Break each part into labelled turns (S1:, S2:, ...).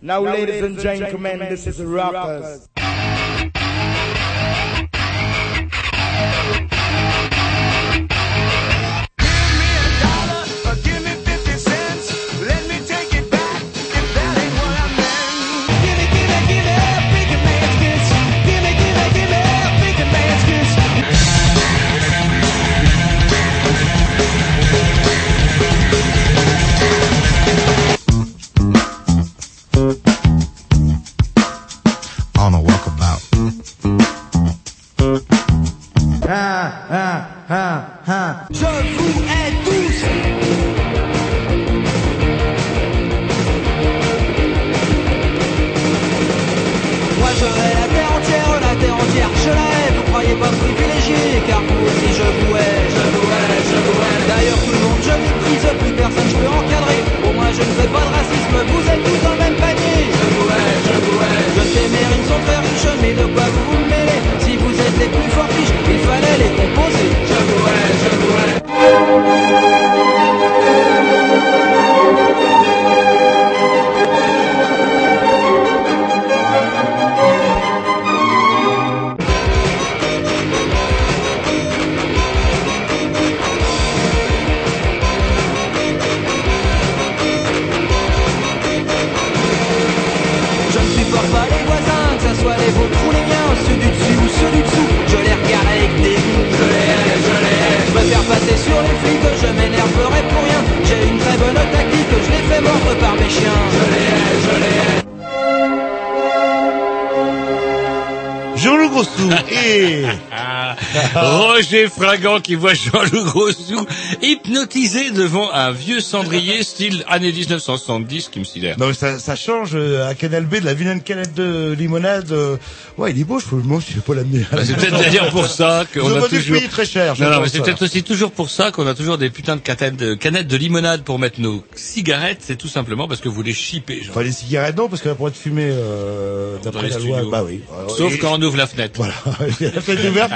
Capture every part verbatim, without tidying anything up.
S1: Now, ladies and gentlemen, this is Rockers.
S2: On a walkabout.
S1: Ah, ah, ah, ah.
S3: Je vous hais tous. Moi je hais la terre entière, la terre entière, je la hais. Vous croyez pas privilégié, car vous aussi je vous hais, je vous hais, je vous hais. D'ailleurs tout le monde je méprise, plus personne je peux encadrer. Au moins je ne fais pas de racisme, vous êtes tous dans le même panier. Je vous hais, je vous hais. Je sais mes rimes sont très riches, mais de quoi vous vous mêlez? Si vous êtes les plus forts riches, il fallait les composer. Je vous hais, je vous hais. Je ne supporte pas les voisins, que ça soit les vôtres ou les miens, ceux du dessus ou ceux du dessous. Je les regarde avec dégoût. Je les hais, je les hais. Je préfère passer sur les flics, je m'énerverai pour rien. J'ai une très bonne tactique, je les fais mordre par mes chiens. Je les hais, je les hais.
S2: Jean-Loup Grossou et
S4: Roger Fringant qui voit Jean-Loup Grossou hypnotisé devant un vieux cendrier style années dix-neuf cent soixante-dix qui me sidère.
S2: non, mais ça, ça change euh, à Canal B de la vilaine canette de limonade. euh, Ouais, il est beau, je moi, je sais pas l'amener.
S4: Bah, c'est peut-être d'ailleurs pour ça qu'on
S2: Ils
S4: a
S2: ont dû
S4: toujours...
S2: payer très cher. je
S4: Non, non,
S2: pense,
S4: mais c'est
S2: voilà.
S4: peut-être aussi toujours pour ça qu'on a toujours des putains de canettes de, canettes de limonade pour mettre nos cigarettes. C'est tout simplement parce que vous les chippez, genre.
S2: Enfin, les cigarettes, non, parce qu'elle pourrait être fumée euh,
S4: Dans
S2: d'après
S4: les
S2: la loi.
S4: studios.
S2: Bah oui.
S4: Sauf
S2: Et-
S4: quand on ouvre la fenêtre.
S2: Voilà, la fenêtre ouverte.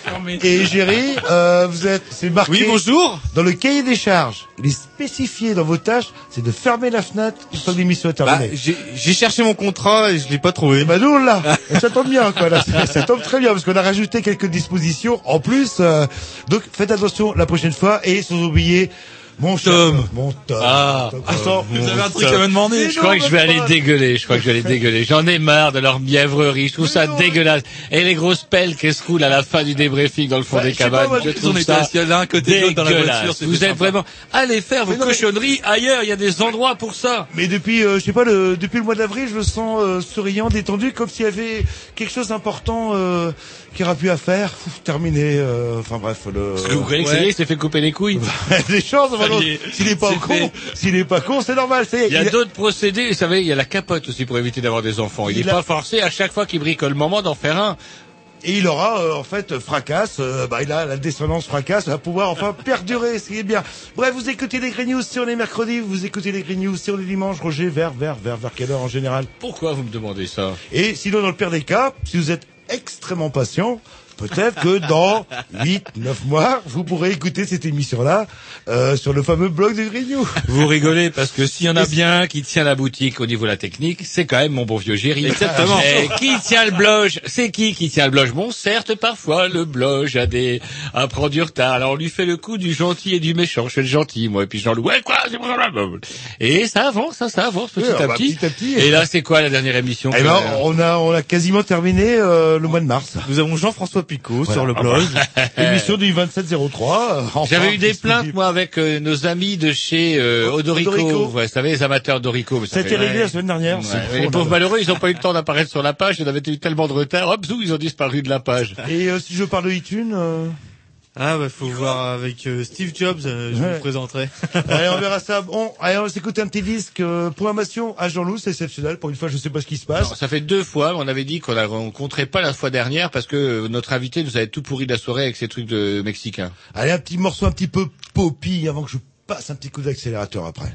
S2: Et Géry, euh, vous êtes, c'est marqué.
S5: Oui, bonjour.
S2: Dans le cahier des charges, il est spécifié dans vos tâches, c'est de fermer la fenêtre une fois que l'émission est
S5: Bah,
S2: terminée.
S5: j'ai j'ai cherché mon contrat et je l'ai pas trouvé.
S2: Et bah nous on l'a. Et ça tombe bien quoi. Là, ça, ça tombe très bien parce qu'on a rajouté quelques dispositions en plus. euh, donc faites attention la prochaine fois et sans oublier mon cher
S5: Tom.
S2: Tom, mon Tom.
S4: Ah.
S2: Tom,
S5: Attends,
S2: Tom,
S5: vous avez un
S2: mon
S5: truc
S2: Tom.
S5: à me demander.
S4: Je crois que je vais aller dégueuler, je crois que je vais aller dégueuler. J'en ai marre de leur mièvrerie, je trouve ça dégueulasse. Et les grosses pelles qui se roulent à la fin du débriefing dans le fond
S2: Ouais,
S4: des
S2: je sais pas,
S4: cabanes,
S2: moi,
S4: je
S2: on
S4: trouve
S5: était
S4: ça
S5: assis l'un à côté de l'autre dans la
S4: dégueulasse.
S5: voiture, c'était
S4: Vous êtes
S5: sympa.
S4: vraiment... Allez faire vos
S2: Mais non, mais-
S4: cochonneries ailleurs, il y a des endroits pour ça.
S2: Mais depuis, euh, je sais pas, le, depuis le mois d'avril, je me sens euh, souriant, détendu, comme s'il y avait quelque chose d'important euh, qui aurait pu à faire. Ouf, terminé. euh, Enfin bref, le.
S4: Parce que vous croyez que ça y est, il s'est fait couper les couilles.
S2: des chances.
S4: Ça
S2: Vraiment,
S4: y est,
S2: s'il est pas
S4: c'est
S2: con,
S4: fait.
S2: s'il est pas con, c'est normal. Ça y est,
S4: Il y a
S2: il a-
S4: d'autres procédés, vous savez, il y a la capote aussi pour éviter d'avoir des enfants. Il
S2: Il
S4: n'est
S2: a-
S4: pas forcé à chaque fois qu'il bricole le moment d'en faire un.
S2: Et il aura euh, en fait fracasse, euh, bah il a la descendance fracasse, va pouvoir enfin perdurer, ce qui est bien. Bref, vous écoutez les Green News si on est mercredi, vous écoutez les Green News si on est dimanche. Roger, vers vers vers vers quelle heure en général?
S4: Pourquoi vous me demandez ça?
S2: Et sinon, dans le pire des cas, si vous êtes extrêmement patient, peut-être que dans huit, neuf mois, vous pourrez écouter cette émission-là euh, sur le fameux blog de Green News.
S4: Vous rigolez parce que s'il y en a
S2: Et
S4: bien un qui tient la boutique au niveau de la technique, c'est quand même mon bon vieux Géry.
S5: Exactement.
S4: Et qui tient le blog? C'est qui qui tient le blog? Bon, certes, parfois, le blog a des, a prend du retard. Alors, on lui fait le coup du gentil et du méchant. Je fais le gentil, moi, et puis Jean-Loup, ouais, quoi, c'est blablabla. Et ça avance, ça, ça avance petit
S2: Oui,
S4: à
S2: bah,
S4: petit.
S2: petit à petit.
S4: Et là, c'est quoi la dernière émission?
S2: Eh
S4: que-
S2: ben, on a on a quasiment terminé euh, le mois de mars.
S5: Nous avons Jean-François Picot
S2: Voilà.
S5: sur le blog.
S2: Émission du vingt-sept zéro trois. euh, enfin,
S4: J'avais eu des
S2: disponible.
S4: plaintes, moi, avec euh, nos amis de chez euh, Odorico.
S2: Odorico.
S4: Ouais, vous savez, les amateurs d'Orico. mais
S2: Ça a
S4: fait-
S2: été réglé
S4: ouais.
S2: la semaine dernière.
S4: Ouais,
S2: c'est
S4: ouais,
S2: fou,
S4: les
S2: on a-
S4: pauvres malheureux, ils n'ont pas eu le temps d'apparaître sur la page. Ils avaient eu tellement de retard. Hop, zou, ils ont disparu de la page.
S2: Et euh, si je parle de iTunes, euh...
S5: Ah bah faut voir avec euh, Steve Jobs, euh, je
S2: Ouais.
S5: vous présenterai.
S2: allez, on verra ça. Bon, allez, on va s'écouter un petit disque. Euh, programmation à Jean-Loup, c'est exceptionnel. Pour une fois, je sais pas ce qui se passe.
S4: Non, ça fait deux fois. On avait dit qu'on ne rencontrait pas la fois dernière parce que euh, notre invité nous avait tout pourri de la soirée avec ses trucs de mexicains.
S2: Allez, un petit morceau un petit peu poppy avant que je passe un petit coup d'accélérateur après.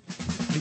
S3: Do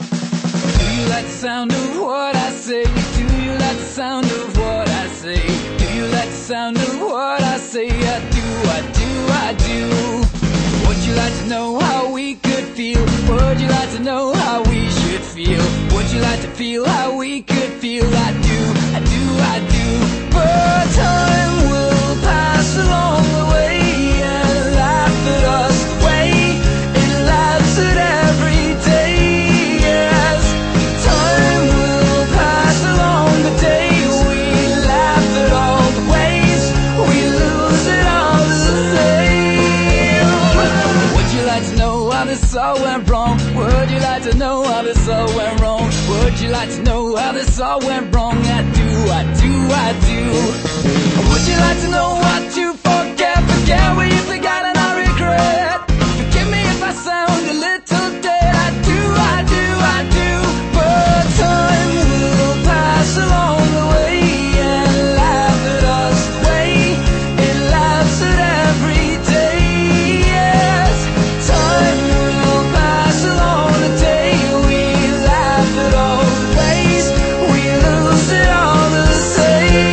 S3: you like the sound of what I say? Do you like the sound of what I say? Do you like the sound of what I say? I do, I do, I do. Would you like to know how we could feel? Would you like to know how we should feel? Would you like to feel how we could feel. I do, I do, I do. But time will pass along the way and laugh at us the way it laughs at every day. Yes, time will pass along the day we laugh at all the ways we lose it all the same. Would you like to know how this all went wrong? Would you like to know how this all went wrong? Would you like to know how this all went wrong? I do, I do, I do. Would you like to know what to forget? Forget what you forgot and I regret. Forgive me if I sound a little dead. I do, I do, I do. But time will pass along the way and laugh at us the way it laughs at every day. Yes, time will pass along the day we laugh at all the ways we lose it all the same.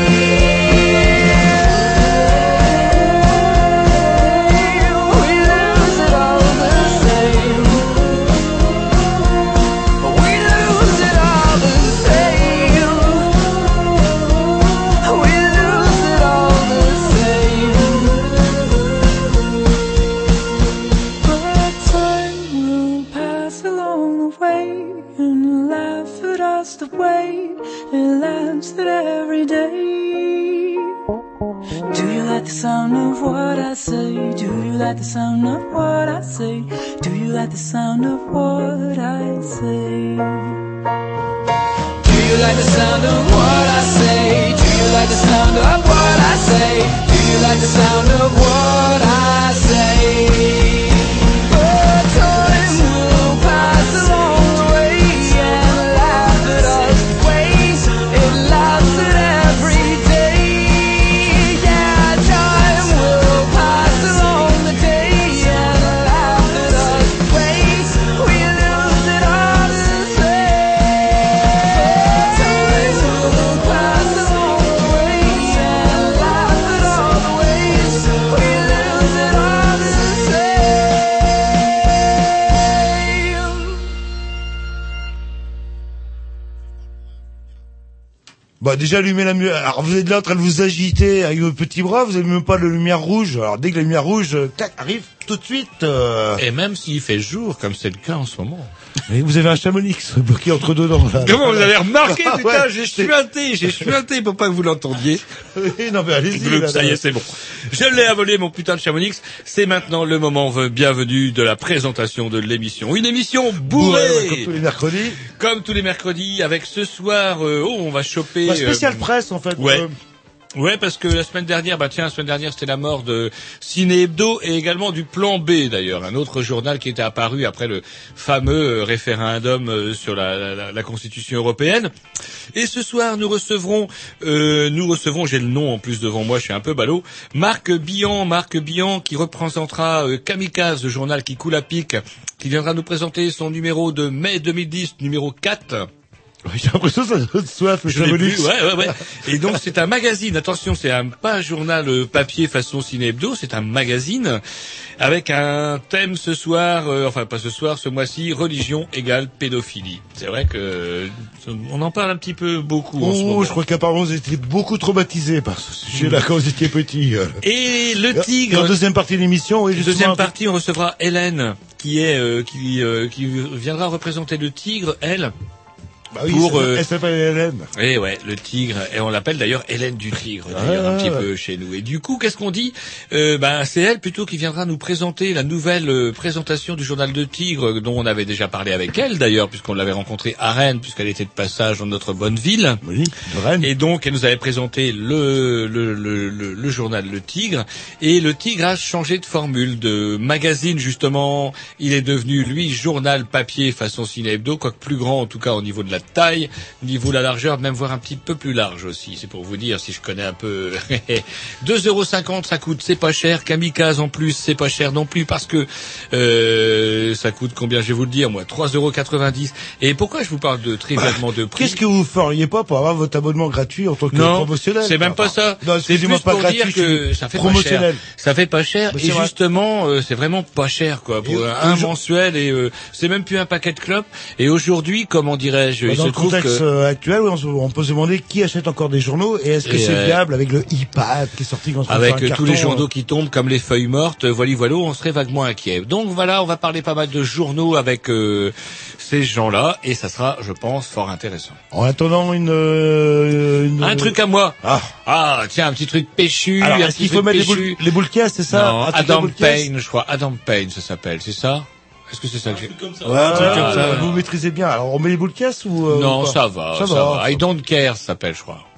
S3: We lose it all the same. We lose it all the same. We lose it all the same. But time will pass along the way and laugh at us the way it laughs at every day. Do you like the sound of what I say? Do you like the sound of what I say? Do you like the sound of what I say? Do you like the sound of what I say? Do you like the sound of what I say? Do you like the sound of what I say? But time will pass along the way and laugh at us the ways it laughs at every day. Yeah, time will pass along the day and laugh at us the ways we lose it all the same. Time will pass along the way and laugh at all the ways we lose it all the same.
S2: Bah déjà allumez la lumière. Alors vous êtes là en train de vous agiter avec vos petits bras, vous avez même pas de lumière rouge. Alors dès que la lumière rouge, euh, tac, arrive tout de suite. Euh...
S4: Et même s'il fait jour, comme c'est le cas en ce moment.
S2: Et vous avez un chamonix bloqué entre deux dents. Là.
S4: Comment vous avez remarqué,
S2: Ah,
S4: putain,
S2: ouais,
S4: j'ai
S2: c'est-
S4: chuinté, j'ai chuinté pour pas que vous l'entendiez.
S2: Oui, non mais allez-y.
S4: Gloup,
S2: là,
S4: ça y
S2: là.
S4: est, c'est bon. Je l'ai avalé, mon putain de Chamonix. C'est maintenant le moment v- bienvenu de la présentation de l'émission. Une émission bourrée,
S2: Ouais, ouais, comme tous les mercredis.
S4: comme tous les mercredis, avec ce soir, euh, oh, on va choper...
S2: Bah, spécial
S4: euh,
S2: presse en fait.
S4: ouais.
S2: Euh,
S4: Ouais, parce que la semaine dernière, bah tiens, la semaine dernière, c'était la mort de Ciné Hebdo et également du Plan B, d'ailleurs, un autre journal qui était apparu après le fameux euh, référendum euh, sur la, la, la Constitution européenne. Et ce soir, nous recevrons, euh, nous recevrons, j'ai le nom en plus devant moi, je suis un peu ballot, Marc Billan, Marc Billan qui représentera euh, Kamikaze, le journal qui coule à pic, qui viendra nous présenter son numéro de mai deux mille dix, numéro quatre.
S2: oui, j'ai l'impression que ça donne soif le
S4: Je l'ai
S2: chamonix.
S4: plus, ouais, ouais, ouais. Et donc c'est un magazine. Attention, c'est un pas un journal euh, papier façon Ciné Hebdo, c'est un magazine avec un thème ce soir, euh, enfin pas ce soir, ce mois-ci, religion égale pédophilie. C'est vrai que euh, on en parle un petit peu beaucoup en ce moment.
S2: Oh, je crois qu'apparemment vous étiez beaucoup traumatisés par ce sujet-là quand vous étiez petit. euh.
S4: Et le
S2: Et en
S4: tigre.
S2: deuxième partie de l'émission, oui, justement.
S4: Deuxième partie, on recevra Hélène, qui est euh, qui euh, qui viendra représenter le tigre, elle.
S2: Bah oui,
S4: pour,
S2: ça-
S4: euh,
S2: elle s'appelle Hélène.
S4: Eh ouais, le tigre, et on l'appelle d'ailleurs Hélène du Tigre,
S2: Ah,
S4: d'ailleurs, un
S2: ouais,
S4: petit
S2: ouais.
S4: peu chez nous. Et du coup, qu'est-ce qu'on dit euh, Ben, c'est elle plutôt qui viendra nous présenter la nouvelle euh, présentation du journal de Tigre, dont on avait déjà parlé avec elle d'ailleurs, puisqu'on l'avait rencontrée à Rennes, puisqu'elle était de passage dans notre bonne ville.
S2: Oui, de Rennes.
S4: Et donc, elle nous avait présenté le, le, le, le, le journal Le Tigre. Et Le Tigre a changé de formule, de magazine, justement. Il est devenu, lui, journal papier façon Ciné Hebdo, quoique plus grand, en tout cas, au niveau de la taille, au niveau de la largeur, même voire un petit peu plus large aussi. C'est pour vous dire, si je connais un peu. deux euros cinquante, ça coûte, c'est pas cher. Kamikaze, en plus, c'est pas cher non plus, parce que euh, ça coûte combien, je vais vous le dire, moi, trois euros quatre-vingt-dix. Et pourquoi je vous parle de trivalement de prix?
S2: Qu'est-ce que vous feriez pas pour avoir votre abonnement gratuit en tant que
S4: Non,
S2: promotionnel?
S4: c'est même pas ça.
S2: Non,
S4: C'est
S2: excusez-moi,
S4: plus
S2: pas
S4: pour
S2: gratuit,
S4: dire que
S2: je-
S4: ça fait
S2: promotionnel.
S4: pas cher. Ça fait pas cher
S2: Mais
S4: et
S2: c'est vrai.
S4: justement euh, c'est vraiment pas cher quoi pour
S2: Et
S4: un
S2: aujourd-
S4: mensuel et euh, c'est même plus un paquet de clopes. Et aujourd'hui, comment dirais-je,
S2: Bah,
S4: il
S2: dans
S4: se
S2: le
S4: trouve
S2: contexte
S4: que...
S2: euh, actuel, on, se- on peut se demander qui achète encore des journaux et est-ce que
S4: Et
S2: c'est
S4: euh,
S2: viable avec le iPad qui est sorti quand on
S4: Avec
S2: fait un
S4: euh, tous les
S2: carton,
S4: journaux
S2: euh,
S4: qui tombent comme les feuilles mortes, euh, voilà, voilà, on serait vaguement inquiet. Donc voilà, on va parler pas mal de journaux avec euh, ces gens-là, et ça sera, je pense, fort intéressant.
S2: En attendant une, euh, une
S4: Un truc à moi.
S2: Ah.
S4: Ah, tiens, un petit truc péchu,
S2: Alors,
S4: un
S2: est-ce
S4: petit
S2: qu'il faut
S4: truc
S2: mettre les
S4: péchu.
S2: boules, les boules caisses, c'est ça?
S4: Non,
S2: Un truc à
S4: Adam
S2: boules caisses
S4: Payne, je crois. Adam Payne, ça s'appelle, c'est ça? Est-ce que c'est ça que j'ai...
S2: Ouais, un truc
S4: Ah,
S2: comme ça.
S4: là,
S2: Vous
S4: là.
S2: maîtrisez bien. Alors, on met les boules caisses ou, euh,
S4: Non,
S2: ou pas
S4: ça va,
S2: Ça
S4: ça,
S2: va.
S4: va. I don't care, ça s'appelle, je crois.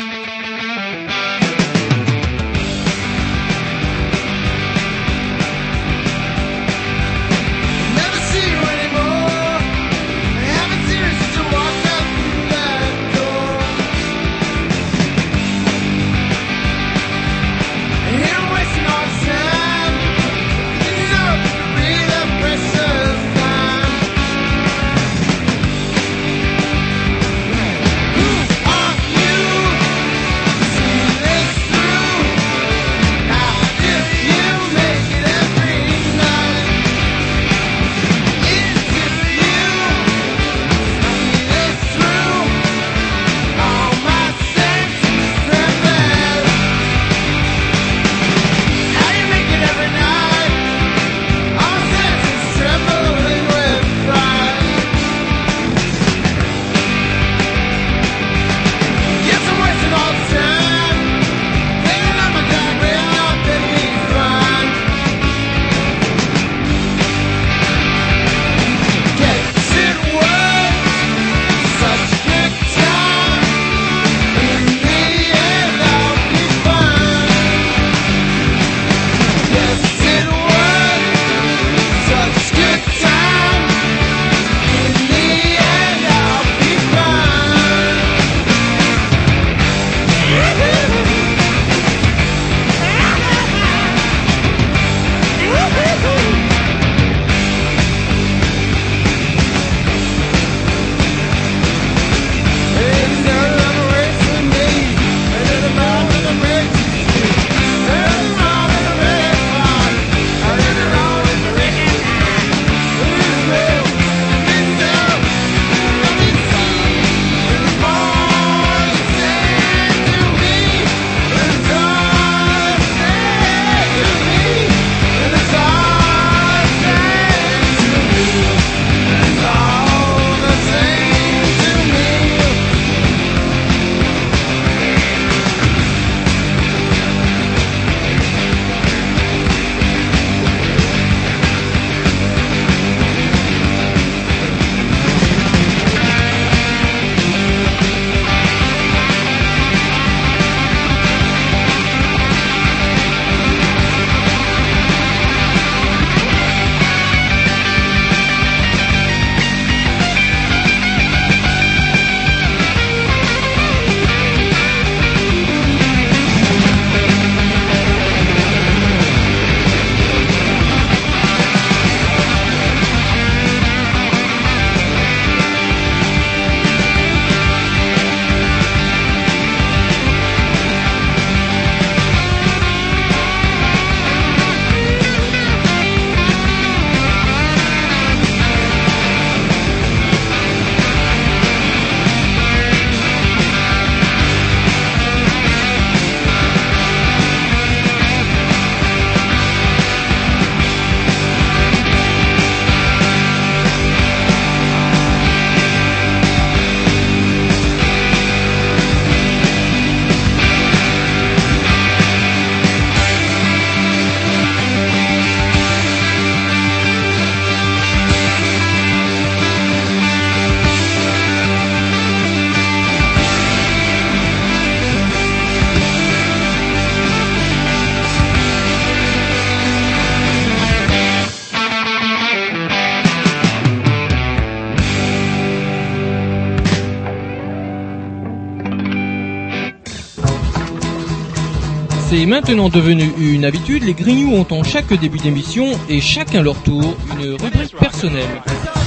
S6: C'est maintenant devenu une habitude, les Grignoux ont en chaque début d'émission, et chacun leur tour, une rubrique personnelle.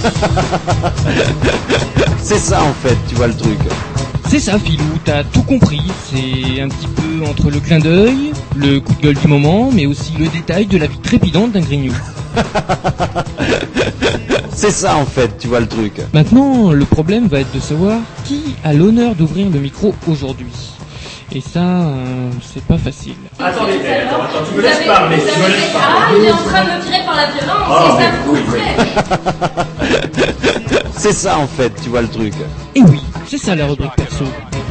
S7: C'est ça en fait, tu vois le truc.
S6: C'est ça Philou, t'as tout compris, c'est un petit peu entre le clin d'œil, le coup de gueule du moment, mais aussi le détail de la vie trépidante d'un Grignou.
S7: C'est ça en fait, tu vois le truc.
S6: Maintenant, le problème va être de savoir qui a l'honneur d'ouvrir le micro aujourd'hui. Et ça, euh, c'est pas facile.
S8: Attendez, attends, attends, tu me laisses parler, tu me laisses parler.
S9: Ah, il est en train de me tirer par la violence,
S8: Oh,
S9: c'est ça vous fait.
S7: C'est ça en fait, tu vois le truc.
S6: Et oui, c'est ça la rubrique perso.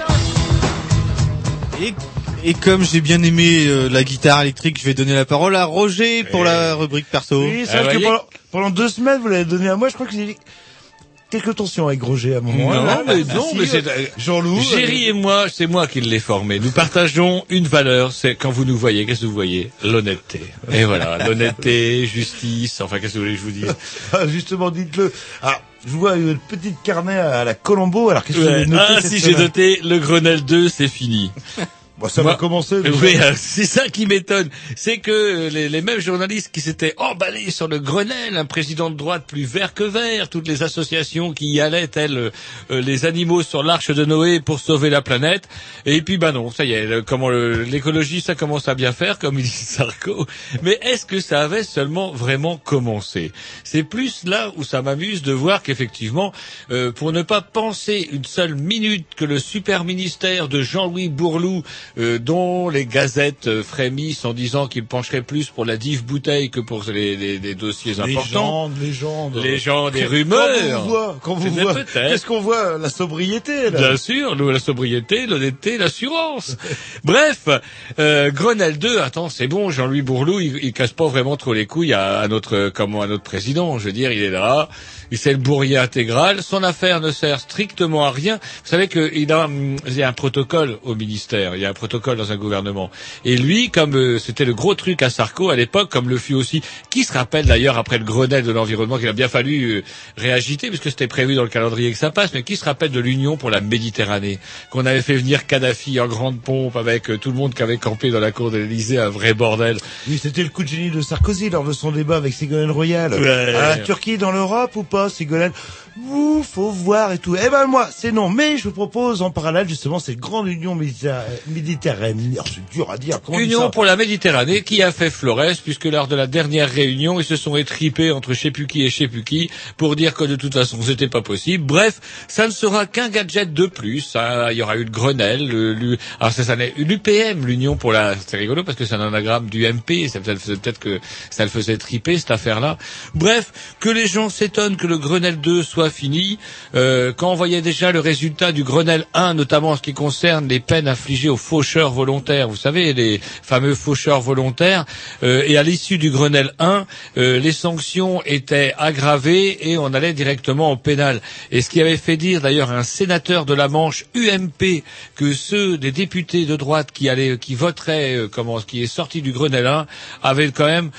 S5: Et, et comme j'ai bien aimé euh, la guitare électrique, je vais donner la parole à Roger pour la rubrique perso.
S2: Oui, c'est
S4: Ah,
S2: vrai que
S4: voyez
S2: pendant, pendant deux semaines, vous l'avez donné à moi. Je crois que j'ai quelques tensions avec Roger à un moment.
S4: Non,
S2: Là,
S4: mais
S2: là,
S4: non,
S2: si,
S4: mais c'est...
S2: euh, Jean-Loup.
S4: Géry
S2: euh,
S4: et moi, c'est moi qui l'ai formé. Nous partageons une valeur, c'est quand vous nous voyez, qu'est-ce que vous voyez? L'honnêteté. Et voilà, l'honnêteté, justice, enfin, qu'est-ce que vous voulez que je vous dise?
S2: Ah, justement, dites-le. Alors, je vois une petite carnet à la Colombo. Alors, qu'est-ce que vous
S4: Ouais.
S2: avez noté
S4: Ah,
S2: cette
S4: si j'ai
S2: semaine
S4: noté, le Grenelle deux, c'est fini.
S2: Bon, ça
S4: Moi-
S2: va commencer. déjà.
S4: Oui, euh, c'est ça qui m'étonne. C'est que les, les mêmes journalistes qui s'étaient emballés sur le Grenelle, un président de droite plus vert que vert, toutes les associations qui y allaient, tels euh, les animaux sur l'arche de Noé pour sauver la planète. Et puis, bah non, ça y est, le- comment le- l'écologie, ça commence à bien faire, comme il dit Sarko. Mais est-ce que ça avait seulement vraiment commencé? C'est plus là où ça m'amuse de voir qu'effectivement, euh, pour ne pas penser une seule minute que le super ministère de Jean-Louis Bourlou, Euh, dont les gazettes euh, frémissent en disant qu'il pencherait plus pour la dive bouteille que pour les, les, les dossiers importants.
S2: Légende, légende.
S4: Légendes et
S2: Quand
S4: rumeurs.
S2: on vous voit, quand vous
S4: Mais
S2: voit,
S4: peut-être.
S2: qu'est-ce qu'on voit? La sobriété, là.
S4: Bien sûr, le- la sobriété, l'honnêteté, l'assurance. Bref, euh, Grenelle deux, attends, c'est bon, Jean-Louis Bourlou, il, il casse pas vraiment trop les couilles à, à notre, comment, à notre président. Je veux dire, il est là, il c'est le bourrier intégral. Son affaire ne sert strictement à rien. Vous savez qu'il a, hum, il y a un protocole au ministère, il y a un protocole dans un gouvernement. Et lui, comme euh, c'était le gros truc à Sarko à l'époque, comme le fut aussi, qui se rappelle d'ailleurs après le Grenelle de l'environnement, qu'il a bien fallu euh, réagiter, puisque c'était prévu dans le calendrier que ça passe, mais qui se rappelle de l'Union pour la Méditerranée, qu'on avait fait venir Kadhafi en grande pompe avec euh, tout le monde qui avait campé dans la cour de l'Élysée, un vrai bordel.
S2: Oui, c'était le coup de génie de Sarkozy lors de son débat avec Ségolène Royal.
S4: Ouais.
S2: À la Turquie dans l'Europe ou pas, Ségolène? Ouh, faut voir et tout. Eh ben, moi, c'est non. Mais je vous propose en parallèle, justement, cette grande union méditerra- méditerranéenne. Oh, c'est dur à dire. Comment on dit
S4: Union
S2: ça
S4: pour la Méditerranée qui a fait Flores, puisque lors de la dernière réunion, ils se sont étripés entre je sais plus qui et je sais plus qui pour dire que de toute façon c'était pas possible. Bref, ça ne sera qu'un gadget de plus. Hein. Il y aura eu le Grenelle, le, le- alors ça, ça n'est l'U P M, l'Union pour la, c'est rigolo parce que c'est un anagramme du M P, ça peut-être peut-être que ça le faisait triper cette affaire-là. Bref, que les gens s'étonnent que le Grenelle deux soit fini, euh, quand on voyait déjà le résultat du Grenelle un, notamment en ce qui concerne les peines infligées aux faucheurs volontaires, vous savez, les fameux faucheurs volontaires, euh, et à l'issue du Grenelle un, euh, les sanctions étaient aggravées et on allait directement au pénal. Et ce qui avait fait dire d'ailleurs à un sénateur de la Manche U M P que ceux des députés de droite qui allaient, qui voteraient, euh, comment, ce qui est sorti du Grenelle un, avaient quand même,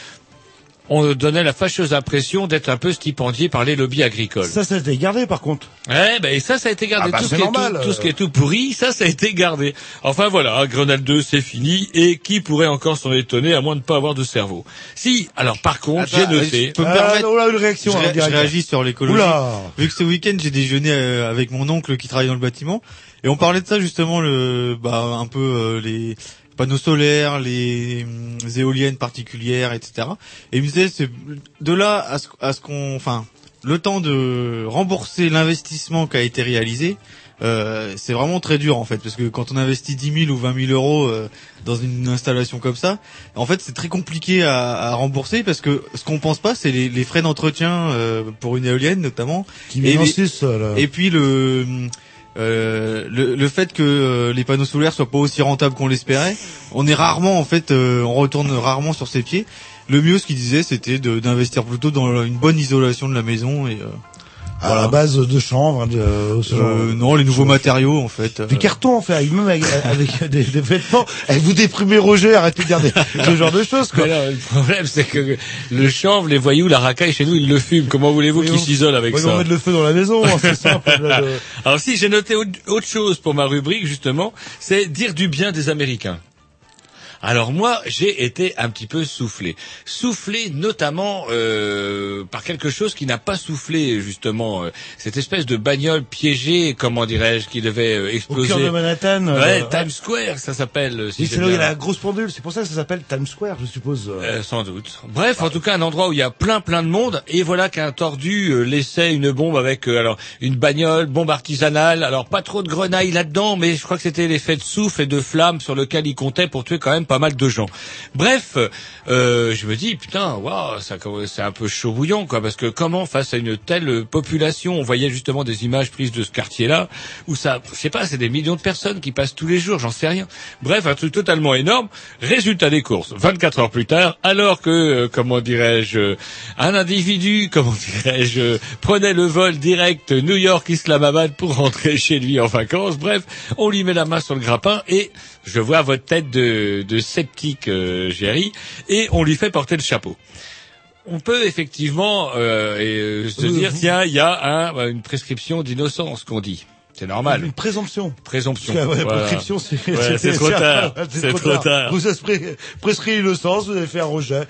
S4: on donnait la fâcheuse impression d'être un peu stipendiés par les lobbies agricoles.
S2: Ça, ça a été gardé, par contre.
S4: Ouais, ben, et ça, ça a été gardé.
S2: Ah bah,
S4: tout, ce
S2: c'est
S4: qui est
S2: normal,
S4: tout, tout ce qui
S2: euh.
S4: est tout pourri, ça, ça a été gardé. Enfin, voilà, Grenelle deux, c'est fini. Et qui pourrait encore s'en étonner, à moins de ne pas avoir de cerveau? Si, alors, par contre,
S5: Attends,
S4: j'ai
S5: euh,
S4: noté.
S5: je peux me
S2: Ah,
S5: permettre.
S2: on a une réaction.
S5: Je,
S2: hein,
S5: ré- je
S2: direct.
S5: réagis sur l'écologie.
S2: Oula.
S5: Vu que ce week-end j'ai déjeuné euh, avec mon oncle qui travaille dans le bâtiment et on parlait de ça justement, le bah un peu euh, les panneaux solaires, les, hum, les éoliennes particulières, et cetera. Et il me disait c'est de là à ce, à ce qu'on, enfin, le temps de rembourser l'investissement qui a été réalisé. Euh, c'est vraiment très dur en fait, parce que quand on investit dix mille ou vingt mille euros euh, dans une installation comme ça, en fait c'est très compliqué à, à rembourser, parce que ce qu'on pense pas, c'est les, les frais d'entretien euh, pour une éolienne notamment,
S2: Qui
S5: et,
S2: met
S5: les-
S2: ça, là.
S5: et puis le, euh, le le fait que euh, les panneaux solaires soient pas aussi rentables qu'on l'espérait. On est rarement en fait, euh, on retourne rarement sur ses pieds. Le mieux, ce qu'il disait, c'était de- d'investir plutôt dans une bonne isolation de la maison et euh,
S2: À
S5: voilà.
S2: la base de chanvre, de, euh, ce genre.
S5: Euh, non, les nouveaux matériaux en fait.
S2: Du
S5: euh,
S2: carton, en fait, même avec, avec des, des vêtements. Eh, vous déprimez Roger, arrêtez de dire des- ce genre de choses, quoi.
S4: Mais non, le problème, c'est que le chanvre, les voyous, la racaille, chez nous, ils le fument. Comment voulez-vous
S2: Oui,
S4: qu'ils
S2: on-
S4: s'isolent avec
S2: Ouais, ils
S4: ça?
S2: vont mettre le feu dans la maison, hein, c'est simple. là, de-
S4: Alors si, j'ai noté autre autre chose pour ma rubrique, justement, c'est dire du bien des Américains. Alors moi, j'ai été un petit peu soufflé. Soufflé notamment euh, par quelque chose qui n'a pas soufflé, justement. Euh, cette espèce de bagnole piégée, comment dirais-je, qui devait euh, exploser.
S2: Au cœur de Manhattan.
S4: Ouais,
S2: euh,
S4: Times Square, ça s'appelle. Si
S2: oui,
S4: j'ai
S2: c'est là où il y a
S4: bien-
S2: la grosse pendule. C'est pour ça que ça s'appelle Times Square, je suppose.
S4: Euh, sans doute. Bref, en tout cas, un endroit où il y a plein plein de monde, et voilà qu'un tordu euh, laissait une bombe avec euh, alors une bagnole, bombe artisanale, alors pas trop de grenailles là-dedans, mais je crois que c'était l'effet de souffle et de flamme sur lequel il comptait pour tuer quand même pas mal de gens. Bref, euh, je me dis putain, waouh, ça c'est un peu chaud bouillant quoi, parce que comment face à une telle population, on voyait justement des images prises de ce quartier-là où ça, je sais pas, c'est des millions de personnes qui passent tous les jours, j'en sais rien. Bref, un truc totalement énorme. Résultat des courses, vingt-quatre heures plus tard, alors que, euh, comment dirais-je, un individu, comment dirais-je, prenait le vol direct New York-Islamabad pour rentrer chez lui en vacances. Bref, on lui met la main sur le grappin et je vois votre tête de, de sceptique, euh, Géry, et on lui fait porter le chapeau. On peut effectivement euh, et, euh, se dire, tiens, il y a un, une prescription d'innocence qu'on dit. C'est normal.
S2: Une présomption.
S4: Présomption.
S2: Parce que, ouais,
S4: Voilà.
S2: prescription, c'est,
S4: Ouais, c'est trop tard. C'est trop tard.
S2: Vous avez pré- prescrit l'innocence, vous avez fait un rejet.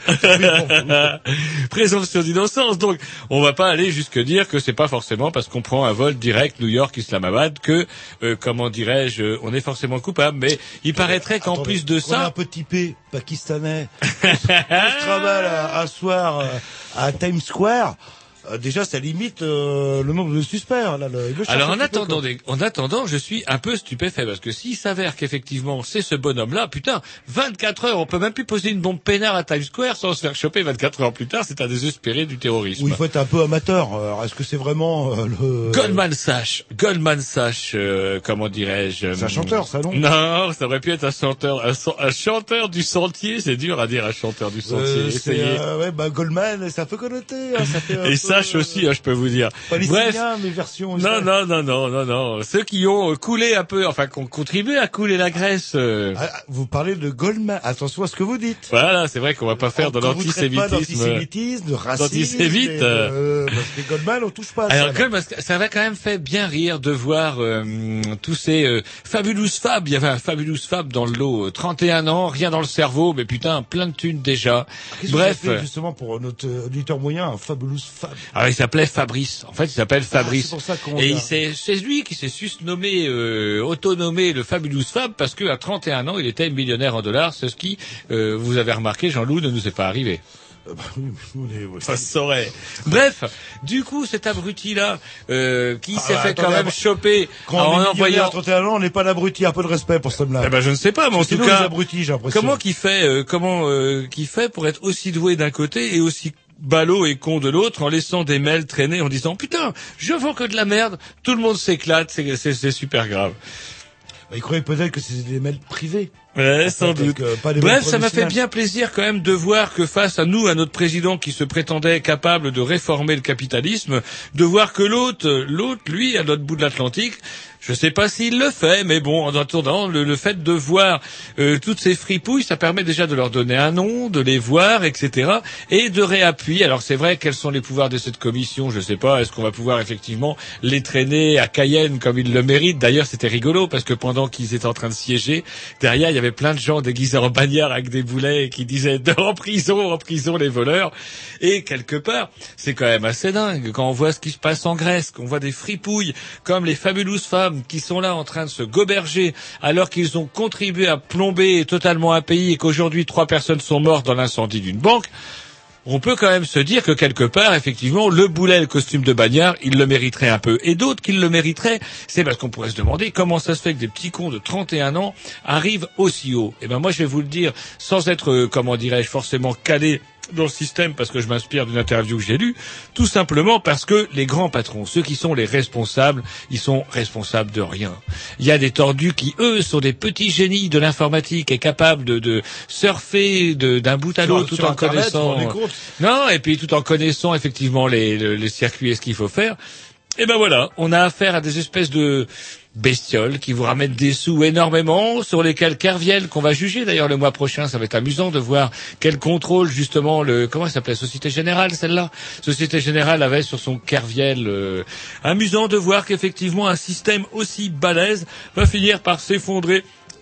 S4: Présomption d'innocence. Donc, on va pas aller jusque dire que c'est pas forcément parce qu'on prend un vol direct New York-Islamabad que, euh, comment dirais-je, on est forcément coupable. Mais il paraîtrait qu'en
S2: Attendez,
S4: plus de
S2: on a un
S4: ça,
S2: petit P pakistanais. On se trimballe à, à soir euh, à Times Square. Euh, déjà, ça limite euh, le nombre de suspects. Là, le, il le cherche
S4: alors en
S2: un petit peu,
S4: attendant,
S2: quoi.
S4: des- en attendant, je suis un peu stupéfait parce que s'il s'avère qu'effectivement c'est ce bonhomme-là, putain, vingt-quatre heures, on peut même plus poser une bombe peinard à Times Square sans se faire choper vingt-quatre heures plus tard, c'est un désespéré du terrorisme.
S2: Où il faut être un peu amateur. Alors, est-ce que c'est vraiment euh, le...
S4: Goldman Sachs, Goldman Sachs, euh, comment dirais-je
S2: C'est un chanteur, ça, non?
S4: Non, ça aurait pu être un chanteur, un, son- un chanteur du sentier, c'est dur à dire un chanteur du sentier,
S2: Euh, c'est,
S4: essayez.
S2: euh, ouais, bah, Goldman, c'est un peu connoté. Hein, ça fait un
S4: Et
S2: peu,
S4: Sachs
S2: euh,
S4: aussi, hein, je peux vous dire. Bref.
S2: Palestinien, mais version...
S4: Non, non, non, non, non, non. Ceux qui ont coulé un peu, enfin, qui ont contribué à couler la Grèce. euh,
S2: Ah, vous parlez de Goldman. Attention à ce que vous dites.
S4: Voilà, c'est vrai qu'on va pas faire de
S2: Quand vous traitez pas
S4: l'antisémitisme.
S2: d'antisémitisme, de racisme.
S4: d'antisémite,
S2: et de- euh, parce que Goldman, on touche pas à
S4: Alors,
S2: ça.
S4: Goldman, ça m'a quand même fait bien rire de voir euh, tous ces euh, Fabulous Fab. Il y avait un Fabulous Fab dans le lot, euh, trente et un ans, rien dans le cerveau, mais putain, plein de thunes déjà.
S2: Qu'est-ce
S4: Bref.
S2: que vous appelez, justement, pour notre euh, auditeur moyen, un fabulous Fab.
S4: Alors il s'appelait Fabrice. En fait, il s'appelle Fabrice.
S2: Ah, c'est pour ça qu'on
S4: et
S2: a-
S4: il s'est, c'est lui qui s'est susnommé, euh, autonommé le Fabulous Fab parce qu'à trente et un ans, il était millionnaire en dollars. C'est ce qui, euh, vous avez remarqué, Jean-Loup, ne nous est pas arrivé.
S2: Euh, bah, oui, mais on est- ouais.
S4: Ça se saurait. Bref, du coup, cet abruti-là, euh, qui
S2: Ah,
S4: s'est
S2: bah,
S4: fait
S2: attendez,
S4: quand même
S2: bah,
S4: choper
S2: Quand
S4: en
S2: on est millionnaire
S4: envoyant...
S2: à trente et un ans, on n'est pas l'abruti. Un peu de respect pour ce homme-là.
S4: Eh ben, je ne sais pas, mais en
S2: Parce que
S4: tout
S2: sinon, les
S4: cas,
S2: abrutis, j'ai l'impression.
S4: comment qu'il fait, euh, comment euh, qu'il fait pour être aussi doué d'un côté et aussi ballot et con de l'autre en laissant des mails traîner en disant putain, je vends que de la merde, tout le monde s'éclate, c'est, c'est, c'est super grave.
S2: Bah, il croyait peut-être que c'était des mails privés.
S4: Ouais,
S2: En
S4: sans
S2: fait,
S4: doute.
S2: donc, euh, pas des
S4: Bref,
S2: mails
S4: ça m'a fait
S2: professionnels.
S4: bien plaisir quand même de voir que face à nous, à notre président qui se prétendait capable de réformer le capitalisme, de voir que l'autre, l'autre, lui, à l'autre bout de l'Atlantique, je sais pas s'il le fait, mais bon, en attendant, le, le fait de voir euh, toutes ces fripouilles, ça permet déjà de leur donner un nom, de les voir, et cetera, et de réappuyer. Alors c'est vrai, quels sont les pouvoirs de cette commission? Je sais pas. Est-ce qu'on va pouvoir effectivement les traîner à Cayenne comme ils le méritent? D'ailleurs, c'était rigolo parce que pendant qu'ils étaient en train de siéger, derrière, il y avait plein de gens déguisés en bagnards avec des boulets qui disaient « en prison, en prison les voleurs ». Et quelque part, c'est quand même assez dingue quand on voit ce qui se passe en Grèce, qu'on voit des fripouilles comme les Fabulous femmes qui sont là en train de se goberger alors qu'ils ont contribué à plomber totalement un pays et qu'aujourd'hui trois personnes sont mortes dans l'incendie d'une banque. On peut quand même se dire que quelque part, effectivement, le boulet, le costume de bagnard, il le mériterait un peu. Et d'autres qui le mériteraient, c'est parce qu'on pourrait se demander comment ça se fait que des petits cons de trente et un ans arrivent aussi haut. Eh ben moi, je vais vous le dire, sans être, euh, comment dirais-je, forcément calé dans le système parce que je m'inspire d'une interview que j'ai lue, tout simplement parce que les grands patrons, ceux qui sont les responsables, ils sont responsables de rien. Il y a des tordus qui, eux, sont des petits génies de l'informatique et capables de, de surfer de, d'un bout à
S2: Sur-
S4: l'autre tout
S2: sur
S4: en
S2: Internet,
S4: connaissant...
S2: vous vous rendez compte
S4: Non, et puis tout en connaissant effectivement les, les, les circuits et ce qu'il faut faire. Et ben voilà, on a affaire à des espèces de bestioles qui vous ramènent des sous énormément, sur lesquels Kerviel, qu'on va juger d'ailleurs le mois prochain, ça va être amusant de voir quel contrôle justement le, comment ça s'appelait, Société Générale, celle-là, Société Générale avait sur son Kerviel, euh, amusant de voir qu'effectivement un système aussi balèze va finir par s'effondrer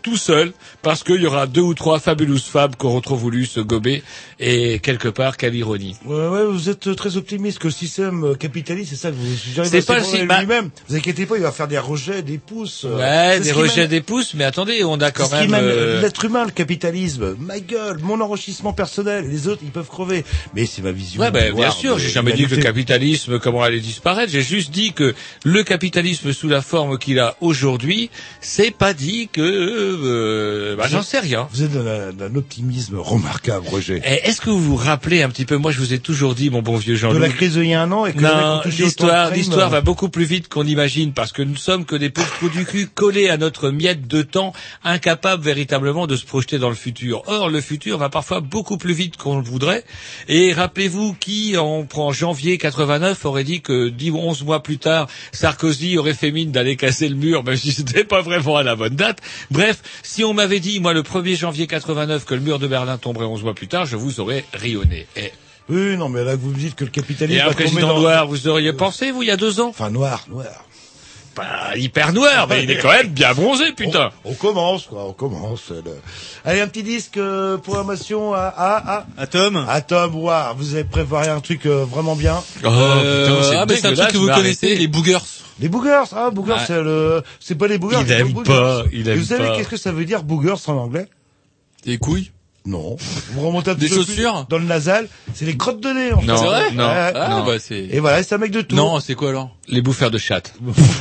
S4: tout seul, parce qu'il y aura deux ou trois Fabulous Fab qui auront trop voulu se gober, et quelque part, quelle ironie.
S2: Ouais, ouais, vous êtes très optimiste que le système capitaliste, c'est ça que vous suggérez.
S4: C'est pas si, bah,
S2: lui-même. Vous inquiétez pas, il va faire des rejets, des pouces.
S4: Ouais, des rejets, des pouces, mais attendez, on a quand
S2: c'est
S4: même...
S2: Ce qui mène
S4: euh...
S2: l'être humain, le capitalisme. Ma gueule, mon enrichissement personnel. Les autres, ils peuvent crever. Mais c'est ma vision.
S4: Ouais, ben, bien
S2: voir,
S4: sûr, j'ai jamais dit que le capitalisme, comment allait disparaître. J'ai juste dit que le capitalisme sous la forme qu'il a aujourd'hui, c'est pas dit que, euh, bah, j'en sais rien.
S2: Vous êtes d'un, d'un optimisme remarquable, Roger.
S4: Et est-ce que vous vous rappelez un petit peu, moi je vous ai toujours dit, mon bon vieux Jean-Loup.
S2: De la crise d'il y a un an et que
S4: non, l'histoire, l'histoire
S2: euh...
S4: va beaucoup plus vite qu'on imagine parce que nous sommes que des pauvres trous du cul collés à notre miette de temps, incapables véritablement de se projeter dans le futur. Or, le futur va parfois beaucoup plus vite qu'on le voudrait. Et rappelez-vous qui, en, en janvier quatre-vingt-neuf, aurait dit que dix ou onze mois plus tard, Sarkozy aurait fait mine d'aller casser le mur, même si c'était pas vraiment à la bonne date. Bref, si on m'avait dit, moi, le premier janvier quatre-vingt-neuf, que le mur de Berlin tomberait onze mois plus tard, je vous aurais rayonné. Et...
S2: Oui, non, mais là, vous me dites que le capitalisme...
S4: Et un président noir, vous auriez pensé, vous, il y a deux ans?
S2: Enfin, noir, noir.
S4: Pas hyper noir, mais il est quand même bien bronzé, putain.
S2: On, on commence, quoi, on commence. Le... Allez, un petit disque, euh, programmation à, à, à...
S5: Atom.
S2: Atom, wow, vous avez préparé un truc euh, vraiment bien.
S4: Oh,
S5: euh,
S4: putain, c'est
S5: ah, mais c'est un truc que vous connaissez,
S4: arrêter.
S5: les Boogers.
S2: Les Boogers, ah, Boogers, ouais. c'est le, c'est pas les Boogers.
S4: Il aime pas, il aime pas.
S2: Vous savez qu'est-ce que ça veut dire, Boogers en anglais?
S5: Des couilles.
S2: Non. Vous remontez un
S5: des chaussures
S2: dans le nasal, c'est les crottes de nez, en fait.
S4: Non,
S5: c'est vrai?
S4: Non.
S2: Ouais,
S5: ah,
S4: non.
S5: bah, c'est...
S2: Et voilà, c'est un mec de tout.
S5: Non, c'est quoi, alors?
S4: Les bouffeurs de chatte.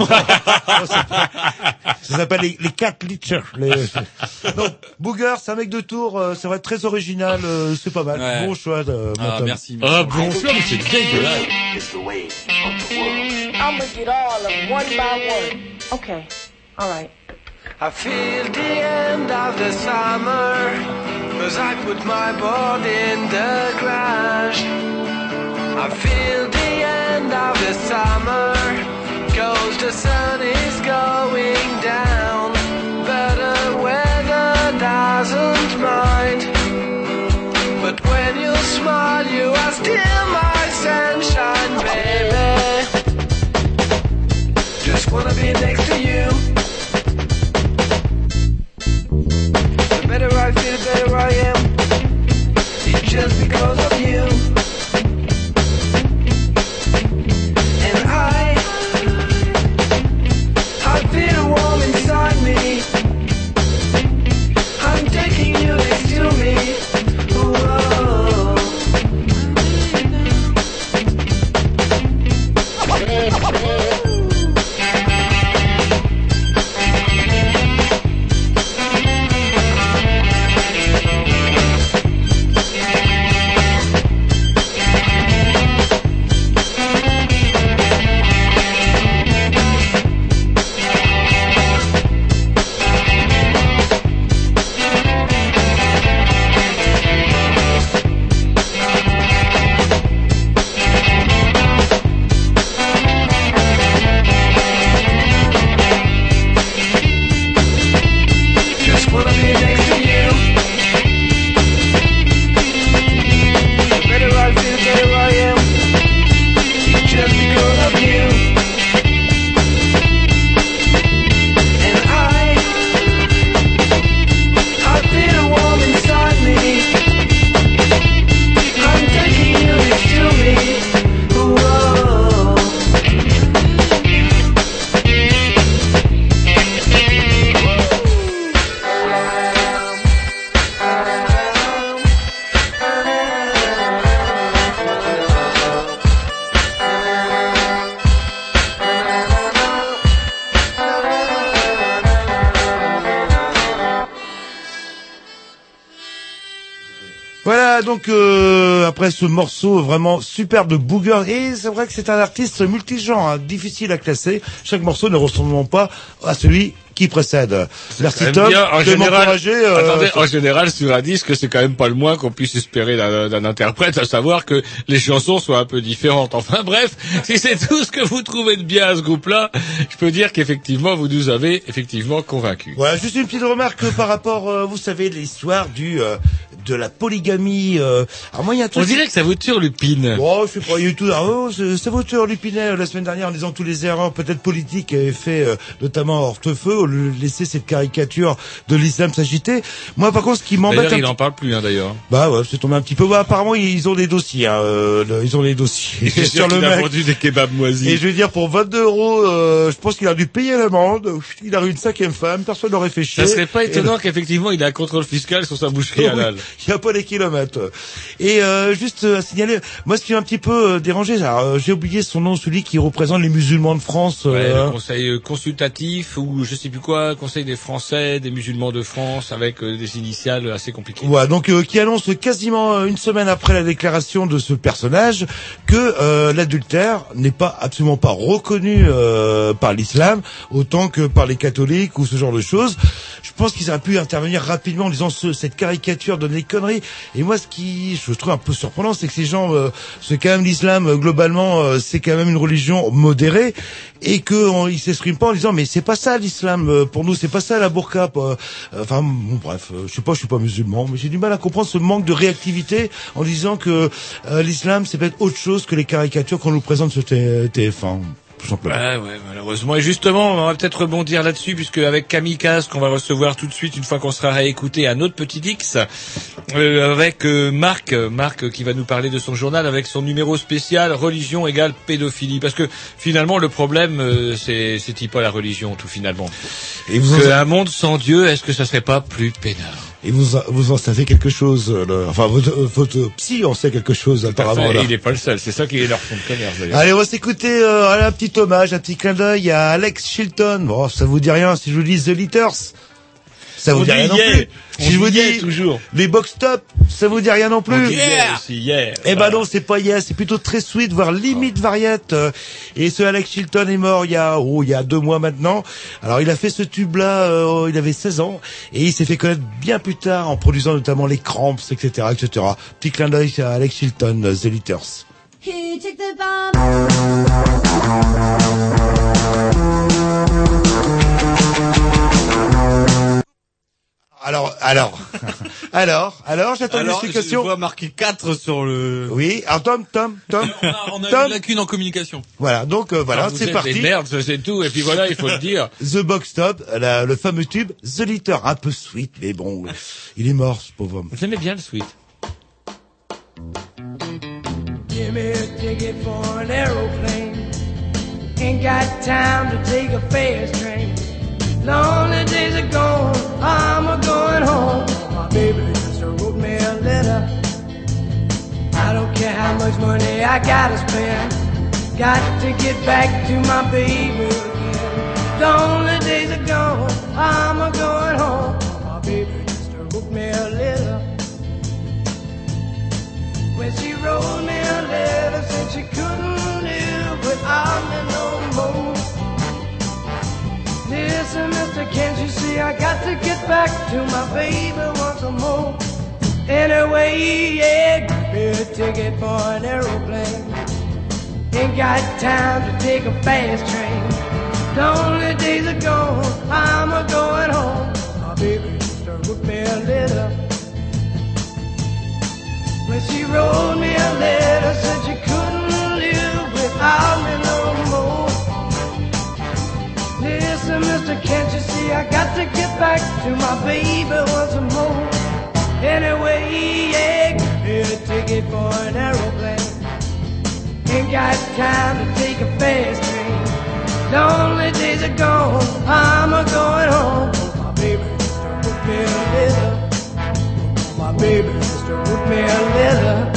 S2: Ça s'appelle les, les cat lichers. Les... Donc, Booger, c'est un mec de Tours, euh, c'est vrai, très original, euh, c'est pas mal.
S5: Ouais.
S2: Bon choix de
S5: Ah,
S2: Tom.
S5: merci. merci.
S4: Ah, bon choix, mais c'est dégueulasse.
S10: I'm gonna get all of them one by one. Okay, all right.
S3: I feel the end of the summer, cause I put my board in the garage. I feel the end of the summer, cause the sun is going down. Better weather doesn't mind, but when you smile you are still my sunshine, baby. Just wanna be next to you. The better I feel, the better I am. It's just because of you. And I, I feel warm inside me. I'm taking you next to me. Whoa.
S2: Donc euh, après ce morceau vraiment super de Booger, et c'est vrai que c'est un artiste multigenre, hein, difficile à classer. Chaque morceau ne ressemble pas à celui qui précède. Merci Tom
S4: bien, en
S2: de
S4: général,
S2: m'encourager. Euh,
S4: attendez, en général sur un disque, c'est quand même pas le moins qu'on puisse espérer d'un, d'un interprète, à savoir que les chansons soient un peu différentes. Enfin bref, si c'est tout ce que vous trouvez de bien à ce groupe-là, je peux dire qu'effectivement vous nous avez effectivement convaincus.
S2: Voilà, juste une petite remarque par rapport, euh, vous savez, l'histoire du euh, de la polygamie. Euh... Alors moi, il y a un truc.
S4: On dirait que ça vous turlupine.
S2: Oh, je sais pas, il y a eu tout. Oh, ça vous turlupinait la semaine dernière en disant tous les erreurs peut-être politiques qu'avait fait euh, notamment Hortefeux, au lieu de laisser cette caricature de l'islam s'agiter. Moi, par contre, ce qui m'embête.
S4: D'ailleurs,
S2: un
S4: il
S2: petit...
S4: en parle plus, hein, d'ailleurs.
S2: Bah ouais, c'est tombé un petit peu. Bah, apparemment, ils ont des dossiers. Hein, euh, ils ont les dossiers sur le
S4: il
S2: mec.
S4: a vendu des kebabs moisis.
S2: Et je veux dire, pour vingt-deux euros, euh, je pense qu'il a dû payer l'amende. Il a eu une cinquième femme, personne n'aurait fait chier.
S4: Ça serait pas étonnant et... qu'effectivement il a un contrôle fiscal sur sa boucherie halal.
S2: Il y a pas des kilomètres. Et euh, juste à signaler, moi ce qui m'a un petit peu euh, dérangé, alors, euh, j'ai oublié son nom, celui qui représente les musulmans de France.
S4: Ouais,
S2: euh,
S4: le conseil consultatif ou je sais plus quoi, conseil des Français, des musulmans de France, avec euh, des initiales assez compliquées.
S2: Voilà, donc euh, qui annonce quasiment une semaine après la déclaration de ce personnage que euh, l'adultère n'est pas absolument pas reconnu euh, par l'islam autant que par les catholiques ou ce genre de choses. Je pense qu'ils auraient pu intervenir rapidement en disant ce, cette caricature donne des conneries. Et moi, ce qui je trouve un peu surprenant, c'est que ces gens, euh, c'est quand même l'islam euh, globalement, euh, c'est quand même une religion modérée et que on, ils s'expriment pas en disant mais c'est pas ça l'islam euh, pour nous, c'est pas ça la burqa. Euh, enfin bon, bref, euh, je sais pas, je suis pas musulman, mais j'ai du mal à comprendre ce manque de réactivité en disant que euh, l'islam c'est peut-être autre chose que les caricatures qu'on nous présente sur T F un. Tout simplement.
S4: Ouais, ouais, malheureusement. Et justement, on va peut-être rebondir là-dessus, puisque avec Camille Caz, qu'on va recevoir tout de suite, une fois qu'on sera réécouté à notre petit X, euh, avec euh, Marc, Marc qui va nous parler de son journal, avec son numéro spécial, religion égale pédophilie. Parce que finalement, le problème, euh, c'est, c'est pas la religion, tout finalement. Et vous que en... un monde sans Dieu, est-ce que ça serait pas plus peinard?
S2: Et vous, vous en savez quelque chose, le, enfin votre, votre psy en sait quelque chose apparemment.
S4: Là. Il n'est pas le seul, c'est ça qui est leur fond de commerce d'ailleurs.
S2: Allez, on va s'écouter euh, un petit hommage, un petit clin d'œil à Alex Chilton. Bon, ça vous dit rien si je vous dis The Litters? Ça vous on dit rien non yeah. plus.
S4: On
S2: si je vous dis
S4: yeah, toujours.
S2: Les box top, ça vous dit rien non plus.
S4: On dit yeah aussi, yeah.
S2: Eh ben non, c'est pas yeah, c'est plutôt très sweet, voire limite oh. variette. Et ce Alex Chilton est mort il y a, oh, il y a deux mois maintenant. Alors il a fait ce tube-là, euh, il avait seize ans, et il s'est fait connaître bien plus tard en produisant notamment les Cramps, et cetera, et cetera. Petit clin d'œil à Alex Chilton, The Litters.
S11: He took the bomb.
S2: Alors, alors, alors, alors, j'attends
S5: alors,
S2: l'explication.
S5: Je vois marqué quatre sur le...
S2: Oui, alors Tom, Tom, Tom.
S5: on a, on a
S2: Tom.
S5: une lacune en communication.
S2: Voilà, donc euh, voilà,
S4: alors,
S2: c'est parti.
S4: Des merdes, c'est tout, et puis voilà, il faut le dire.
S2: The Box Top, la, le fameux tube, The Litter, un peu sweet, mais bon, il est mort, ce pauvre homme.
S4: Vous aimez bien le sweet.
S12: Give me a ticket for an aeroplane. Ain't got time to take a fast train. Lonely days are gone, I'm a going home. My baby just wrote me a letter. I don't care how much money I gotta spend. Got to get back to my baby again. Lonely days are gone, I'm a going home. My baby just wrote me a letter. When she wrote me a letter, said she couldn't live without me no more. Listen, mister, can't you see I got to get back to my baby once more. Anyway, yeah, give me a ticket for an aeroplane. Ain't got time to take a fast train. Lonely days are gone, I'm a going home. My baby just wrote me a letter. When she wrote me a letter, said she couldn't live without me no more. Listen, mister, can't you see I got to get back to my baby once more. Anyway, yeah, give me a ticket for an aeroplane. Ain't got time to take a fast train. Lonely days are gone, I'm a going home. My baby just wrote me a letter. My baby just wrote me a letter.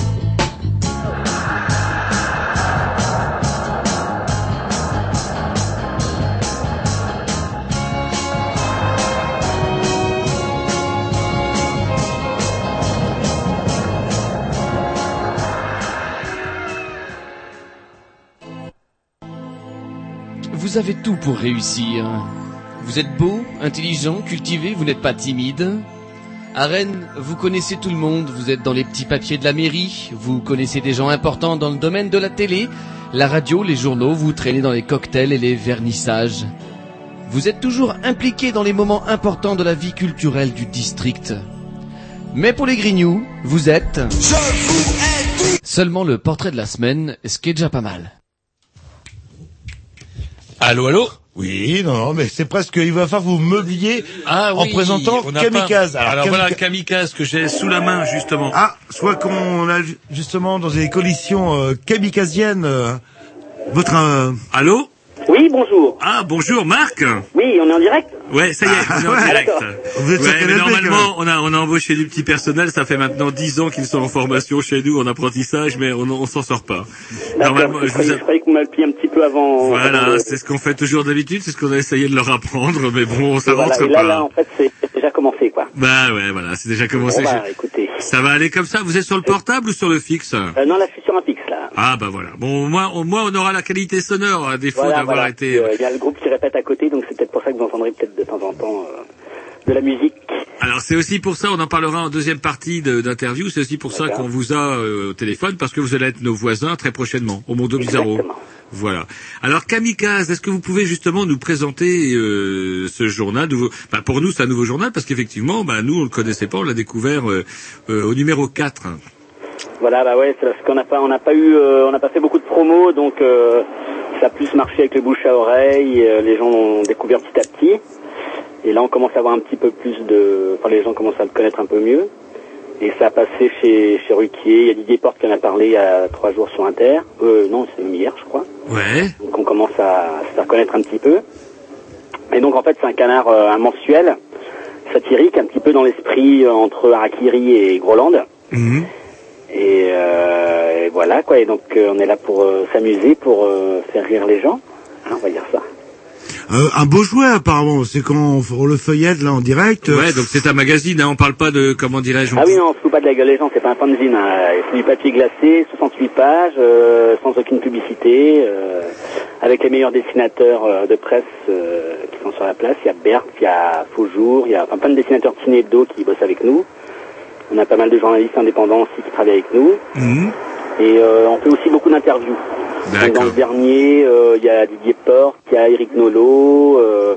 S13: Vous avez tout pour réussir. Vous êtes beau, intelligent, cultivé, vous n'êtes pas timide. À Rennes, vous connaissez tout le monde, vous êtes dans les petits papiers de la mairie, vous connaissez des gens importants dans le domaine de la télé, la radio, les journaux, vous traînez dans les cocktails et les vernissages. Vous êtes toujours impliqué dans les moments importants de la vie culturelle du district. Mais pour les Grignoux, vous êtes... Je vous hais tout. Seulement le portrait de la semaine, ce qui est déjà pas mal.
S4: Allô, allô?
S2: Oui, non, non, mais c'est presque, il va falloir vous meublier
S4: ah,
S2: en
S4: oui,
S2: présentant Kamikaze.
S4: Pas... Alors, Alors Kamika... voilà, Kamikaze que j'ai sous la main, justement.
S2: Ah, soit qu'on a justement dans des collisions euh, kamikaziennes, euh, votre... Euh...
S4: Allô?
S14: Oui, bonjour.
S4: Ah, bonjour, Marc.
S14: Oui, on est en direct?
S4: Ouais, ça y est, on est en
S2: ah,
S4: direct.
S2: Vous êtes
S4: ouais,
S2: sur
S4: mais normalement, on a, on a embauché du petit personnel, ça fait maintenant dix ans qu'ils sont en formation chez nous, en apprentissage, mais on, on s'en sort pas.
S14: Normalement, je, je, croyais, a... je croyais qu'on m'appelait un petit peu avant.
S4: Voilà,
S14: avant de...
S4: c'est ce qu'on fait toujours d'habitude, c'est ce qu'on a essayé de leur apprendre, mais bon, ça
S14: voilà,
S4: rentre
S14: et là,
S4: pas.
S14: Là, en fait, c'est déjà commencé, quoi.
S4: Bah ouais, voilà, c'est déjà commencé.
S14: Bon, bah, écoutez.
S4: Ça va aller comme ça. Vous êtes sur le portable ou sur le fixe?
S14: euh, Non, là, je suis sur un fixe, là.
S4: Ah bah voilà. Bon, moi, on, moi, on aura la qualité sonore, à défaut
S14: voilà,
S4: d'avoir
S14: voilà.
S4: été...
S14: Il y a le groupe qui répète à côté, donc c'est peut-être pour ça que vous entendrez peut-être de temps en temps euh, de la musique.
S4: Alors c'est aussi pour ça, on en parlera en deuxième partie de, d'interview, c'est aussi pour ça qu'on vous a euh, au téléphone, parce que vous allez être nos voisins très prochainement, au Mondo Bizarro. Voilà. Alors Kamikaze, est-ce que vous pouvez justement nous présenter euh, ce journal nouveau... bah, pour nous, c'est un nouveau journal, parce qu'effectivement, bah, nous, on le connaissait pas, on l'a découvert euh, euh, au numéro quatre.
S14: Voilà, bah ouais, c'est parce qu'on n'a pas, on n'a pas eu, euh, on n'a pas fait beaucoup de promos, donc euh, ça a plus marché avec le bouche à oreille. Euh, les gens l'ont découvert petit à petit, et là on commence à avoir un petit peu plus de, enfin les gens commencent à le connaître un peu mieux. Et ça a passé chez chez Ruquier. Il y a Didier Porte qui en a parlé il y a trois jours sur Inter. Euh, non, c'est même hier, je crois.
S4: Ouais.
S14: Donc on commence à se faire connaître un petit peu. Et donc en fait c'est un canard, euh, un mensuel satirique, un petit peu dans l'esprit euh, entre Harakiri et Groland.
S2: Mmh.
S14: Et, euh, et voilà quoi, et donc euh, on est là pour euh, s'amuser, pour euh, faire rire les gens, hein, on va dire ça.
S2: Euh, un beau jouet apparemment, c'est quand on, on le feuillette là en direct.
S4: Ouais, donc c'est un magazine, hein, on parle pas de, comment dirais-je...
S14: Ah oui, non, on se fout pas de la gueule des gens, c'est pas un fanzine, hein. C'est du papier glacé, soixante-huit pages, euh, sans aucune publicité, euh, avec les meilleurs dessinateurs euh, de presse euh, qui sont sur la place. Il y a Berthe, il y a Faujour, il y a enfin, plein de dessinateurs Ciné Hebdo qui bossent avec nous. On a pas mal de journalistes indépendants aussi qui travaillent avec nous.
S2: Mmh.
S14: Et euh, on fait aussi beaucoup d'interviews. Donc, dans le dernier, il euh, y a Didier Porte, il y a Eric Nolot. Euh,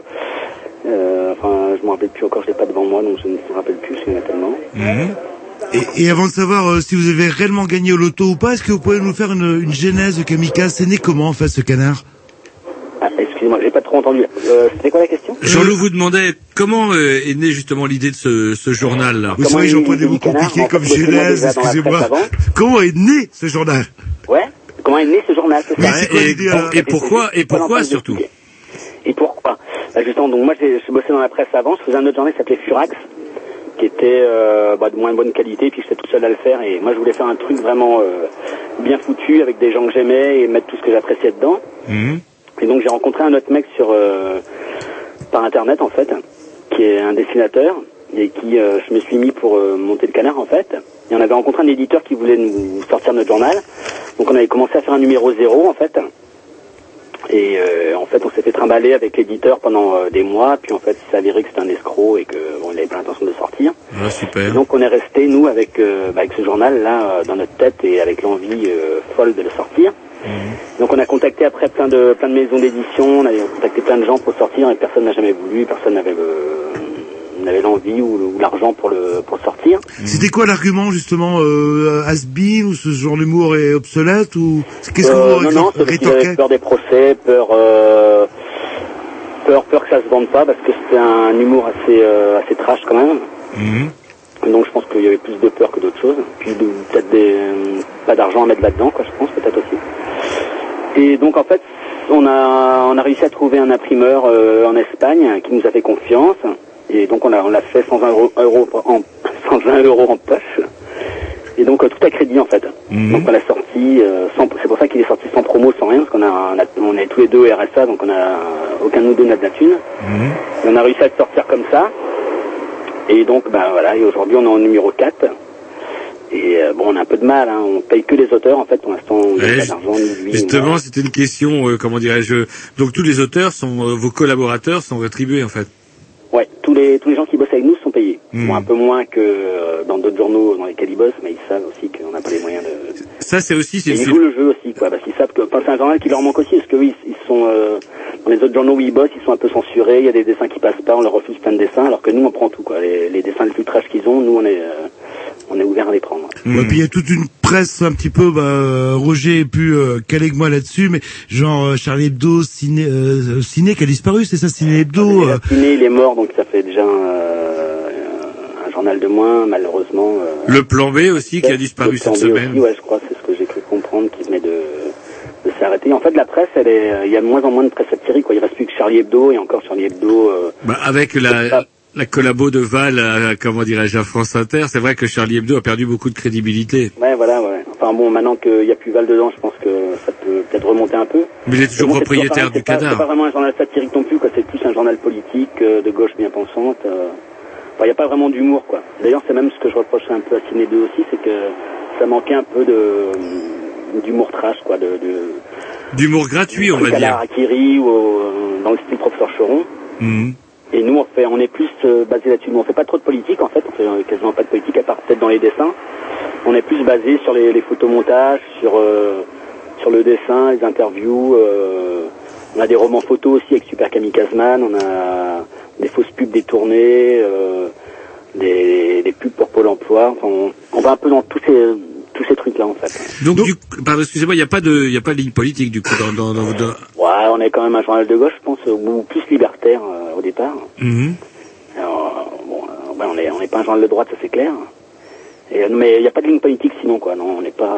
S14: euh, enfin, je me rappelle plus encore, je l'ai pas devant moi, donc je ne me rappelle plus, il y en a tellement.
S2: Mmh. Et, et avant de savoir euh, si vous avez réellement gagné au loto ou pas, est-ce que vous pouvez nous faire une, une genèse de Kamikaze? C'est né comment en fait ce canard?
S14: Ah, excusez-moi, j'ai pas trop entendu. Euh, c'était quoi la question?
S4: Jean-Loup vous demandait comment euh, est né justement l'idée de ce, ce journal-là.
S2: Vous savez, j'emploie des mots compliqués comme genèse, excusez-moi. Comment est né ce journal?
S14: Ouais, comment est né ce journal, c'est ça.
S4: Oui, et, et, et pourquoi, et pourquoi surtout?
S14: Et pourquoi? Bah justement, donc moi j'ai bossé dans la presse avant, je faisais un autre journal qui s'appelait Furax, qui était euh, bah, de moins bonne qualité, puis j'étais tout seul à le faire, et moi je voulais faire un truc vraiment euh, bien foutu, avec des gens que j'aimais, et mettre tout ce que j'appréciais dedans.
S2: Mmh.
S14: Et donc j'ai rencontré un autre mec sur euh, par internet en fait, qui est un dessinateur et qui euh, je me suis mis pour euh, monter le canard en fait. Et on avait rencontré un éditeur qui voulait nous sortir notre journal. Donc on avait commencé à faire un numéro zéro en fait. Et euh, en fait on s'est fait trimballer avec l'éditeur pendant euh, des mois. Puis en fait il s'est avéré que c'était un escroc et que bon, il avait pas l'intention de sortir.
S4: Ah, super.
S14: Et donc on est resté nous avec euh, bah, avec ce journal là euh, dans notre tête et avec l'envie euh, folle de le sortir. Mmh. Donc on a contacté après plein de plein de maisons d'édition, on a contacté plein de gens pour sortir et personne n'a jamais voulu, personne n'avait euh, n'avait l'envie ou, ou l'argent pour le pour le sortir.
S2: Mmh. C'était quoi l'argument justement, euh, has-been ou ce genre d'humour est obsolète ou qu'est-ce que
S14: euh,
S2: vous
S14: non non, c'est parce qu'ils avaient peur des procès, peur euh, peur peur que ça se vende pas parce que c'était un humour assez euh, assez trash quand même. Mmh. Donc je pense qu'il y avait plus de peur que d'autres choses. Puis de, peut-être des pas d'argent à mettre là-dedans quoi, je pense peut-être aussi. Et donc en fait, on a on a réussi à trouver un imprimeur euh, en Espagne qui nous a fait confiance. Et donc on a on l'a fait sans un euro, euro en sans un euro en poche. Et donc euh, tout à crédit en fait. Mmh. Donc on l'a sorti euh, sans, c'est pour ça qu'il est sorti sans promo, sans rien, parce qu'on a on, a, on est tous les deux R S A, donc on a aucun de nous deux n'a de la thune. Mmh. Et on a réussi à le sortir comme ça. Et donc ben voilà, et aujourd'hui on est en numéro quatre. Et euh, bon, on a un peu de mal, hein. On paye que les auteurs, en fait, pour l'instant, on n'a ouais, pas d'argent, ni lui.
S4: Justement, c'était une question, euh, comment dirais-je, donc tous les auteurs sont, euh, vos collaborateurs sont rétribués, en fait.
S14: Ouais, tous les, tous les gens qui bossent avec nous sont payés. Mmh. Bon, un peu moins que euh, dans d'autres journaux dans lesquels ils bossent, mais ils savent aussi qu'on n'a pas les moyens de...
S4: Ça, c'est aussi... C'est
S14: et ils jouent le jeu aussi, quoi, parce qu'ils savent que, enfin, c'est un journal qui leur manque aussi, parce que oui, ils sont, euh, dans les autres journaux où ils bossent, ils sont un peu censurés, il y a des dessins qui passent pas, on leur refuse plein de dessins, alors que nous, on prend tout, quoi. Les, les dessins les plus trash qu'ils ont, nous, on est, euh, on est ouvert à les prendre.
S2: Mmh. Ouais, puis il y a toute une presse un petit peu, bah, Roger est plus euh, calé que moi là-dessus, mais genre euh, Charlie Hebdo, Ciné, euh, Ciné qui a disparu, c'est ça, Ciné Hebdo. Euh...
S14: Ciné, il est mort, donc ça fait déjà euh, un journal de moins, malheureusement. Euh,
S4: le Plan B aussi qui a disparu cette semaine.
S14: Aussi, ouais, je crois, c'est ce que j'ai cru comprendre, qui venait de, de s'arrêter. En fait, la presse, elle est, il y a de moins en moins de presse satirique, quoi. Il reste plus que Charlie Hebdo et encore Charlie Hebdo. Euh,
S4: bah, avec la la collabo de Val, à, comment dirais-je, à France Inter, c'est vrai que Charlie Hebdo a perdu beaucoup de crédibilité.
S14: Ouais, voilà, ouais. Enfin bon, maintenant qu'il n'y a plus Val dedans, je pense que ça peut peut-être remonter un peu.
S4: Mais il est toujours bon, propriétaire
S14: toujours
S4: du cadavre.
S14: C'est pas vraiment un journal satirique non plus, quoi. C'est plus un journal politique, euh, de gauche bien pensante. Euh... Enfin, il n'y a pas vraiment d'humour, quoi. D'ailleurs, c'est même ce que je reprocherais un peu à Ciné deux aussi, c'est que ça manquait un peu de d'humour trash, quoi, de, de...
S4: d'humour gratuit, on va dire.
S14: À la Harakiri ou au, dans le style Professeur Choron.
S4: Mmh.
S14: Et nous, on fait, on est plus euh, basé là-dessus. Nous, on fait pas trop de politique, en fait. On fait euh, quasiment pas de politique, à part peut-être dans les dessins. On est plus basé sur les, les photomontages, sur euh, sur le dessin, les interviews. Euh, on a des romans photos aussi avec Super Kamikaze Man. On a des fausses pubs détournées, euh, des, des pubs pour Pôle Emploi. Enfin, on, on va un peu dans tous ces tous ces trucs-là, en fait.
S4: Donc, Donc du, pardon, excusez-moi, il n'y a pas de, il y a pas de ligne politique du coup dans, dans, dans, dans...
S14: Ouais, on est quand même un journal de gauche, je pense, ou plus libertaire euh, au départ.
S4: Mmh.
S14: Alors, bon, euh, ouais, on est, on n'est pas un journal de droite, ça c'est clair. Et, mais il n'y a pas de ligne politique sinon, quoi. Non, on n'est pas,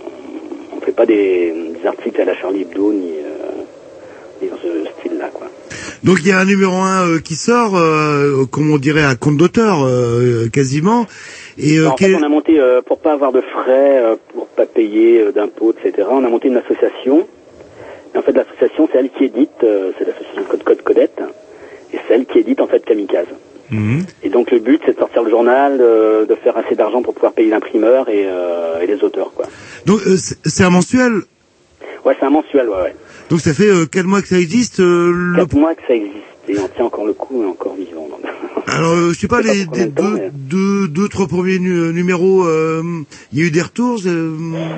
S14: euh, on fait pas des, des articles à la Charlie Hebdo ni, euh, ni dans ce style-là, quoi.
S2: Donc il y a un numéro un euh, qui sort, euh, comme on dirait un compte d'auteur, euh, quasiment. Et euh,
S14: en fait, on a monté, euh, pour pas avoir de frais, euh, pour pas payer euh, d'impôts, et cetera, on a monté une association. Et en fait, l'association, c'est elle qui édite, euh, c'est l'association Code Code Codette, et c'est elle qui édite, en fait, Kamikaze. Mmh. Et donc, le but, c'est de sortir le journal, euh, de faire assez d'argent pour pouvoir payer l'imprimeur et, euh, et les auteurs, quoi.
S2: Donc, euh, c'est un mensuel?
S14: Ouais, c'est un mensuel, ouais, ouais.
S2: Donc, ça fait euh, quatre mois que ça existe euh,
S14: quatre le... mois que ça existe, et on tient encore le coup, et encore vivant. Donc.
S2: Alors, euh, je sais pas, les des, deux, mais... deux, deux, trois premiers nu numéros, il euh, y a eu des retours euh...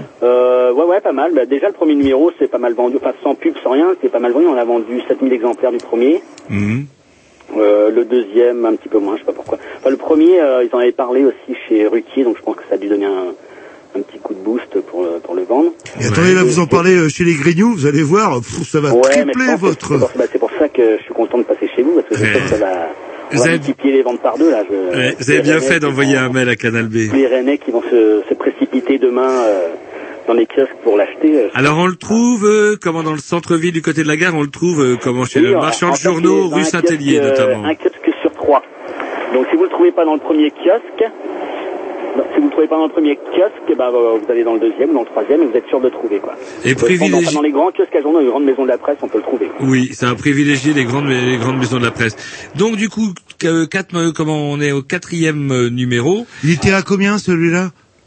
S14: euh, Ouais, ouais, pas mal. Bah, déjà, le premier numéro, c'est pas mal vendu. Enfin, sans pub, sans rien, c'est pas mal vendu. On a vendu sept mille exemplaires du premier. Mmh. Euh, le deuxième, un petit peu moins, je sais pas pourquoi. Enfin, le premier, euh, ils en avaient parlé aussi chez Ruquier, donc je pense que ça a dû donner un, un petit coup de boost pour, pour le vendre.
S2: Et attendez, là, vous en parlez chez les Grignoux, vous allez voir, pff, ça va
S14: ouais,
S2: tripler votre...
S14: C'est pour, bah, c'est pour ça que je suis content de passer chez vous, parce que je sais que ça va... On va multiplier les ventes par deux, là. Je,
S4: ouais, vous avez bien fait d'envoyer un mail à Canal B.
S14: Les Rennais qui vont se, se précipiter demain euh, dans les kiosques pour l'acheter. Euh,
S4: Alors on le trouve, euh, comment dans le centre-ville du côté de la gare, on le trouve euh, comment chez oui, le marchand de journaux, rue Saint-Hélier euh, notamment.
S14: Un kiosque sur trois. Donc si vous le trouvez pas dans le premier kiosque, si vous le trouvez pas dans le premier kiosque, bah, vous allez dans le deuxième ou dans le troisième et vous êtes sûr de le trouver, quoi.
S4: Et privilégié...
S14: Dans, dans les grands kiosques à journaux, les grandes maisons de la presse, on peut le trouver.
S4: Oui, c'est un privilégié les grandes, les grandes maisons de la presse. Donc du coup, quatre, comment on est au quatrième numéro.
S2: Il était à combien celui-là?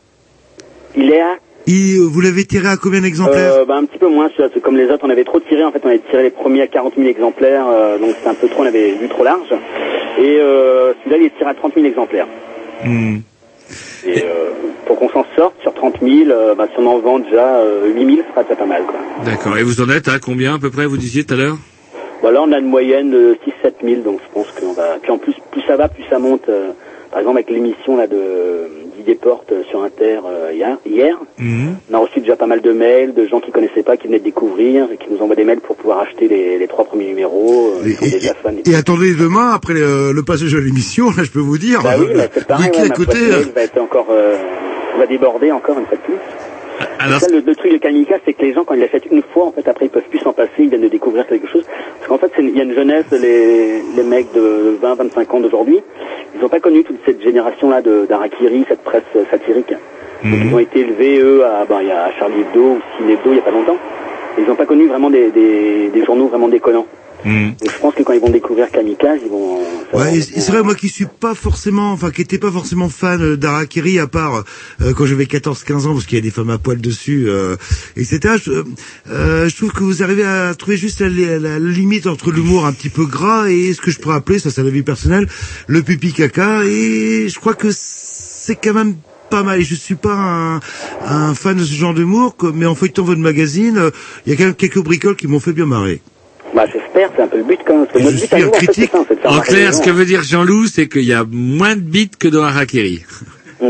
S14: Il est à
S2: Il, vous l'avez tiré à combien d'exemplaires?
S14: euh, bah, un petit peu moins, comme les autres, on avait trop tiré, en fait, on avait tiré les premiers à quarante mille exemplaires, euh, donc c'était un peu trop, on avait vu trop large. Et euh, celui-là, il est tiré à trente mille exemplaires.
S4: Mmh.
S14: Et, et... Euh, pour qu'on s'en sorte, sur trente mille, euh, bah, si on en vend déjà euh, huit mille, ce sera déjà pas mal, quoi.
S4: D'accord, et vous en êtes à combien à peu près, vous disiez tout à l'heure?
S14: Bah, là, on a une moyenne de six sept mille, donc je pense qu'on va... Puis en plus, plus ça va, plus ça monte. Euh, par exemple, avec l'émission là de d'Idées Portes sur Inter euh, hier, hier mmh. on a reçu déjà pas mal de mails de gens qui connaissaient pas, qui venaient de découvrir et qui nous envoient des mails pour pouvoir acheter les, les trois premiers numéros. Euh,
S2: et, et, fans, et, et attendez demain, après le, le passage de l'émission, là, je peux vous dire,
S14: bah oui, bah, c'est pareil, ouais,
S2: à côté,
S14: euh... va être encore, euh, va déborder encore une fois de plus. Alors... Ça, le, le truc de Kamikaze, c'est que les gens, quand ils l'achètent une fois, en fait, après, ils peuvent plus s'en passer, ils viennent de découvrir quelque chose. Parce qu'en fait, il y a une jeunesse, les, les mecs de vingt vingt-cinq ans d'aujourd'hui, ils n'ont pas connu toute cette génération-là d'Harakiri, cette presse satirique. Mm-hmm. Donc, ils ont été élevés, eux, à, ben, il y a Charlie Hebdo ou Ciné Hebdo, il n'y a pas longtemps. Ils n'ont pas connu vraiment des, des, des journaux vraiment déconnants. Mmh. Donc je pense que quand ils vont découvrir Kamikaze, ils vont...
S2: Ouais, et c'est vrai, moi qui suis pas forcément, enfin qui était pas forcément fan d'Harakiri, à part euh, quand j'avais quatorze quinze ans, parce qu'il y a des femmes à poil dessus, euh, et cetera. Je, euh, je trouve que vous arrivez à trouver juste la, la, la limite entre l'humour un petit peu gras et ce que je pourrais appeler, ça c'est la vie personnelle, le pipi caca, et je crois que c'est quand même pas mal. Et je suis pas un, un fan de ce genre d'humour, mais en feuilletant votre magazine, il y a quand même quelques bricoles qui m'ont fait bien marrer.
S14: Bah, j'espère, c'est un peu le but quand même. Parce que notre
S2: je
S14: but
S2: suis
S14: à
S2: un
S14: nous,
S2: critique.
S14: En, fait, ça, en,
S4: en clair, ce que veut dire Jean-Loup, c'est qu'il y a moins de bits que dans Harakiri.
S14: Ouais.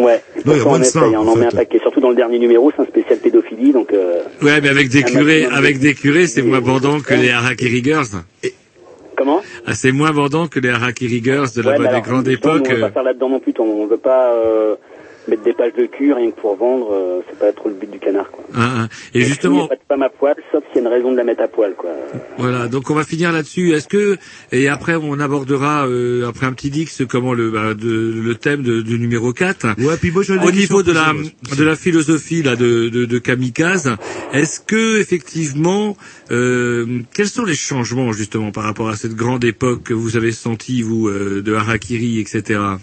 S2: Non, il y a
S14: Ça,
S2: moins
S14: on
S2: de
S14: essaye,
S2: ça.
S14: on
S2: en
S14: en met un
S2: fait.
S14: paquet. Surtout dans le dernier numéro, c'est un spécial pédophilie, donc. Euh,
S4: Ouais, mais avec des
S14: un
S4: curés,
S14: maximum
S4: avec
S14: de-
S4: des curés, c'est moins bandant que les Harakiri Girls.
S14: Comment
S4: Ah, c'est moins bandant que les Harakiri Girls de la
S14: Ouais, mais
S4: bonne et
S14: alors,
S4: grande
S14: justement,
S4: époque.
S14: nous, on va
S4: euh.
S14: pas faire là-dedans non plus. On veut pas euh, mettre des pages de cul rien que pour vendre. euh, c'est pas trop le but du canard, quoi.
S4: Hein, hein. Et
S14: Donc, il
S4: justement,
S14: n'y a pas de femme à poil, sauf s'il y a une raison de la mettre à poil, quoi.
S4: voilà, donc on va finir là-dessus. Est-ce que et après on abordera euh, après un petit dix comment le bah, de, le thème de, du numéro quatre.
S2: Ouais, puis moi, j'aurais des
S4: Au
S2: questions
S4: niveau de la
S2: posées, moi.
S4: de la philosophie là de de, de Kamikaze, est-ce que effectivement euh, quels sont les changements justement par rapport à cette grande époque que vous avez senti vous euh, de Harakiri, et cetera.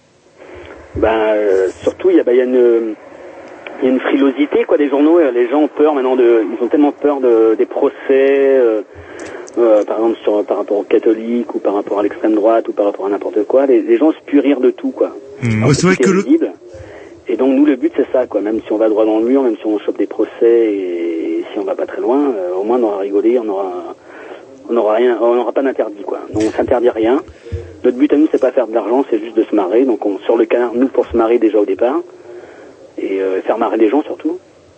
S14: Ben, euh, surtout, il y a, ben, il y a une, il y a une frilosité, quoi, des journaux. euh, Les gens ont peur maintenant de, ils ont tellement peur de, des procès, euh, euh, par exemple, sur, par rapport aux catholiques, ou par rapport à l'extrême droite, ou par rapport à n'importe quoi. Les, les gens se puent rire de tout, quoi.
S2: Mmh.
S14: Alors,
S2: Ouais, c'est vrai que le...
S14: visible. Et donc, nous, le but, c'est ça, quoi. Même si on va droit dans le mur, même si on chope des procès, et, et si on va pas très loin, euh, au moins, on aura rigolé, on aura, on aura rien, on n'aura pas d'interdit, quoi. Donc, on s'interdit rien. Notre but à nous, c'est pas faire de l'argent, c'est juste de se marrer. Donc, on, sur le canard, nous, pour se marrer déjà au départ, et euh, faire marrer les gens surtout,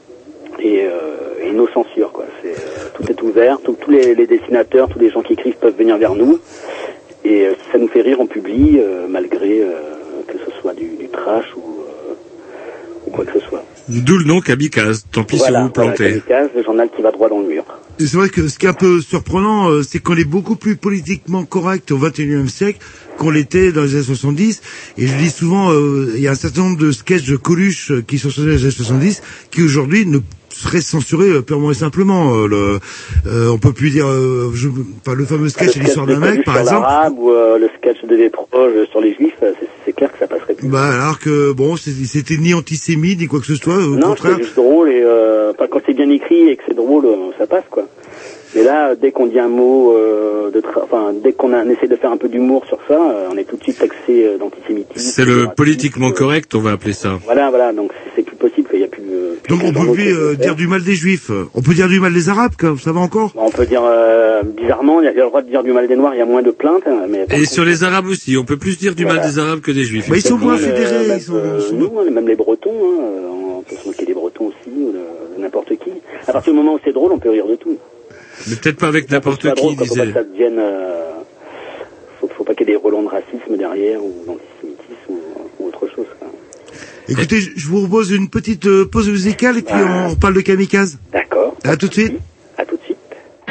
S14: et, euh, et nos censures, quoi. C'est, euh, tout est ouvert, tout- tous les, les dessinateurs, tous les gens qui écrivent peuvent venir vers nous, et euh, si ça nous fait rire, on publie, euh, malgré euh, que ce soit du, du trash ou, euh, ou quoi que ce soit.
S4: D'où le nom Kamikaze. Tant pis
S14: Voilà,
S4: si vous vous
S14: voilà,
S4: plantez.
S14: Kamikaze, le journal qui va droit dans le mur.
S2: Et c'est vrai que ce qui est un peu surprenant, euh, c'est qu'on est beaucoup plus politiquement correct au vingt et unième siècle qu'on l'était dans les années soixante-dix. Et je dis souvent, euh, il y a un certain nombre de sketchs de Coluche euh, qui sont sortis dans les années soixante-dix, qui aujourd'hui ne seraient censurés euh, purement et simplement. Euh, le, euh, on peut plus dire, euh, je, enfin, le fameux sketch,
S14: Le
S2: l'histoire
S14: sketch
S2: d'un
S14: de
S2: mec,
S14: Coluche
S2: par
S14: sur
S2: exemple.
S14: l'arabe, ou euh, le sketch de Desproges sur les juifs, euh, c'est, c'est clair que ça passerait plus.
S2: Bah, alors que bon, c'est- c'était ni antisémite ni quoi que ce soit. Au
S14: Non,
S2: contraire.
S14: c'est juste drôle et euh, enfin, quand c'est bien écrit et que c'est drôle, euh, ça passe, quoi. Mais là, dès qu'on dit un mot, euh, de tra- enfin, dès qu'on a, on essaie de faire un peu d'humour sur ça, euh, on est tout de suite taxé euh, d'antisémitisme.
S4: C'est le politiquement correct, on va appeler ça.
S14: Voilà, voilà, donc c'est, c'est plus possible, il y a plus. Euh, plus
S2: Donc on
S14: de
S2: peut
S14: journaux
S2: plus
S14: qui
S2: euh,
S14: le
S2: dire
S14: font.
S2: du mal des juifs. On peut dire du mal des arabes, quoi. Ça va encore.
S14: On peut dire euh, bizarrement, il y a il y a le droit de dire du mal des noirs, il y a moins de plaintes, hein, mais. par
S4: Et
S14: contre,
S4: sur les Arabes aussi, on peut plus dire du mal
S14: Voilà.
S4: des Arabes que des Juifs.
S2: Bah, ils sont moins
S14: même,
S2: fédérés,
S14: même,
S2: ils sont-
S14: euh,
S2: ils sont-
S14: nous, hein, même les Bretons, hein, euh, on peut se moquer des Bretons aussi, ou de, de n'importe qui. À partir du moment où c'est drôle, on peut rire de tout.
S4: Mais peut-être pas avec
S14: Faut que ce soit
S4: n'importe
S14: drôle,
S4: qui,
S14: quoi, faut pas
S4: disait.
S14: que ça devienne, euh, faut, faut pas qu'il y ait des relents de racisme derrière, ou d'antisémitisme, ou, ou autre chose, quoi.
S2: Écoutez, je je vous propose une petite euh, pause musicale et puis
S14: Ah.
S2: on parle de Kamikaze.
S14: D'accord.
S2: À tout de suite.
S14: À tout de suite.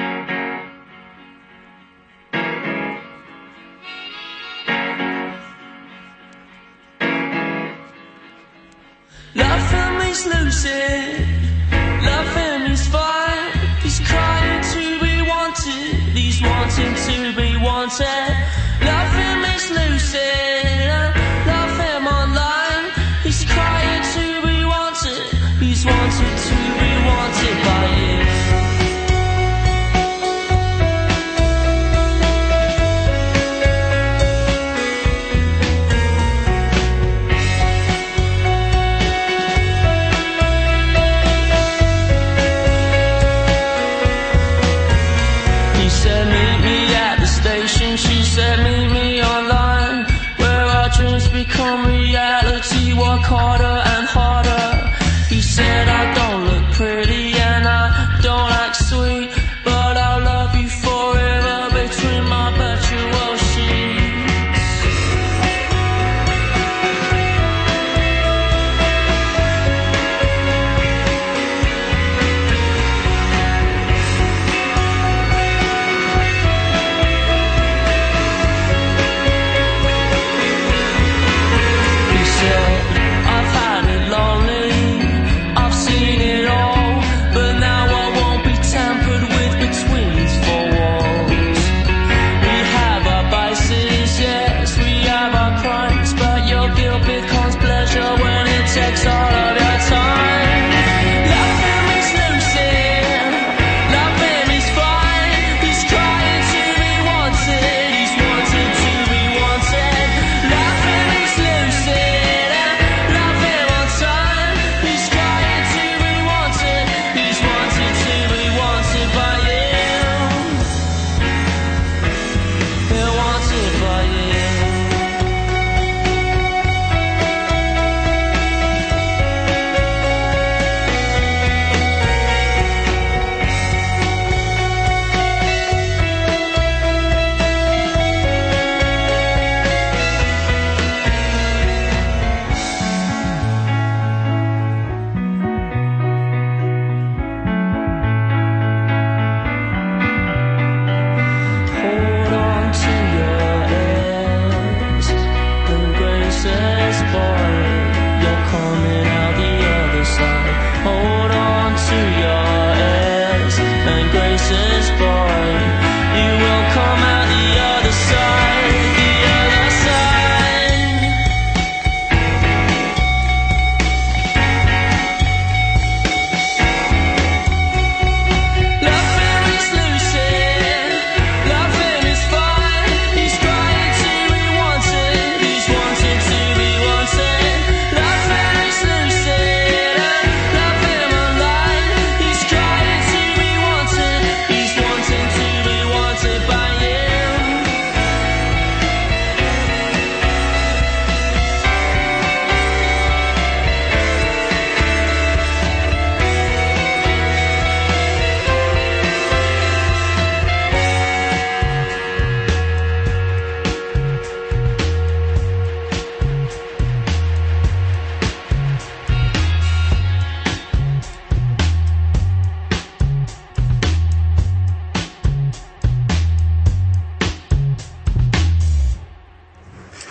S15: Love him, he's lucid. Love him, he's fine. He's crying to be wanted. He's wanting to be wanted. Love him, he's lucid. Love him online. He's crying to be wanted. He's wanted to be wanted by you. He said, meet me at the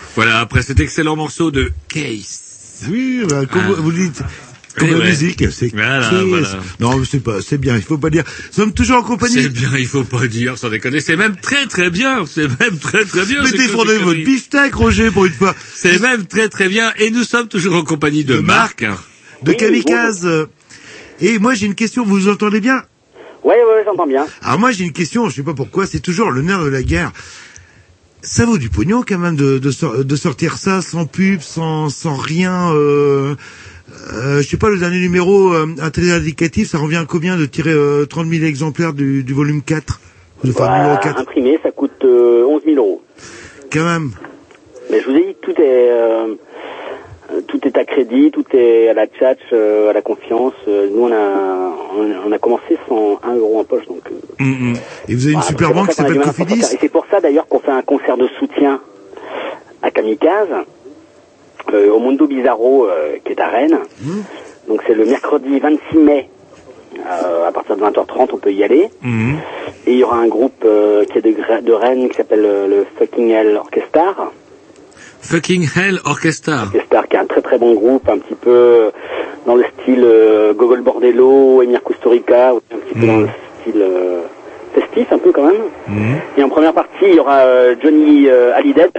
S4: Voilà, après cet excellent morceau de Case.
S2: Oui, bah, comme
S4: Ah.
S2: vous dites. Comme
S4: Oui,
S2: la
S4: ouais.
S2: musique, c'est
S4: Voilà,
S2: Kiss.
S4: voilà.
S2: Non, mais c'est pas, c'est bien, il faut pas dire. Nous sommes toujours en compagnie.
S4: C'est bien, il faut pas dire, sans déconner. C'est même très très bien. C'est même très très bien.
S2: Mais
S4: c'est
S2: défendez
S4: que-
S2: votre beefsteak, Roger, pour une fois.
S4: C'est même très très bien. Et nous sommes toujours en compagnie de,
S2: De
S4: Marc.
S2: De Kamikaze. Et moi, j'ai une question, vous entendez bien?
S14: Ouais, ouais, j'entends bien.
S2: Alors moi, j'ai une question, je sais pas pourquoi, c'est toujours le nerf de la guerre. Ça vaut du pognon, quand même, de, de, sor- de sortir ça sans pub, sans, sans rien, euh, euh, je sais pas, le dernier numéro, euh, intérêt indicatif, ça revient à combien de tirer euh, trente mille exemplaires du, du volume quatre? De faire
S14: Bah,
S2: numéro quatre?
S14: imprimé, ça coûte euh, onze mille euros.
S2: Quand même.
S14: Mais je vous ai dit, tout est, euh, euh, tout est à crédit, tout est à la tchatch, euh, à la confiance. Euh, nous, on a, on, on a commencé sans un euro en poche, donc. Euh,
S2: Mm, mm. Et vous avez une
S14: voilà,
S2: super
S14: c'est pour
S2: banque qui
S14: ça qu'on a
S2: s'appelle
S14: du mal à s'en
S2: Cofidis?
S14: sortir. Et c'est pour ça d'ailleurs qu'on fait un concert de soutien à Kamikaze, euh, au Mundo Bizarro, euh, qui est à Rennes.
S2: Mm.
S14: Donc c'est le mercredi vingt-six mai, euh, à partir de vingt heures trente, on peut y aller.
S2: Mm.
S14: Et il y aura un groupe euh, qui est de, Gra- de Rennes qui s'appelle euh, le Fucking Hell Orchestra.
S4: Fucking Hell Orchestra.
S14: Orchestra, qui est un très très bon groupe, un petit peu dans le style euh, Gogol Bordello, Emir Kusturica, un petit peu
S2: Mm.
S14: dans le style euh, festif un peu quand même.
S2: Mm.
S14: Et en première partie, il y aura euh, Johnny euh, Hallyday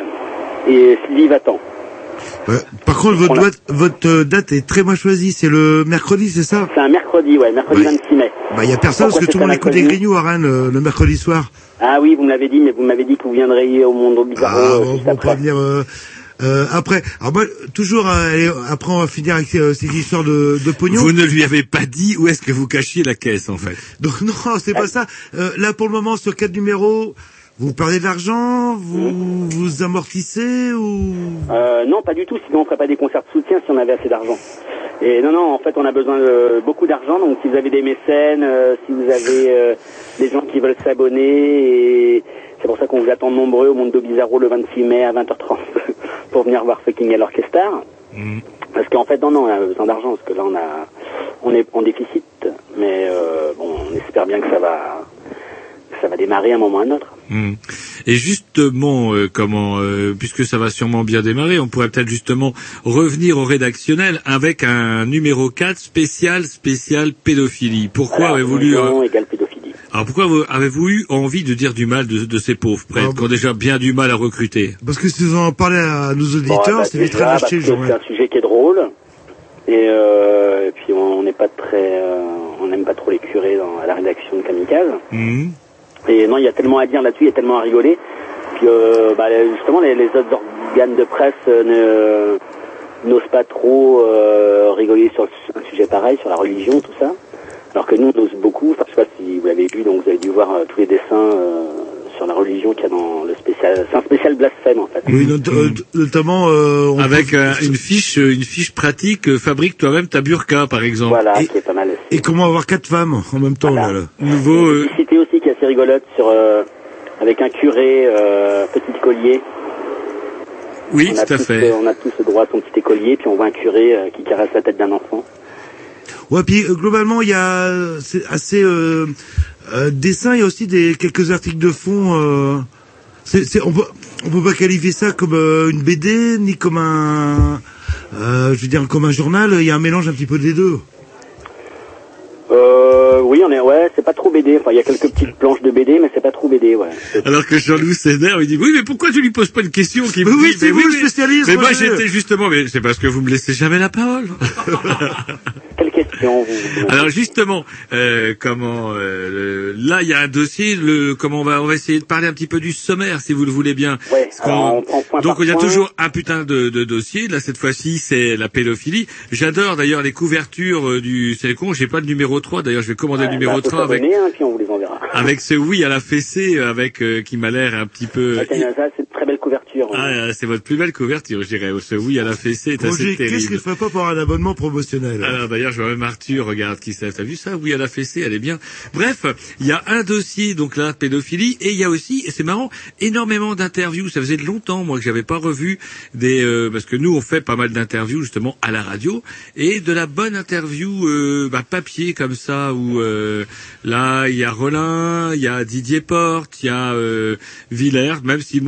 S14: et Sylvie Vatan.
S2: Ouais. Par contre, votre,
S14: On a-
S2: boîte- votre euh, date est très mal choisie. C'est le mercredi, c'est ça?
S14: C'est un mercredi, ouais, mercredi
S2: Ouais.
S14: vingt-six mai.
S2: Bah, y a personne
S14: Pourquoi
S2: parce que tout le
S14: c'est
S2: monde
S14: un
S2: écoute les
S14: mercredi
S2: Grignoux à Rennes euh, le mercredi soir.
S14: Ah oui, vous me l'avez dit, mais vous m'avez dit que vous viendriez au Mundo Bizarro
S2: Ah,
S14: euh,
S2: on
S14: juste
S2: va
S14: après.
S2: pas venir euh, euh, après. Alors moi, toujours, euh, allez, après on va finir avec euh, ces histoires de, de pognon.
S4: Vous ne lui avez pas dit où est-ce que vous cachiez la caisse, en fait.
S2: Donc non, c'est pas ça. Euh, là, pour le moment, sur quatre numéros, vous perdez de l'argent, vous vous amortissez ou...
S14: Euh, non, pas du tout, sinon on ferait pas des concerts de soutien si on avait assez d'argent. Et non, non, en fait, on a besoin de beaucoup d'argent, donc si vous avez des mécènes, euh, si vous avez euh, des gens qui veulent s'abonner, et c'est pour ça qu'on vous attend nombreux au Mundo Bizarro le vingt-six mai à vingt heures trente pour venir voir Fucking Hell Orchestra.
S2: Mm.
S14: Parce qu'en fait, non, non, on a besoin d'argent, parce que là, on a, on est en déficit, mais euh, bon, on espère bien que ça va, ça va démarrer à un moment ou à un autre.
S4: Hmm. Et justement, euh, comment, euh, puisque ça va sûrement bien démarrer, on pourrait peut-être justement revenir au rédactionnel avec un numéro quatre spécial, spécial pédophilie. Pourquoi
S14: Alors,
S4: avez-vous lu
S14: religion
S4: euh,
S14: égale pédophilie.
S4: Alors pourquoi vous- avez-vous eu envie de dire du mal de, de ces pauvres prêtres
S2: Ah,
S4: qui ont déjà bien du mal à recruter?
S2: Parce que si vous en parlez à nos auditeurs,
S14: Bon, bah,
S2: c'est vite
S14: déjà, parce
S2: acheté
S14: que
S2: le
S14: c'est
S2: journal.
S14: un sujet qui est drôle, et, euh, et puis on n'est pas très, euh, on n'aime pas trop les curés dans, à la rédaction de Kamikaze.
S2: Mm.
S14: Et non, il y a tellement à dire là-dessus, il y a tellement à rigoler. Puis euh, bah, justement, les, les autres organes de presse euh, ne, n'osent pas trop euh, rigoler sur un sujet pareil, sur la religion, tout ça. Alors que nous, on ose beaucoup. Enfin, je sais pas si vous l'avez vu, donc vous avez dû voir euh, tous les dessins euh, sur la religion qu'il y a dans le spécial. C'est un spécial blasphème, en fait.
S2: Oui, not- euh, notamment... Euh, on
S4: Avec
S2: peut-
S4: euh, une fiche, euh, une fiche pratique, euh, fabrique toi-même ta burqa, par exemple.
S14: Voilà,
S2: Et-
S14: qui est pas mal aussi.
S2: Et comment avoir quatre femmes en même temps,
S14: Voilà.
S2: là, là.
S4: Nouveau.
S14: Une
S4: euh,
S14: publicité aussi qui est assez rigolote sur euh, avec un curé euh, petit écolier.
S4: Oui,
S14: on a
S4: tout à
S14: tous,
S4: fait.
S14: euh, on a tous le droit à son petit écolier, puis on voit un curé euh, qui caresse la tête d'un enfant.
S2: Ouais, puis euh, globalement, il y a... C'est assez... Euh, euh, dessin, il y a aussi des quelques articles de fond... Euh, c'est, c'est, on peut, on peut pas qualifier ça comme euh, une B D, ni comme un... Euh, je veux dire, comme un journal, il y a un mélange un petit peu des deux.
S14: Euh, oui, on est, ouais, c'est pas trop B D. Enfin, il y a quelques petites planches de B D, mais c'est pas trop B D, ouais. C'est-
S4: Alors que Jean-Loup s'énerve, il dit oui, mais pourquoi tu lui poses pas une question qui
S2: Mais
S4: me
S2: oui,
S4: dit,
S2: c'est vous le
S4: mais-
S2: spécialiste,
S4: Mais moi
S2: Roger.
S4: j'étais justement, mais c'est parce que vous me laissez jamais la parole.
S14: Quelle question vous...
S4: Alors justement, euh, comment euh, le- là il y a un dossier, le comment on va on va essayer de parler un petit peu du sommaire si vous le voulez bien.
S14: Ouais,
S4: Parce qu'on-
S14: alors on prend point
S4: donc
S14: par
S4: il y a
S14: point.
S4: toujours un putain de, de dossier. Là cette fois-ci c'est la pédophilie. J'adore d'ailleurs les couvertures euh, du. C'est con, j'ai pas le numéro trois. D'ailleurs je vais commander
S14: Ouais,
S4: le numéro
S14: bah, faut
S4: trois avec
S14: s'abonner, hein, puis on vous les enverra.
S4: avec ce oui à la fessée euh, avec euh, qui m'a l'air un petit peu.
S14: Ah, tiens, ça, c'est une très belle couverture.
S4: Ah,
S14: hein.
S4: euh, c'est votre plus belle couverture, je dirais. Ce oui à la fessée est
S2: Roger,
S4: assez
S2: qu'est-ce
S4: terrible.
S2: qu'il ferait pas pour un abonnement promotionnel?
S4: Alors d'ailleurs, je vois même Arthur, regarde qui c'est. T'as vu ça? Oui, à la fessée, elle est bien. Bref, il y a un dossier, donc là, pédophilie, et il y a aussi, et c'est marrant, énormément d'interviews. Ça faisait longtemps, moi, que j'avais pas revu des, euh, parce que nous, on fait pas mal d'interviews justement à la radio, et de la bonne interview euh, bah, papier comme ça, où euh, là, il y a Rollin, il y a Didier Porte, il y a euh, Villers. Même si moi, par contre,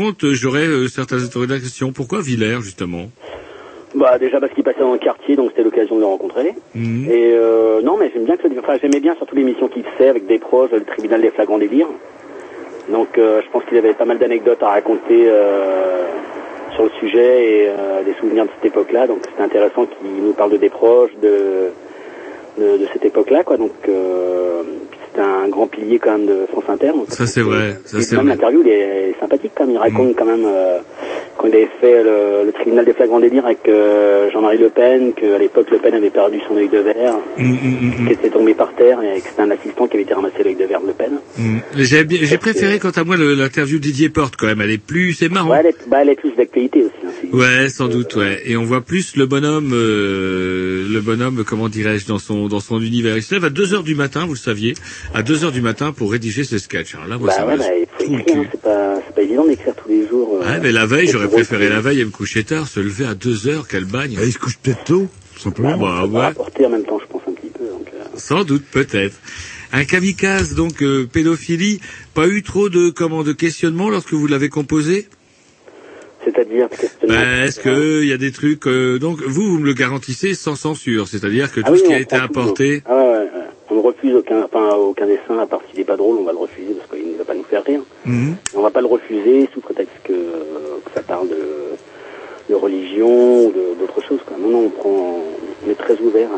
S4: contre, j'aurais euh, certaines interrogations. Pourquoi Villers, justement?
S14: Bah déjà parce qu'il passait dans le quartier, donc c'était l'occasion de le rencontrer.
S4: Mmh.
S14: Et euh, non, mais j'aime bien que, enfin j'aimais bien surtout l'émission qu'il faisait avec des proches, le tribunal des flagrants délires. Donc euh, je pense qu'il avait pas mal d'anecdotes à raconter euh, sur le sujet et euh, des souvenirs de cette époque-là. Donc c'était intéressant qu'il nous parle de des proches, de de, de cette époque-là, quoi. Donc euh, c'est un grand pilier quand même de France Inter. Donc,
S4: ça c'est vrai. Ça, c'est
S14: même
S4: vrai.
S14: L'interview il est sympathique quand même. Il raconte mmh. quand même euh, quand il avait fait le, le tribunal des flagrants délires avec euh, Jean-Marie Le Pen, qu'à l'époque Le Pen avait perdu son œil de verre, mmh, mmh, qui était tombé par terre et que c'était un assistant qui avait été ramassé l'œil de verre de Le Pen.
S4: Mmh. J'ai, bien, j'ai préféré quant à moi le, l'interview de Didier Porte quand même. Elle est plus, c'est marrant.
S14: Ouais, elle est, bah, elle est plus d'actualité aussi. Hein, c'est,
S4: ouais, sans doute, ouais. Et on voit plus le bonhomme, euh, le bonhomme, comment dirais-je, dans son dans son univers. Il se lève à deux heures du matin, vous le saviez, à deux heures du matin pour rédiger ses sketchs. Alors là, moi,
S14: bah
S4: ça
S14: ouais,
S4: me
S14: bah, faut écrire, hein, c'est pas c'est pas évident d'écrire tous les jours. Euh,
S4: ouais, mais la veille, j'aurais préféré la veille et me coucher tard, se lever à deux heures, quel bagne.
S2: Ah, il se couche peut-être tôt, simplement.
S14: Bah,
S4: bah, ouais.
S14: Rapporter en même temps, je pense un petit peu. Donc, euh...
S4: sans doute, peut-être. Un kamikaze, donc euh, pédophilie. Pas eu trop de comment de questionnements lorsque vous l'avez composé?
S14: C'est-à-dire
S4: bah, est-ce que il y a des trucs euh, donc vous vous me le garantissez sans censure, c'est-à-dire que tout
S14: ah oui,
S4: ce qui a été apporté.
S14: Ah ouais, ouais, ouais. On ne refuse aucun, enfin aucun dessin à part s'il n'est pas drôle, on va le refuser parce qu'il ne va pas nous faire rire.
S4: Mmh.
S14: On va pas le refuser sous prétexte que, que ça parle de, de religion ou de, d'autres choses. Quoi. Non, non, on prend, on est très ouvert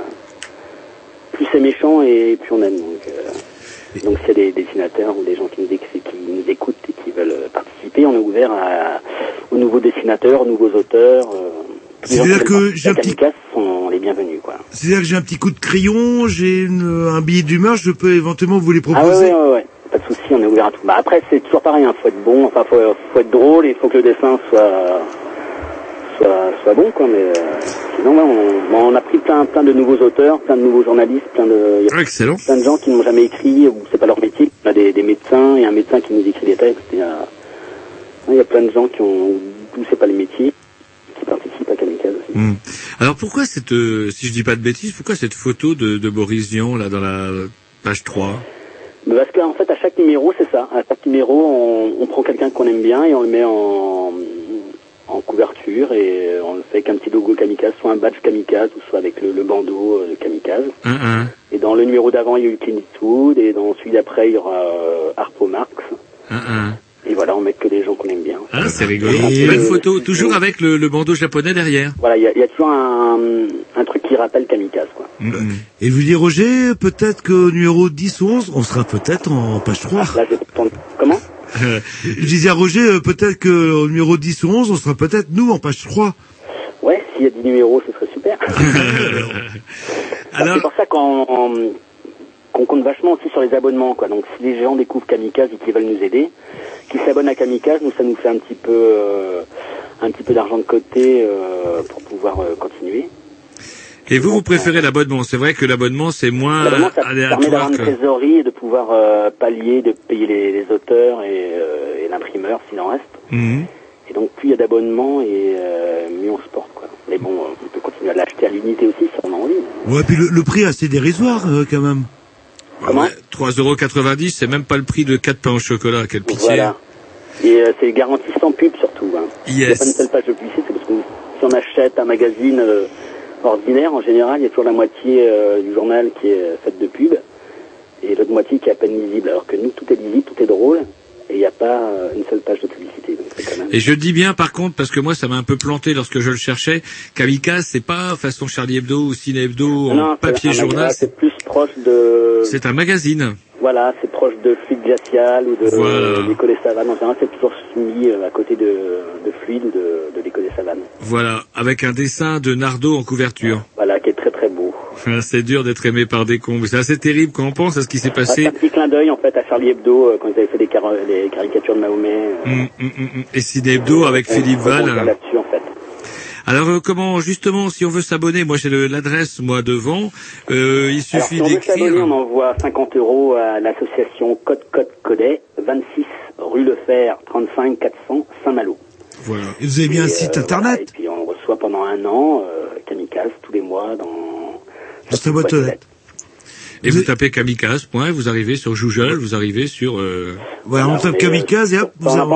S14: à plus c'est méchant et plus on aime. Donc, euh, donc s'il y a des dessinateurs ou des gens qui nous, qui nous écoutent et qui veulent participer, on est ouvert à, aux nouveaux dessinateurs, aux nouveaux auteurs. Euh,
S2: C'est-à-dire que j'ai un petit...
S14: sont les bienvenus, quoi.
S2: C'est-à-dire que j'ai un petit coup de crayon, j'ai une, un billet d'humeur, je peux éventuellement vous les proposer.
S14: Ah ouais, ouais, ouais, ouais. Pas de souci, on est ouvert à tout. Bah après, c'est toujours pareil, hein. Faut être bon, enfin, faut, faut être drôle et il faut que le dessin soit, soit, soit bon, quoi. Mais euh, sinon, ouais, on, on a pris plein, plein de nouveaux auteurs, plein de nouveaux journalistes, plein de, y a
S4: excellent.
S14: Plein de gens qui n'ont jamais écrit ou c'est pas leur métier. On a des, des médecins et un médecin qui nous écrit des textes. Il y a, il y a plein de gens qui ont, d'où c'est pas le métier, qui participent à Kamikaze aussi.
S4: Mmh. Alors pourquoi cette, euh, si je dis pas de bêtises, pourquoi cette photo de, de Boris Vian là dans la page trois?
S14: Parce que en fait à chaque numéro c'est ça, à chaque numéro on, on prend quelqu'un qu'on aime bien et on le met en, en couverture et on le fait avec un petit logo Kamikaze, soit un badge Kamikaze ou soit avec le, le bandeau de Kamikaze.
S4: Mmh, mmh.
S14: Et dans le numéro d'avant il y a eu Clint Eastwood et dans celui d'après il y aura euh, Harpo Marx.
S4: Mmh, mmh.
S14: Et voilà, on met que des gens qu'on aime bien.
S4: Ah, c'est rigolo. Et belle photo, toujours avec le, le bandeau japonais derrière.
S14: Voilà, il y a, y a toujours un, un truc qui rappelle Kamikaze, quoi.
S2: Mmh. Et je vous dis, Roger, peut-être qu'au numéro dix ou onze, on sera peut-être en page trois.
S14: Là, j'ai... Comment?
S2: Je disais à Roger, peut-être qu'au numéro dix ou onze, on sera peut-être, nous, en page trois.
S14: Ouais, s'il y a dix numéros, ce serait super. Alors... C'est pour ça qu'on... qu'on compte vachement aussi sur les abonnements, quoi. Donc si les gens découvrent Kamikaze et qu'ils veulent nous aider, qu'ils s'abonnent à Kamikaze, nous ça nous fait un petit peu euh, un petit peu d'argent de côté euh, pour pouvoir euh, continuer.
S4: Et vous, vous préférez l'abonnement? C'est vrai que l'abonnement c'est moins
S14: l'abonnement, ça
S4: aléatoire.
S14: Permet d'avoir une
S4: que...
S14: trésorerie et de pouvoir euh, pallier, de payer les, les auteurs et, euh, et l'imprimeur s'il en reste.
S4: Mmh.
S14: Et donc plus il y a d'abonnements et euh, mieux on se porte, quoi. Mais bon, on peut continuer à l'acheter à l'unité aussi si on a envie.
S2: Ouais, puis le, le prix est assez dérisoire euh, quand même.
S14: Comment?
S4: Ouais, trois euros quatre-vingt-dix, c'est même pas le prix de quatre pains au chocolat, quel pitié.
S14: Voilà. Et euh, c'est garanti sans pub surtout. Hein.
S4: Yes.
S14: Il n'y a pas une seule page de publicité, c'est parce que si on achète un magazine euh, ordinaire, en général, il y a toujours la moitié euh, du journal qui est faite de pub et l'autre moitié qui est à peine lisible. Alors que nous, tout est lisible, tout est drôle et il n'y a pas euh, une seule page de publicité. Donc c'est quand même...
S4: Et je dis bien par contre, parce que moi ça m'a un peu planté lorsque je le cherchais, Kamikaze c'est pas façon Charlie Hebdo ou Ciné Hebdo en
S14: non,
S4: papier
S14: un
S4: journal.
S14: Magazine, c'est plus proche de...
S4: C'est un magazine.
S14: Voilà, c'est proche de Fluide Glacial ou de
S4: voilà.
S14: l'Écho des Savanes. En général, c'est toujours mis à côté de, de Fluide ou de, de l'Écho des Savanes.
S4: Voilà, avec un dessin de Nardo en couverture.
S14: Voilà, qui est très très beau.
S4: C'est dur d'être aimé par des cons, mais c'est assez terrible quand on pense à ce qui s'est passé.
S14: Ouais, c'est un petit clin d'œil en fait à Charlie Hebdo euh, quand ils avaient fait des, car- des caricatures de Mahomet. Euh,
S4: mmh, mmh, mmh. Et Ciné Hebdo avec
S14: on,
S4: Philippe
S14: on
S4: Val.
S14: là-dessus en fait.
S4: Alors euh, comment justement si on veut s'abonner, moi j'ai le, l'adresse moi devant, euh, il suffit
S14: Alors, si
S4: d'écrire.
S14: on veut s'abonner, on envoie cinquante euros à l'association Code Code Codet, vingt-six rue Le Fer, trente-cinq quatre cents Saint-Malo.
S2: Voilà. Et vous avez bien et un site euh, internet.
S14: Voilà, et puis on reçoit pendant un an euh, Kamikaze tous les mois dans
S2: sa boîte aux lettres.
S4: Et vous, vous tapez Kamikaze, point, vous arrivez sur Google, vous arrivez sur... Euh...
S2: Voilà, on tape Kamikaze et hop,
S14: vous avez... On n'a pas encore de site internet.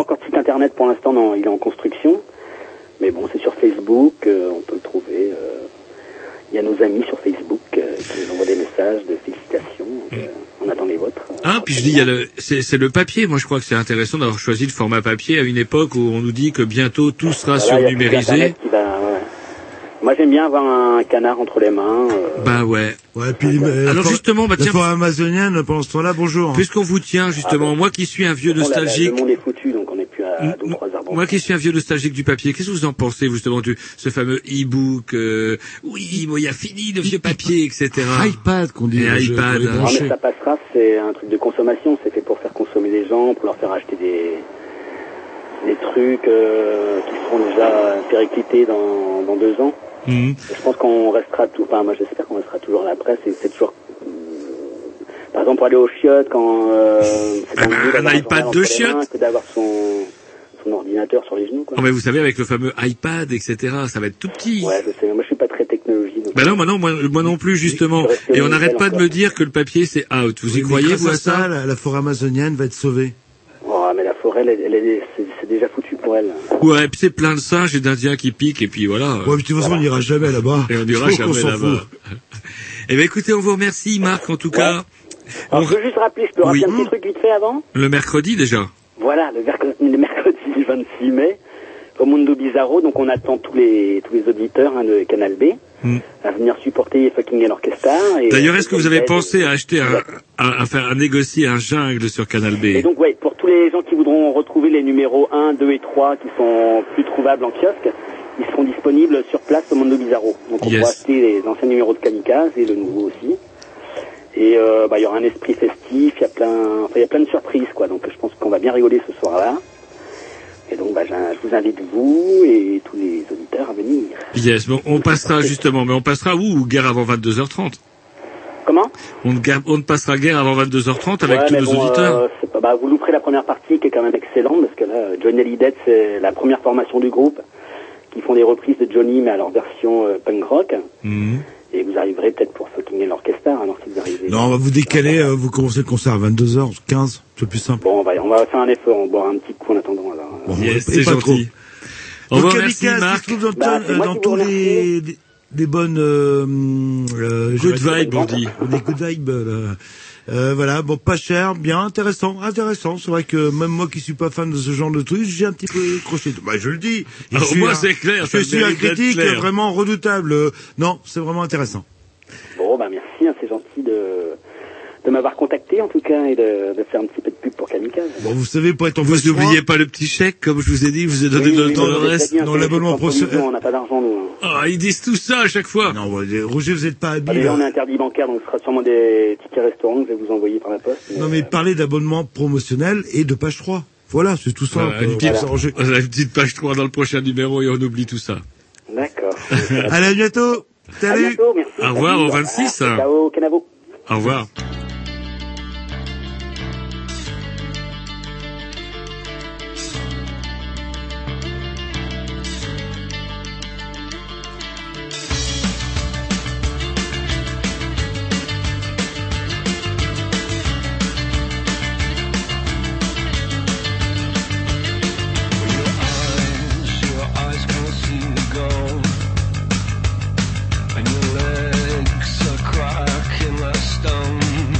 S14: internet pour l'instant, non, il est en construction. Mais bon, c'est sur Facebook, euh, on peut le trouver. Euh, il y a nos amis sur Facebook euh, qui nous envoient des messages de félicitations. Donc, euh, on attend les vôtres.
S4: Ah, puis je dis, il y a le, c'est, c'est le papier. Moi, je crois que c'est intéressant d'avoir choisi le format papier à une époque où on nous dit que bientôt tout sera
S14: Voilà,
S4: surnumérisé.
S14: Moi, j'aime bien avoir un canard entre les mains. Euh...
S4: Bah ouais.
S2: Ouais, puis euh,
S4: alors
S2: la
S4: justement, bah
S2: la
S4: tiens,
S2: forêt amazonienne, pendant ce temps-là, bonjour.
S4: puisqu'on vous tient justement,
S14: Ah, bah,
S4: moi qui suis un vieux
S14: bon, la- la-
S4: nostalgique,
S14: Le monde est foutu, donc on n'est plus à deux ou trois arbres.
S4: moi qui suis un vieux nostalgique du papier, qu'est-ce que vous en pensez justement de ce fameux e-book euh, oui, moi il a fini le vieux papier, et cetera.
S2: iPad qu'on dit.
S4: Et
S2: je-
S4: iPad.
S2: pour les
S14: Non, mais
S2: brancher.
S14: ça passera, c'est un truc de consommation, c'est fait pour faire consommer les gens, pour leur faire acheter des, des trucs euh, qui seront déjà périclités dans, dans deux ans.
S4: Mmh.
S14: Et je pense qu'on restera tout, enfin moi j'espère qu'on restera toujours à la presse et c'est toujours, euh, par exemple pour aller aux chiottes quand euh, c'est quand
S4: Un, un iPad de chiottes
S14: que d'avoir son, son ordinateur sur les genoux, quoi.
S4: Oh, mais vous savez, avec le fameux iPad, et cetera, ça va être tout petit.
S14: Ouais, je sais, moi je suis pas très technologie. Donc
S4: Bah non, moi non, moi, moi non plus justement.
S14: Je reste
S4: Et on
S14: nickel
S4: n'arrête pas de
S14: encore.
S4: me dire que le papier c'est out. Vous y
S2: Oui, mais
S4: croyez
S2: grâce
S4: vous à
S2: à ça,
S4: ça?
S2: la, la forêt amazonienne va être sauvée.
S14: Oh, mais la forêt, elle, elle, elle est- c'est, c'est déjà foutu pour elle.
S4: Ouais, et puis c'est plein de singes et d'Indiens qui piquent et puis voilà.
S2: Ouais, mais de toute façon, on n'ira jamais là-bas.
S4: Et on n'ira
S2: On
S4: jamais
S2: s'en
S4: là-bas. Eh ben écoutez, on vous remercie Marc en tout cas.
S14: Alors,
S4: On-
S14: je veux juste rappeler, je peux rappeler
S4: Oui.
S14: un petit truc vite fait avant?
S4: Le mercredi déjà.
S14: Voilà, le mercredi, le mercredi vingt-six mai, au Mundo Bizarro, donc on attend tous les, tous les auditeurs hein, de Canal B
S4: Mm.
S14: à venir supporter Fucking Hell Orchestra. Et,
S4: D'ailleurs, est-ce que vous avez
S14: et-
S4: pensé à acheter un, à, à faire à négocier un jungle sur Canal
S14: Et
S4: B?
S14: donc, ouais, pour tous les gens qui voudront retrouver les numéros un, deux et trois qui sont plus trouvables en kiosque, ils seront disponibles sur place au Mundo Bizarro. Donc on
S4: Yes.
S14: pourra acheter les anciens numéros de Kamikaze et le nouveau aussi. Et euh, bah, il y aura un esprit festif, il y a plein, enfin, il y a plein de surprises, quoi. Donc je pense qu'on va bien rigoler ce soir-là. Et donc bah, j'in- je vous invite, vous et tous les auditeurs, à venir.
S4: Yes, bon, on passera justement, mais on passera où? Guerre avant vingt-deux heures trente.
S14: Comment?
S4: On ne, ga- on ne passera guerre avant vingt-deux heures trente avec
S14: Ouais,
S4: tous
S14: mais
S4: nos
S14: bon,
S4: auditeurs.
S14: euh, c'est pas, bah, vous louperez la première partie qui est quand même excellente parce que là, Johnny Hallyday, c'est la première formation du groupe qui font des reprises de Johnny mais à leur version euh, punk rock.
S2: Mhm.
S14: Et vous arriverez peut-être pour Fucking Hell Orchestra, alors si vous arrivez.
S2: Non, on va vous décaler, euh, vous commencez le concert à vingt-deux heures quinze, c'est le plus simple.
S14: Bon, on va, on va faire un effort, on va boire un petit coup en attendant. Alors.
S2: Bon,
S4: Yes,
S2: et
S4: c'est
S2: pas
S4: gentil.
S2: trop.
S4: Au
S2: Donc,
S4: revoir, merci
S2: Kamikaze,
S4: Marc.
S2: qui se trouve dans,
S14: Bah, c'est
S2: euh,
S14: moi
S2: dans
S14: qui vous
S2: tous
S14: remercie.
S2: les, des, des bonnes, euh, euh,
S4: Good
S2: j'aurais-
S4: vibe, on dit.
S2: Des good vibes, là. Euh, voilà, bon, pas cher, bien, intéressant, intéressant. C'est vrai que même moi qui suis pas fan de ce genre de truc, j'ai un petit peu croché. Bah, je le dis. Je
S4: Alors,
S2: suis
S4: moi,
S2: un-
S4: c'est clair, ça
S2: Je suis un
S4: mérite d'être
S2: critique
S4: clair.
S2: vraiment redoutable. Euh, Non, c'est vraiment intéressant.
S14: Bon, bah merci, hein, c'est gentil de, de m'avoir contacté en tout cas et de, de faire un petit peu de pub pour Kamikaze.
S2: Bon, vous savez, pour être en
S4: Vous
S2: poste
S4: n'oubliez pas le petit chèque, comme je vous ai dit, je vous ai donné
S14: Oui,
S4: le
S14: oui,
S4: dans
S14: oui,
S4: le
S14: vous avez
S4: reste.
S14: dit, hein,
S2: dans
S14: c'est-
S2: l'abonnement
S14: c'est
S2: professionnel.
S14: provision, On n'a pas d'argent, nous. hein.
S4: Ah, ils disent tout ça à chaque fois.
S2: Non, Roger, vous êtes pas
S14: Ah,
S2: habile.
S14: déjà, on est interdit bancaire, donc ce sera sûrement des tickets restaurants que je vais vous envoyer par la poste. Mais,
S2: Non, mais parlez d'abonnement promotionnel et de page trois. Voilà, c'est tout simple.
S4: Voilà, une,
S2: On
S4: petite,
S2: va s'arranger.
S4: voilà, une petite page trois dans le prochain numéro et on oublie tout ça.
S14: D'accord.
S2: Allez, à bientôt.
S14: À
S2: Salut.
S14: bientôt, merci.
S4: Au revoir,
S14: Salut.
S4: au vingt-six.
S14: Ah, ciao, Canavo.
S4: Au revoir.
S16: Your eyes can't see the gold, and your legs are cracking like stone.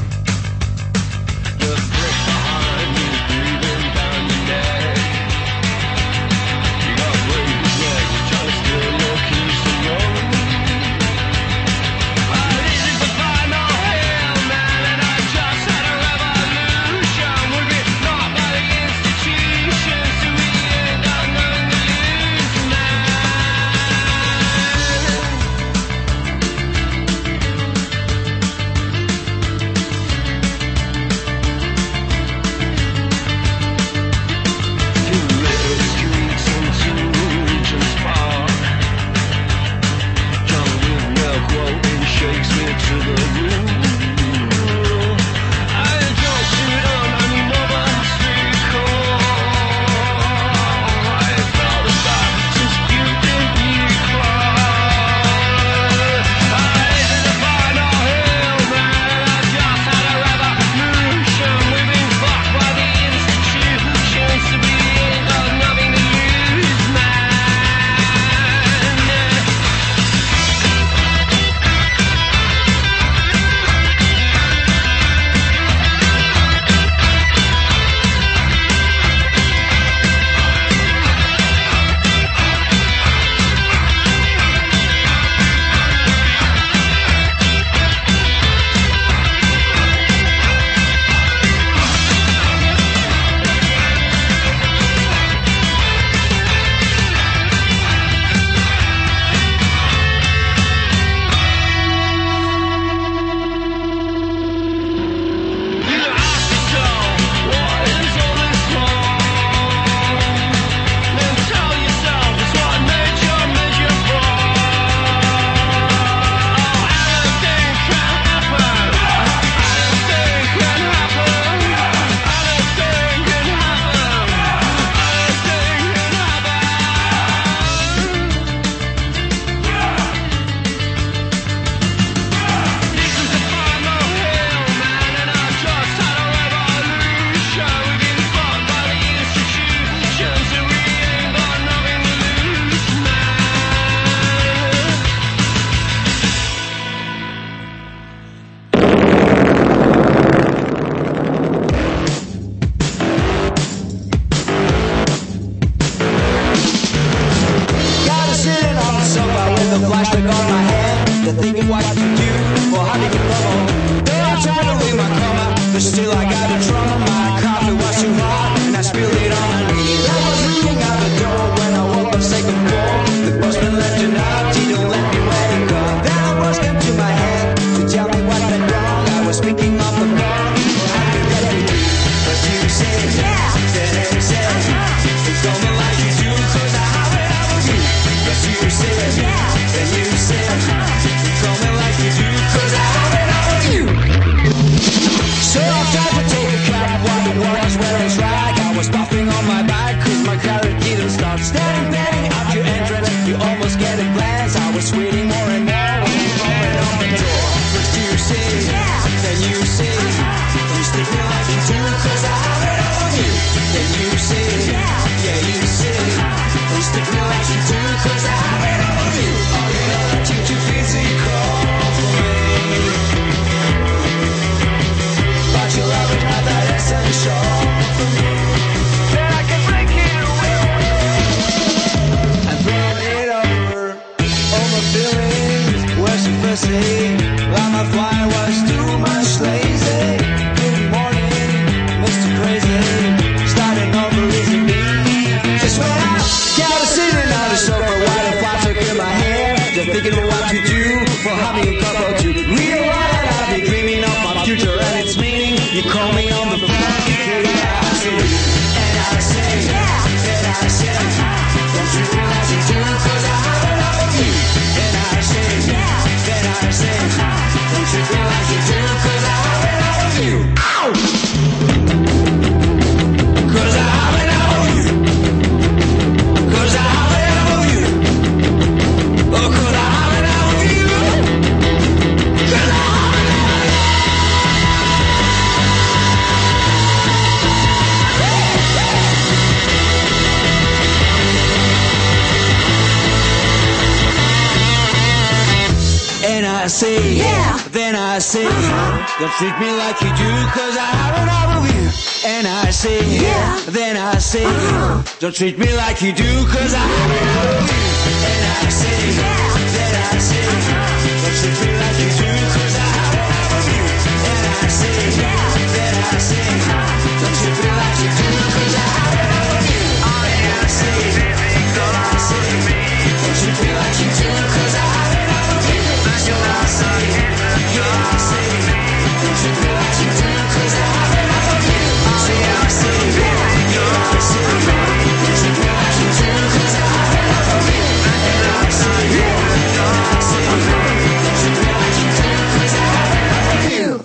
S3: Just thinking what to do for having a trouble. Though I try to leave my cover, but still I got a trouble. My coffee was too hot, and I spilled it on my knees. I was ringing out the door when I woke up second floor. The postman left a note, he don't let me where to go. Then a voice came to my head to tell me what went wrong. I was picking up the phone, I could get to you. But you said, yeah, then you said, it's coming like you do, cause I have it out of you. But you said, yeah, then you said, it's coming like you do, cause I have it out of you. So I tried to take a cab while the waters were as rag. I was puffing on my back cause my car didn't start. Staring, staring at your entrance, you almost get a glance. I was waiting more and more when you opened up the door. First you say, then you say, don't stick me like you do cause I have it all of you. Then you say, yeah you say, don't stick me like you do cause I have it all of you. Oh you know that you're too physical for me, but your love is not that essential for me. Then I can break it away and throw it over. All my feelings were surfacing, like my fly was too much lazy. Good morning, Mister Crazy, starting over easy me. Just when I got a sitting on the sofa, while the fly took in my hair, just thinking of what to do for having a cup or two. Real life, I've been dreaming of my future and its meaning. You call me on the phone, and I say, and I say, and I say, don't treat me like you do, cause I have it all of you. And I say, and I say, don't treat me like you do, cause I have it all of you. Ow! Cause I have it all of you. Cause I have it all of you. Oh, cause I have it all of you. Cause I have it all of you. And I say, yeah, then I say, uh-huh. Don't treat me like you do, cause I have it all of you. And I say, yeah, then I say, uh-huh. Don't treat me like you do, cause I have it all of you. And I say, yeah, then I say, uh-huh. Don't treat me like you do, cause I have it all of you. And I say, yeah, then I say, uh-huh. Don't treat me like you do, cause I have it all of you. And I say, then I say, don't treat me like you do, cause I have it all of you. And I say, yeah, I say, don't treat me like you do, cause I have it all of you. Say I say, yeah, I say, don't treat me like you do, cause I have it all of you. And I say, yeah, I say, don't treat me like you do, cause I have it all of you.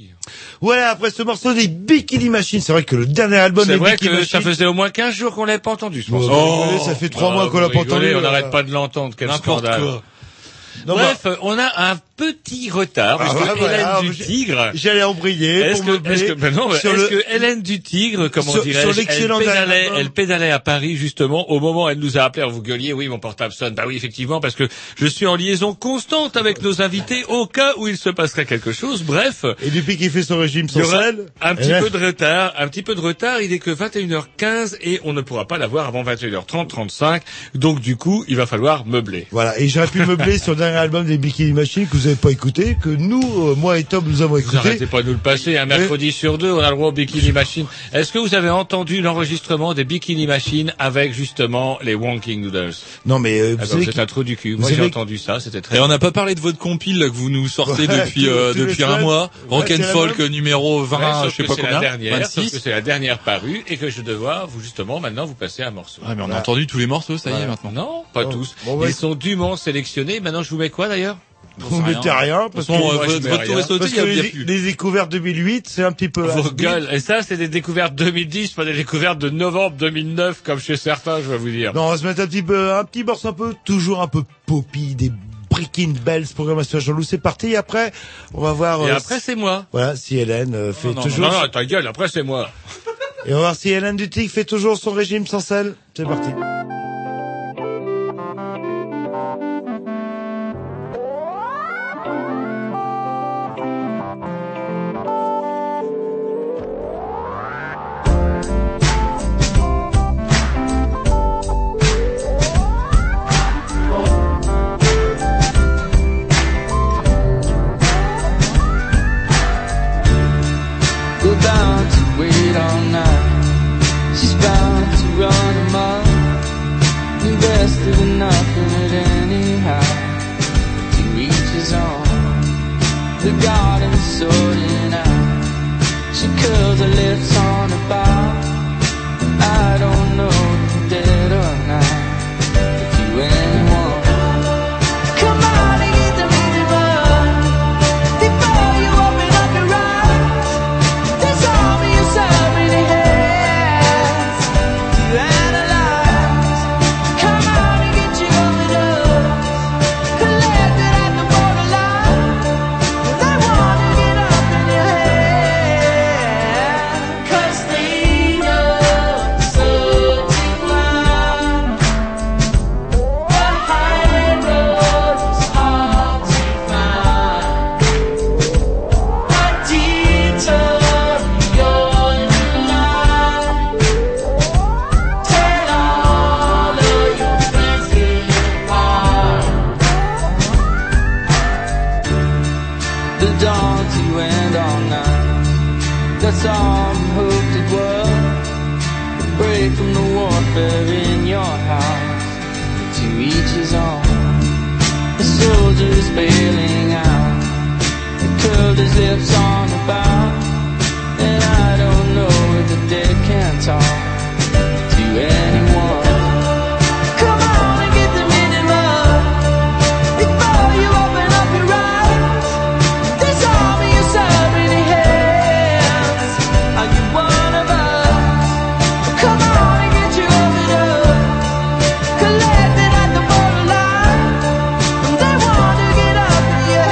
S2: Voilà, après ce morceau des Bikini Machines, c'est vrai que le dernier album des
S4: Bikini Machines...
S2: C'est vrai que
S4: ça faisait au moins quinze jours qu'on l'avait pas entendu, ce morceau.
S2: Oh, oh, ça fait trois bah, mois qu'on l'a pas entendu.
S4: On n'arrête pas de l'entendre, quel scandale. Quoi. Non, Bref, bah... on a un petit retard, parce ah, que bah, Hélène bah, du Tigre...
S2: J'allais embrayer
S4: est-ce
S2: pour
S4: que, est-ce que, ben non, est-ce le... que Hélène du Tigre, comment dirais-je, elle pédalait, elle pédalait à Paris, justement, au moment où elle nous a appelé, vous gueuliez, oui, mon portable sonne. Bah oui, effectivement, parce que je suis en liaison constante avec nos invités au cas où il se passerait quelque chose. Bref.
S2: Et depuis qu'il fait son régime sans sel.
S4: Un petit peu de retard, un petit peu de retard. Il est que vingt et une heures quinze et on ne pourra pas l'avoir avant vingt et une heures trente, trente-cinq. Donc, du coup, il va falloir meubler.
S2: Voilà. Et j'aurais pu meubler sur le dernier album des Bikini Machines que vous n'avez pas écouté, que nous, euh, moi et Tom, nous avons écouté.
S4: Vous arrêtez pas de nous le passer, un mercredi et... sur deux, on a le droit aux Bikini Machines. Est-ce que vous avez entendu l'enregistrement des Bikini Machines avec justement les Wonking Noodles?
S2: Non, mais euh, vous savez
S4: c'est un trou du cul. Moi, j'ai entendu ça, c'était très.
S5: Et on n'a pas parlé de votre compile là, que vous nous sortez ouais, depuis euh, depuis un mois. Rock and Folk numéro vingt,
S4: ouais,
S5: je sais pas combien.
S4: vingt-six. Sauf que c'est la dernière parue et que je dois vous justement maintenant vous passer un morceau.
S5: Ouais, mais on a entendu tous les morceaux, ça y est maintenant.
S4: Non, pas tous. Ils sont dûment sélectionnés. Maintenant, je vous mets quoi d'ailleurs?
S2: Vous mettez rien, parce que,
S5: moi, votre, votre tour est sauté,
S2: parce que les, les découvertes deux mille huit, c'est un petit peu...
S4: Vos gueules. Et ça, c'est des découvertes deux mille dix, pas des découvertes de novembre deux mille neuf, comme chez certains, je vais vous dire.
S2: Non, on va se mettre un petit peu, un petit morceau un peu, toujours un peu poppy, des Breaking Bells, programmation Jean-Loup, c'est parti, et après, on va voir...
S4: Et
S2: euh,
S4: après, c'est moi.
S2: Voilà, si Hélène euh, fait
S4: non, non,
S2: toujours...
S4: Non, non, ta gueule, après, c'est moi.
S2: Et on va voir si Hélène du Tigre fait toujours son régime sans sel. C'est parti.
S3: interested in nothing at anyhow. He reaches on the garden sorting out. She curls her lips on her bow. I don't know if you're dead or not. If you anyone, come on and get the meaning right before you open up your eyes. There's only yourself in your hands to analyze. Come on and get your overdose collected at the borderline. They want to get up in your head 'cause they know so deep down the high road is hard to find. A detour you're in line. Tell all of your friends goodbye. The dawn's you end all night. That's all we hoped it was. A break from the warfare in your house. To each his own. The soldier's bailing out. He curled his lips on the bow. And I don't know if the dead can talk to anyone. Come on and get the minimum before you open up your eyes. There's only yourself in your hands. Are you one of us? Come on and get your overdose collected at the borderline. And they want to get up in your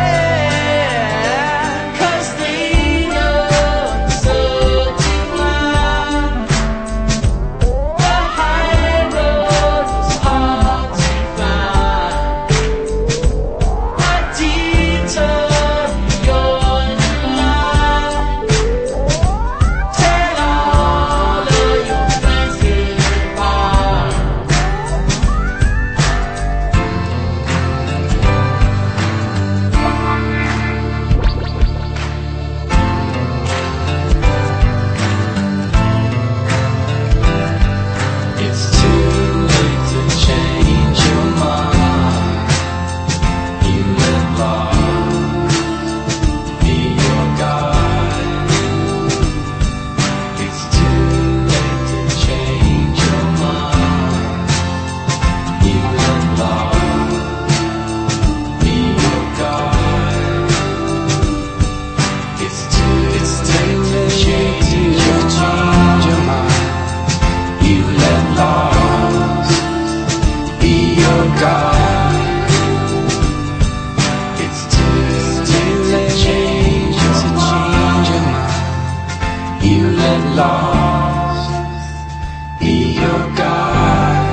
S3: head 'cause they know so deep down the high road is hard to find. A detour you're in line. Tell all of your friends goodbye. It's too late to change your mind. You let love be your guide. It's too late to change your mind. You let love be your guide. It's too, it's too late to change your mind. You let love be your guide. It's too, too late to change your mind. You let love be your guide.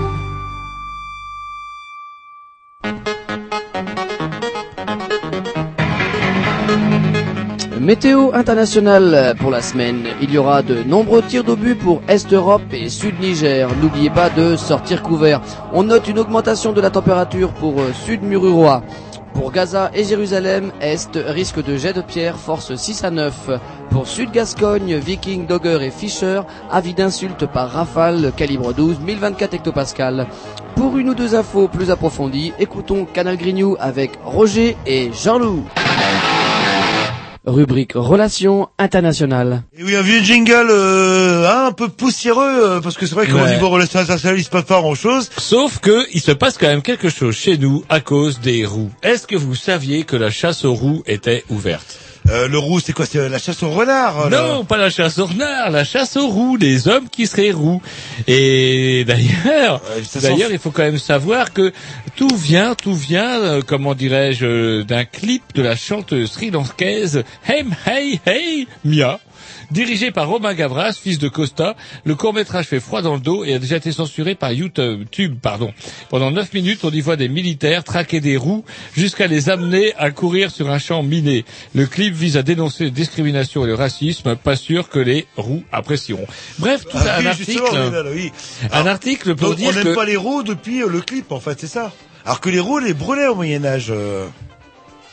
S13: Météo internationale pour la semaine. Il y aura de nombreux tirs d'obus pour Est-Europe et Sud-Niger. N'oubliez pas de sortir couvert. On note une augmentation de la température pour euh, Sud-Mururoa. Pour Gaza et Jérusalem, Est, risque de jet de pierre, force six à neuf. Pour Sud-Gascogne, Viking, Dogger et Fischer, avis d'insulte par rafale, calibre douze, mille vingt-quatre hectopascales. Pour une ou deux infos plus approfondies, écoutons Canal Grignou avec Roger et Jean-Loup. Rubrique Relations internationales.
S2: Et oui, un vieux jingle euh, hein, un peu poussiéreux, euh, parce que c'est vrai qu'au
S4: Ouais.
S2: niveau relations internationales, il se passe pas grand-chose.
S4: Sauf que il se passe quand même quelque chose chez nous à cause des roux. Est-ce que vous saviez que la chasse aux roux était ouverte?
S2: Euh, le roux, c'est quoi? C'est la chasse au renard là.
S4: Non, pas la chasse aux renards, la chasse aux roux, des hommes qui seraient roux. Et d'ailleurs,
S2: Ouais, ça
S4: d'ailleurs,
S2: s'en-
S4: il faut quand même savoir que tout vient, tout vient, euh, comment dirais-je, euh, d'un clip de la chanteuse sri-lankaise Hem Hey Hey Mia. Dirigé par Romain Gavras, fils de Costa, le court-métrage fait froid dans le dos et a déjà été censuré par YouTube, pardon. Pendant neuf minutes, on y voit des militaires traquer des roux jusqu'à les amener à courir sur un champ miné. Le clip vise à dénoncer les discriminations et le racisme, pas sûr que les roux apprécieront. Bref, tout
S2: Ah
S4: un
S2: oui,
S4: article,
S2: justement, oui, là, là, oui.
S4: un
S2: Alors,
S4: article pour
S2: donc,
S4: dire
S2: on n'aime
S4: que...
S2: pas les roux depuis euh, le clip, en fait, c'est ça. Alors que les roux, les brûlaient au Moyen-Âge. Euh...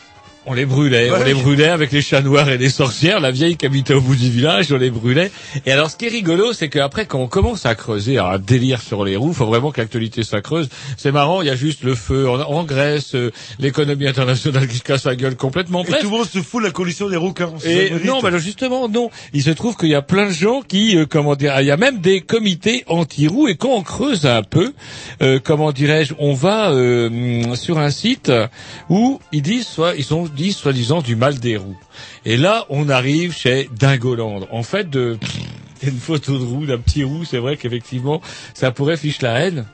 S4: On les brûlait,
S2: Ouais.
S4: on les brûlait avec les chats noirs et les sorcières, la vieille qui habitait au bout du village, on les brûlait. Et alors, ce qui est rigolo, c'est qu'après, quand on commence à creuser, un délire sur les roues, faut vraiment que l'actualité ça creuse. C'est marrant, il y a juste le feu en, en Grèce, euh, l'économie internationale qui se casse la gueule complètement.
S2: Et
S4: Bref.
S2: tout le monde se fout de la collision des rouquins. c'est
S4: Et
S2: ça que vous
S4: non,
S2: dites.
S4: bah alors justement, non. Il se trouve qu'il y a plein de gens qui, euh, comment dire, il y a même des comités anti-roues. Et quand on creuse un peu, euh, comment dirais-je, on va euh, sur un site où ils disent, soit ils ont dit soi-disant du mal des roues. Et là, on arrive chez Dingoland. En fait, de il y a une photo de roue, d'un petit roux. C'est vrai qu'effectivement, ça pourrait fiche la haine.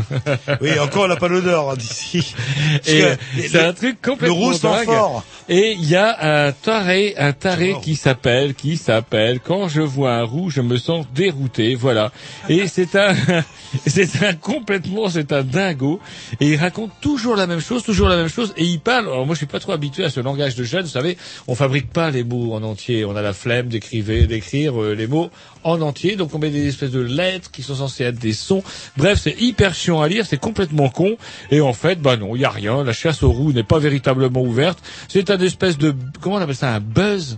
S2: Oui, encore on n'a pas l'odeur hein, d'ici.
S4: Et
S2: Parce que
S4: c'est
S2: le-
S4: un truc complètement
S2: le roux sent
S4: dingue.
S2: fort.
S4: Et il y a un taré, un taré
S2: Oh.
S4: qui s'appelle, qui s'appelle, quand je vois un roux, je me sens dérouté, voilà. Et c'est un, c'est un complètement, c'est un dingo. Et il raconte toujours la même chose, toujours la même chose. Et il parle, alors moi je suis pas trop habitué à ce langage de jeunes, vous savez, on fabrique pas les mots en entier. On a la flemme d'écrire, d'écrire euh, les mots en entier. Donc on met des espèces de lettres qui sont censées être des sons. Bref, c'est hyper chiant à lire, c'est complètement con. Et en fait, bah non, il y a rien. La chasse aux roues n'est pas véritablement ouverte. C'est un espèce de, comment on appelle ça, un buzz.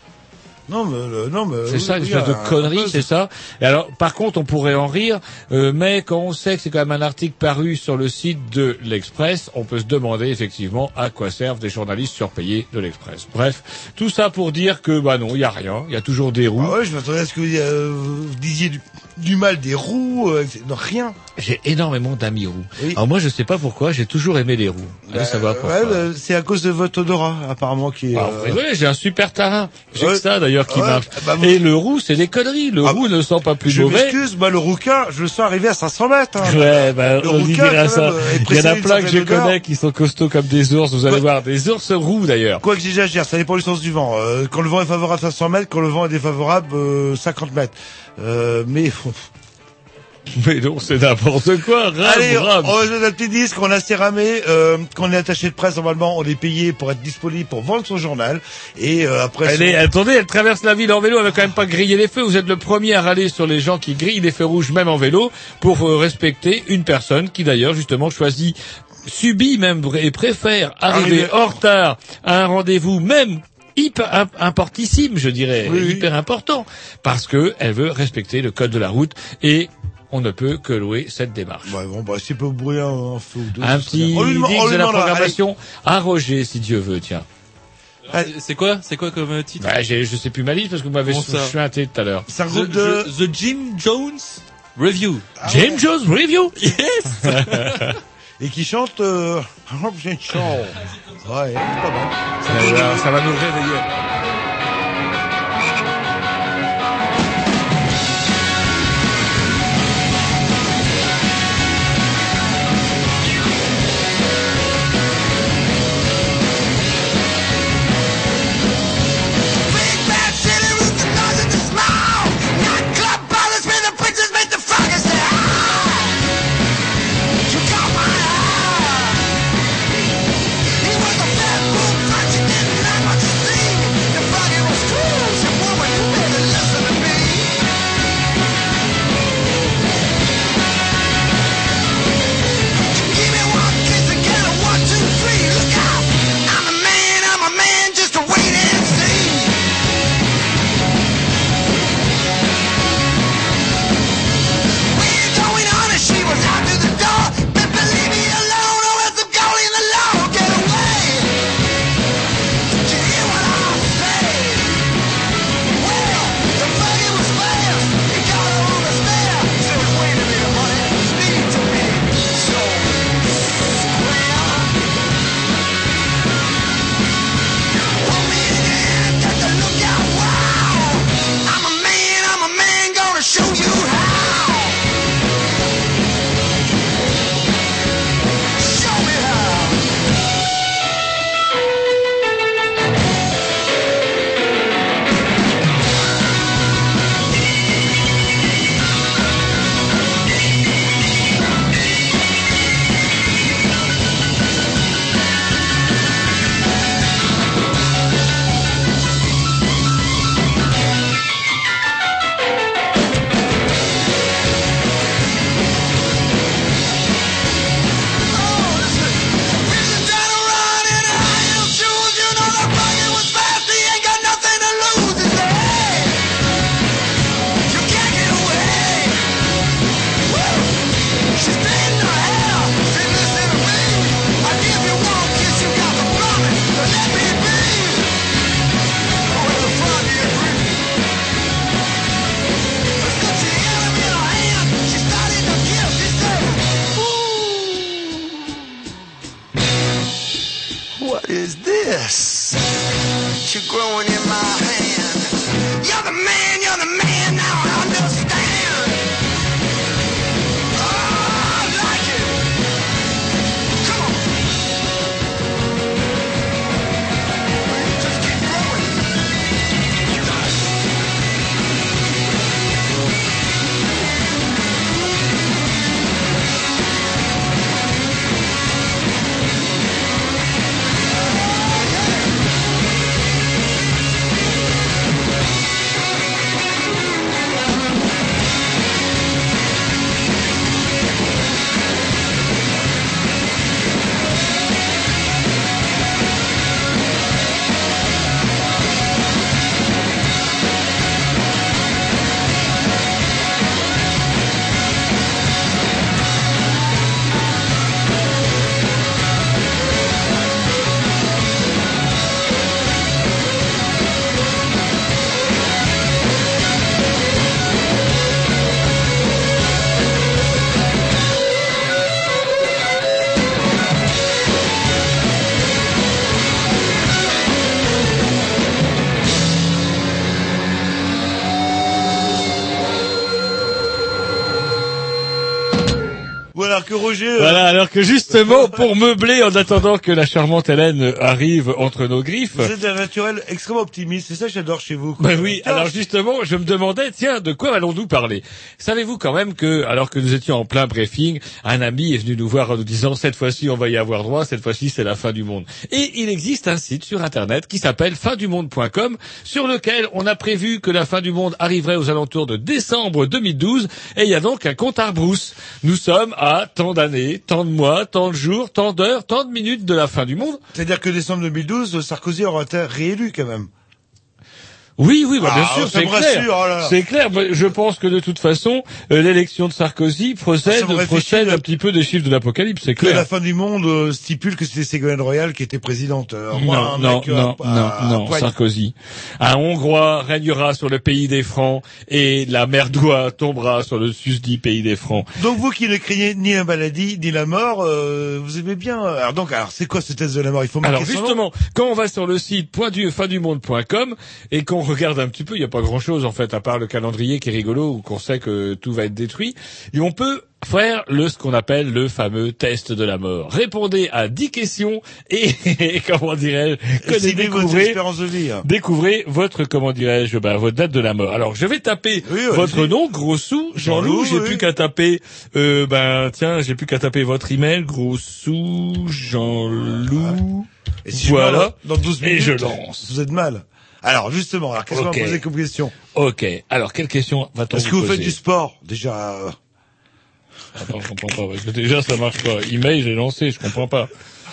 S2: Non, mais, euh, non, mais.
S4: C'est ça, une
S2: oui,
S4: espèce de
S2: un-
S4: connerie,
S2: un-
S4: c'est ça. Et alors, par contre, on pourrait en rire, euh, mais quand on sait que c'est quand même un article paru sur le site de l'Express, on peut se demander effectivement à quoi servent des journalistes surpayés de l'Express. Bref, tout ça pour dire que, bah non, il y a rien, il y a toujours des roues.
S2: Ah ouais, je m'attendais à ce que vous, euh, vous disiez du, du mal des roues, euh, c'est- non, rien.
S4: J'ai énormément d'amis roues.
S2: Oui.
S4: Alors moi, je sais pas pourquoi, j'ai toujours aimé les roues. Allez
S2: Bah,
S4: savoir pourquoi.
S2: ouais, bah, c'est à cause de votre odorat, apparemment, qui est.
S4: Ah,
S2: euh,
S4: ouais, j'ai un super tarin. J'ai
S2: Ouais.
S4: que ça d'ailleurs qui
S2: Ouais,
S4: marche.
S2: bah, vous-
S4: Et le roux, c'est des conneries. Le
S2: Ah,
S4: roux ne sent pas plus
S2: Je
S4: mauvais.
S2: m'excuse, moi, le rouquin, je le sens arrivé à cinq cents mètres. Hein.
S4: Ouais, bah,
S2: Le
S4: on y
S2: rouquin,
S4: dira
S2: quand
S4: ça.
S2: même, est
S4: Il y en a
S2: précédé d'une
S4: plein que je
S2: certaine odeur.
S4: connais qui sont costauds comme des ours. Vous allez
S2: Ouais.
S4: voir, des ours roux d'ailleurs.
S2: Quoi que j'exagère, ça dépend du sens du vent. Euh, quand le vent est favorable, cinq cents mètres, quand le vent est défavorable, euh, cinquante mètres. Euh, mais,
S4: Mais non, c'est n'importe quoi. Rame,
S2: allez,
S4: rame.
S2: on va jouer un petit disque, on a céramé, euh, qu'on est attaché de presse, normalement, on est payé pour être disponible pour vendre son journal. Et, euh, après,
S4: Elle est, attendez, elle traverse la ville en vélo, elle va quand même pas griller les feux. Vous êtes le premier à râler sur les gens qui grillent les feux rouges, même en vélo, pour euh, respecter une personne qui d'ailleurs, justement, choisit, subit même et préfère arriver
S2: Arriver-
S4: en retard à un rendez-vous, même hyper im- importantissime, je dirais,
S2: Oui, oui.
S4: hyper important, parce que elle veut respecter le code de la route et on ne peut que louer cette démarche.
S2: Ouais, bon, bah, s'il peut brûler un, un feu ou deux.
S4: Un
S2: ce serait
S4: petit
S2: bien. On lui demande- on
S4: dix
S2: lui
S4: de la
S2: demandera,
S4: programmation à Roger, si Dieu veut, tiens.
S5: C'est- C'est quoi C'est quoi comme euh, titre
S4: Bah, j'ai, je sais plus ma liste parce que vous m'avez
S5: Comment ça
S4: chuinté tout à l'heure.
S2: allez. C'est un
S5: The,
S2: groupe de...
S5: The- The Jim Jones Review.
S4: James Jones Review.
S5: Yes.
S2: Et qui chante, euh... Ouais, c'est pas mal.
S4: Ça va, ça va nous réveiller.
S15: He was a fat, cool, country, didn't have much to see.
S17: What is this? You're growing in my hand. You're the man, you're the man, now I understand. Oh, I like it. Come on. Just keep growing.
S2: Alors que Roger...
S4: Voilà, alors que justement, pour meubler, en attendant que la charmante Hélène arrive entre nos griffes...
S2: Vous êtes un naturel extrêmement optimiste, c'est ça que j'adore chez vous.
S4: Ben oui, alors justement, je me demandais, tiens, de quoi allons-nous parler? Savez-vous quand même que, alors que nous étions en plein briefing, un ami est venu nous voir en nous disant, cette fois-ci on va y avoir droit, cette fois-ci c'est la fin du monde. Et il existe un site sur internet qui s'appelle fin du monde point com, sur lequel on a prévu que la fin du monde arriverait aux alentours de décembre deux mille douze, et il y a donc un compte à rebours. Nous sommes à tant d'années, tant de mois, tant de jours, tant d'heures, tant de minutes de la fin du monde.
S2: C'est-à-dire que décembre deux mille douze, Sarkozy aura été réélu quand même.
S4: Oui, oui, bah, bien
S2: ah,
S4: sûr,
S2: ça
S4: c'est
S2: me
S4: clair.
S2: rassure, oh là là.
S4: C'est clair. Je pense que de toute façon, euh, l'élection de Sarkozy procède,
S2: Ça me
S4: procède
S2: réfléchit,
S4: un petit peu des chiffres de l'apocalypse, c'est
S2: Que
S4: clair.
S2: la fin du monde euh, stipule que c'était Ségolène Royal qui était présidente. Euh, moi,
S4: Non,
S2: un mec,
S4: non,
S2: euh,
S4: non,
S2: à-
S4: non,
S2: à
S4: non,
S2: poigne.
S4: Sarkozy. Un Hongrois régnera sur le pays des Francs et la merdoie tombera sur le susdit pays des Francs.
S2: Donc vous qui ne craignez ni la maladie ni la mort, euh, vous aimez bien. Alors donc, alors c'est quoi ce test de la mort? Il faut marquer
S4: Alors
S2: son nom.
S4: justement, quand on va sur le site fin du monde point com et qu'on regarde un petit peu, il n'y a pas grand-chose en fait, à part le calendrier qui est rigolo, où qu'on sait que tout va être détruit, et on peut faire le ce qu'on appelle le fameux test de la mort. Répondez à dix questions et, et comment dirais-je,
S2: Estimez
S4: connaissez,
S2: votre
S4: découvrez,
S2: espérance de vie. hein.
S4: découvrez votre, comment dirais-je, ben, votre date de la mort. Alors, je vais taper
S2: Oui,
S4: votre
S2: allez-y.
S4: nom, Grossou, Jean-Loup,
S2: Jean-Loup,
S4: j'ai
S2: oui.
S4: plus qu'à taper, euh, ben, tiens, j'ai plus qu'à taper votre email, Grossou, Jean-Loup,
S2: Et si
S4: voilà,
S2: je meurs dans douze
S4: et
S2: minutes,
S4: je lance.
S2: vous êtes mal. Alors justement, alors qu'est-ce qu'on
S4: Ok.
S2: va poser comme question?
S4: Ok. Alors, quelle question va-t-on
S2: Est-ce que vous
S4: poser?
S2: faites du sport déjà? euh,
S4: Attends, je comprends pas, parce que déjà, ça marche pas. Email, j'ai lancé, je comprends pas.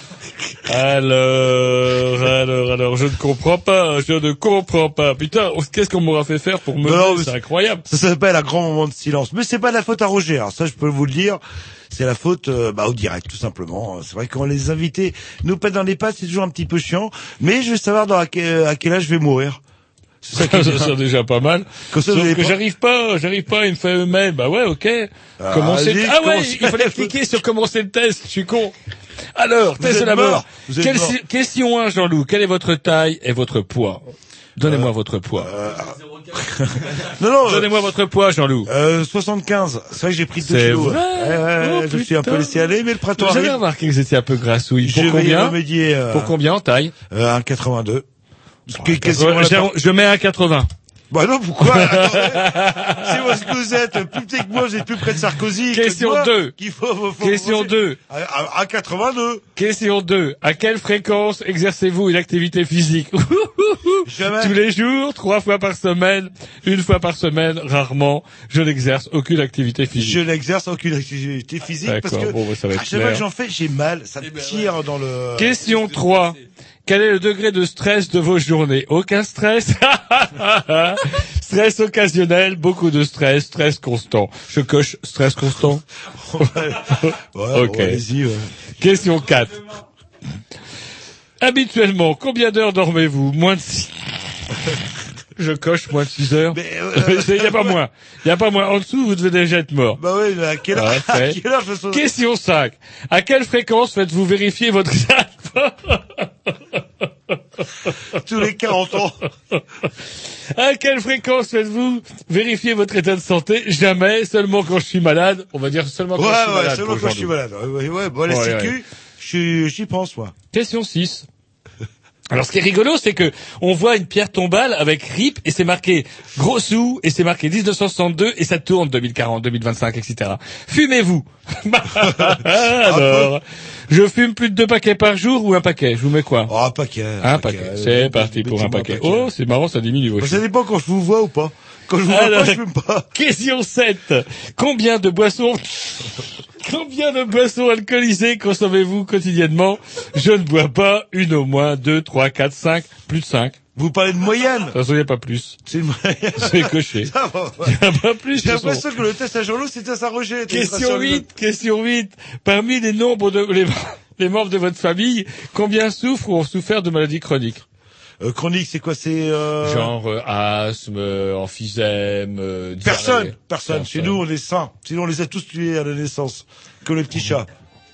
S4: Alors, alors, alors, je ne comprends pas, je ne comprends pas. Putain, qu'est-ce qu'on m'aura fait faire pour me
S2: Non, mais
S4: c'est incroyable.
S2: Ça s'appelle un grand moment de silence. Mais c'est pas de la faute à Roger, alors ça je peux vous le dire. C'est la faute euh, bah, au direct, tout simplement. C'est vrai que quand les invités nous pètent dans les pattes, c'est toujours un petit peu chiant. Mais je veux savoir dans à quel, à quel âge je vais mourir. C'est ça qui est
S4: Ça,
S2: bien.
S4: c'est déjà pas mal.
S2: Comme ça, vous
S4: Sauf
S2: avez
S4: que
S2: pas-
S4: j'arrive pas, j'arrive pas, il me fait un mail. Bah ouais, ok.
S2: Ah,
S4: Commencer.
S2: allez,
S4: Ah ouais,
S2: commencez.
S4: il fallait cliquer sur commencer le test, je suis con. Alors,
S2: Vous
S4: test de
S2: êtes
S4: la
S2: mort.
S4: mort.
S2: Vous êtes
S4: Quelle
S2: mort.
S4: si- question un, Jean-Loup. Quelle est votre taille et votre poids? Donnez-moi
S2: Euh,
S4: votre poids.
S2: Non, non, euh,
S4: Donnez-moi votre poids, Jean-Loup.
S2: euh, soixante-quinze. C'est vrai que j'ai pris deux
S4: C'est
S2: kilos.
S4: vrai
S2: Ouais, ouais,
S4: Oh,
S2: je suis un peu
S4: putain.
S2: laissé aller, mais le printemps
S4: J'avais
S2: arrive.
S4: remarqué que vous étiez un peu grassouille.
S2: Je
S4: Pour
S2: vais y
S4: combien?
S2: remédier. Euh,
S4: Pour combien en taille?
S2: euh, un quatre-vingt-deux. Ce qui est
S4: Je,
S2: quasiment la part-
S4: je mets un quatre-vingts.
S2: Bah non, pourquoi? Attendez. Si vous ce que vous êtes plus petit que moi, vous êtes plus près de Sarkozy. que
S4: Question
S2: de moi,
S4: deux.
S2: qu'il faut, faut, faut
S4: Question
S2: penser.
S4: deux.
S2: À, à, à quatre-vingt-deux.
S4: Question deux. À quelle fréquence exercez-vous une activité physique?
S2: Jamais.
S4: Tous les jours, trois fois par semaine, une fois par semaine, rarement. Je n'exerce aucune activité physique.
S2: Je n'exerce aucune activité physique parce
S4: D'accord,
S2: que
S4: bon, bah, ça va être
S2: à chaque fois
S4: clair.
S2: que j'en fais, j'ai mal. Ça me tire dans le...
S4: Question trois. Quel est le degré de stress de vos journées? Aucun stress? Stress occasionnel, beaucoup de stress, stress constant. Je coche stress constant.
S2: Ouais,
S4: Ok.
S2: bon, allez-y, ouais.
S4: Question quatre. Habituellement, combien d'heures dormez-vous? Moins de six. Je coche moins de six heures.
S2: Mais, euh,
S4: Il n'y a pas moins. Il n'y a pas moins. En dessous, vous devez déjà être mort.
S2: Bah oui, mais à quelle heure,
S4: Ouais,
S2: à
S4: fait.
S2: quelle heure je me sens...
S4: Question cinq. À quelle fréquence faites-vous vérifier votre
S2: Tous les quarante ans.
S4: À quelle fréquence faites-vous vérifier votre état de santé? Jamais, seulement quand je suis malade. On va dire seulement quand
S2: ouais,
S4: je suis
S2: ouais,
S4: malade.
S2: seulement quand je suis malade. Ouais, ouais, ouais. Bon, la
S4: Ouais,
S2: sécu,
S4: ouais.
S2: j'y j'y pense, moi.
S4: Question six. Alors, ce qui est rigolo, c'est que on voit une pierre tombale avec R I P et c'est marqué gros sous et c'est marqué dix-neuf cent soixante-deux et ça tourne deux mille quarante, deux mille vingt-cinq, et cetera. Fumez-vous. Alors, je fume plus de deux paquets par jour ou un paquet? Je vous mets quoi?
S2: Oh, un paquet.
S4: Un, un paquet. paquet. C'est parti pour un paquet. paquet. Oh, c'est marrant, ça diminue.
S2: Bah, ça dépend quand je vous vois ou pas. Quand je vous vois
S4: Alors,
S2: pas, je fume pas.
S4: Question sept. Combien de boissons, combien de boissons alcoolisées consommez-vous quotidiennement? Je ne bois pas. Une au moins, deux, trois, quatre, cinq, plus de cinq.
S2: Vous parlez de moyenne?
S4: De toute façon, il n'y a pas plus.
S2: C'est une moyenne.
S4: C'est coché.
S2: Ça va, ouais.
S4: Il n'y a pas plus.
S2: J'ai l'impression que le test à Jean-Loup, c'était à Saint-Roger.
S4: Question huit. Question huit. Parmi les nombres de, les, les membres de votre famille, combien souffrent ou ont souffert de maladies chroniques?
S2: Euh, chronique, c'est quoi? C'est euh...
S4: genre euh, asthme, euh, emphysème, euh, diarrhée.
S2: Personne, personne. Chez nous, on est sains. Sinon, on les a tous tués à la naissance, comme les petits chats.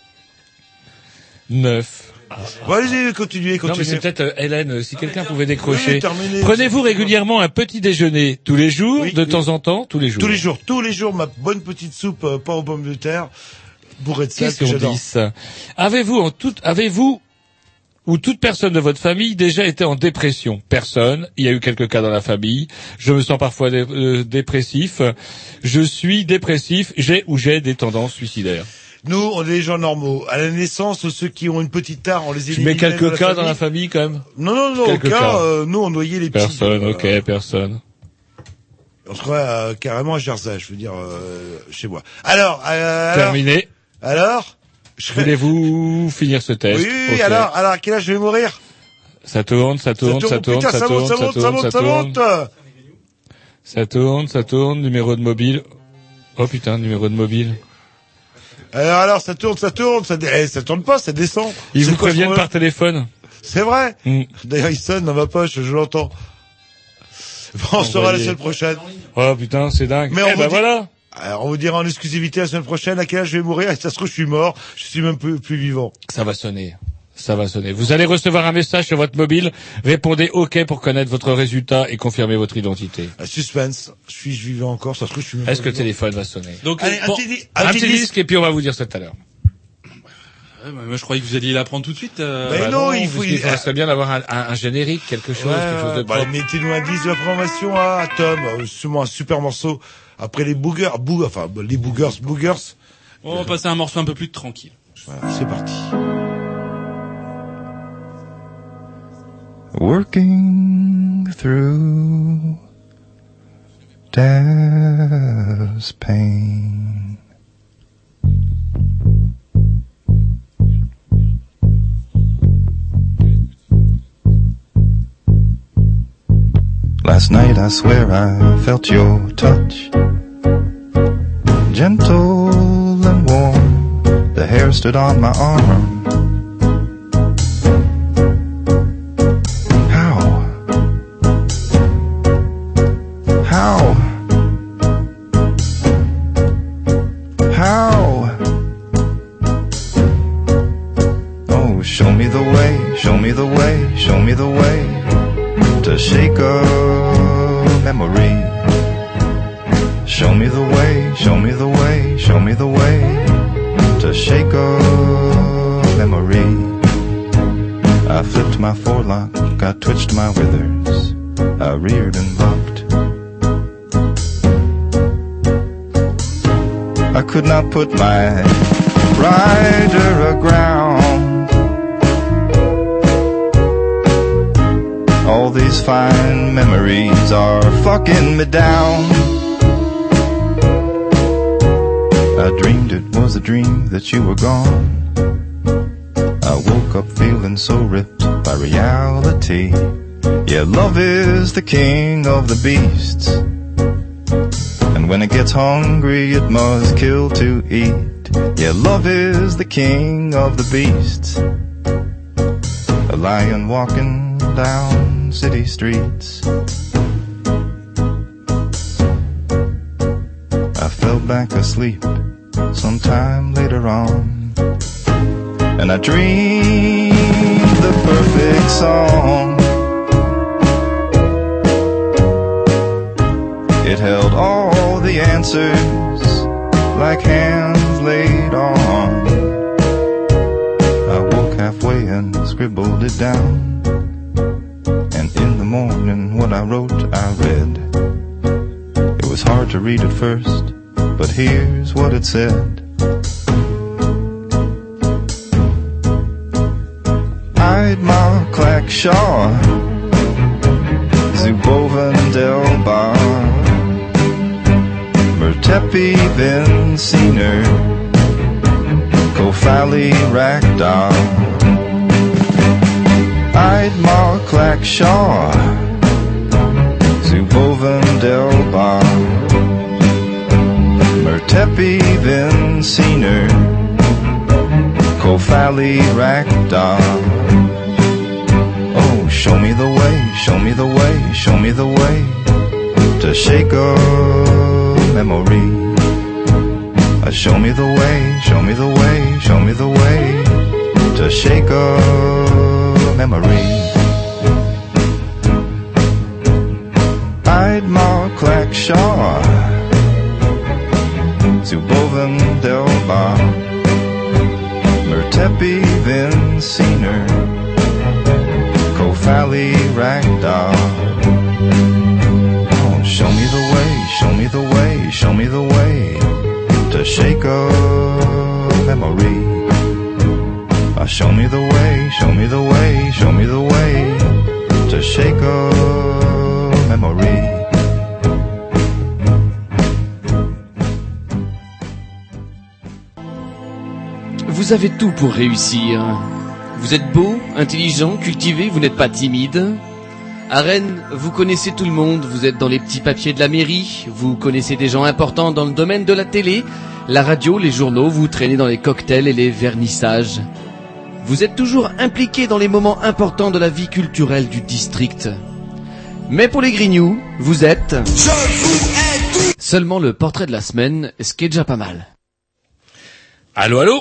S4: Neuf.
S2: Ah. Bon, allez-y, continuez, continuez.
S4: Non, mais c'est peut-être euh, Hélène, euh, si quelqu'un pouvait décrocher.
S2: Oui, terminé.
S4: Prenez-vous régulièrement un petit déjeuner tous les jours,
S2: oui,
S4: de
S2: oui.
S4: temps en temps, tous les jours?
S2: Tous les jours, tous les jours, ma bonne petite soupe, euh, pas aux pommes de terre, bourrée de sel, que j'adore.
S4: dix. Avez-vous en toute, avez-vous ou toute personne de votre famille déjà été en dépression? Personne. Il y a eu quelques cas dans la famille. Je me sens parfois dé- euh, dépressif. Je suis dépressif. J'ai ou j'ai des tendances suicidaires.
S2: Nous, on est des gens normaux. À la naissance, ceux qui ont une petite tare, on les
S4: Tu
S2: élimine.
S4: mets quelques
S2: dans la
S4: cas
S2: famille.
S4: dans la famille, quand même?
S2: Non, non, non,
S4: Quelques
S2: aucun.
S4: cas.
S2: Euh, nous, on noyait les petits.
S4: Personne, ok,
S2: euh,
S4: personne.
S2: On se croit euh, carrément à Jersey, je veux dire, euh, chez moi. Alors, euh,
S4: Terminé.
S2: Alors, alors je...
S4: Voulez-vous finir ce test?
S2: Oui, oui,
S4: okay.
S2: alors, alors, à quel âge je vais mourir?
S4: Ça tourne, ça tourne, ça tourne,
S2: Putain,
S4: ça
S2: ça
S4: tourne,
S2: monte, ça
S4: ça
S2: monte, ça
S4: tourne,
S2: monte,
S4: ça
S2: ça
S4: tourne.
S2: monte.
S4: Ça tourne, ça tourne, numéro de mobile. Oh putain, numéro de mobile.
S2: Alors, alors, ça tourne, ça tourne, ça, dé... eh, ça tourne pas, ça descend.
S4: Ils
S2: C'est
S4: vous
S2: quoi,
S4: préviennent
S2: ce
S4: par téléphone.
S2: C'est vrai.
S4: Mm.
S2: D'ailleurs, il sonne dans ma poche, je l'entends. Bon, on sera la semaine prochaine.
S4: Oh putain, c'est dingue.
S2: Mais
S4: eh
S2: on
S4: ben
S2: vous dit...
S4: voilà.
S2: Alors, on vous dira en exclusivité la semaine prochaine à quel âge je vais mourir. Et ça se trouve, je suis mort. Je suis même plus, plus vivant.
S4: Ça va sonner. Ça va sonner. Vous allez recevoir un message sur votre mobile. Répondez OK pour connaître votre résultat et confirmer votre identité.
S2: Un suspense. Suis-je vivant encore? Ça se trouve, je suis même
S4: Est-ce que le
S2: vivant.
S4: téléphone va sonner?
S5: Donc,
S4: Allez,
S5: bon,
S4: un petit, di- un un petit disque, disque et puis on va vous dire ça tout à l'heure.
S5: Ouais, bah, moi, je croyais que vous alliez l'apprendre tout de suite. Euh...
S2: Mais
S4: bah
S2: non,
S4: non,
S2: il faut...
S4: Il faudrait bien d'avoir un, un, un générique, quelque chose,
S2: Ouais,
S4: quelque chose de
S2: bah,
S4: propre.
S2: mettez-nous un disque de programmation à Tom. Euh, sûrement un super morceau. Après les boogers, boog, enfin, les boogers, boogers.
S5: On va passer à un morceau un peu plus tranquille.
S2: Voilà, c'est parti.
S18: Working through death's pain. Last night I swear I felt your touch, gentle and warm. The hair stood on my arm. How? How? How? Oh, show me the way, show me the way, show me the way to shake a memory. Show me the way, show me the way, show me the way to shake a memory. I flipped my forelock, I twitched my withers, I reared and bucked. I could not put my rider aground. All these fine memories are fucking me down. I dreamed it was a dream that you were gone. I woke up feeling so ripped by reality. Yeah, love is the king of the beasts. And when it gets hungry, it must kill to eat. Yeah, love is the king of the beasts. A lion walking down city streets. I fell back asleep sometime later on, and I dreamed the perfect song. answers like hands laid on. I woke halfway and scribbled it down. And in the morning what I wrote I read. It was hard to read at first, but here's what it said. Idmar Clackshaw, Zuboven Delbar, Mertepi Vinciner, Kofali Ragdoll, Idmar Clackshaw, Zuboven Delbar, Mertepi Vinciner, Kofali Ragdoll. Oh, show me the way, show me the way, show me the way to shake a memory. Uh, show me the way, show me the way, show me the way to shake a memory. Idmar Clackshaw, Zuboven Delbar, Mertepi Vinciner, Kofali Ragdoll. Oh, show me the way, show me the way, show me the way to shake a memory. Uh, show me the way, show me the way, show me the way to shake a memory.
S13: Vous avez tout pour réussir. Vous êtes beau, intelligent, cultivé, vous n'êtes pas timide. À Rennes, vous connaissez tout le monde, vous êtes dans les petits papiers de la mairie, vous connaissez des gens importants dans le domaine de la télé, la radio, les journaux, vous traînez dans les cocktails et les vernissages. Vous êtes toujours impliqué dans les moments importants de la vie culturelle du district. Mais pour les Grignoux, vous êtes... Je vous hais tout. Seulement le portrait de la semaine, ce qui est déjà pas mal.
S4: Allô, allô?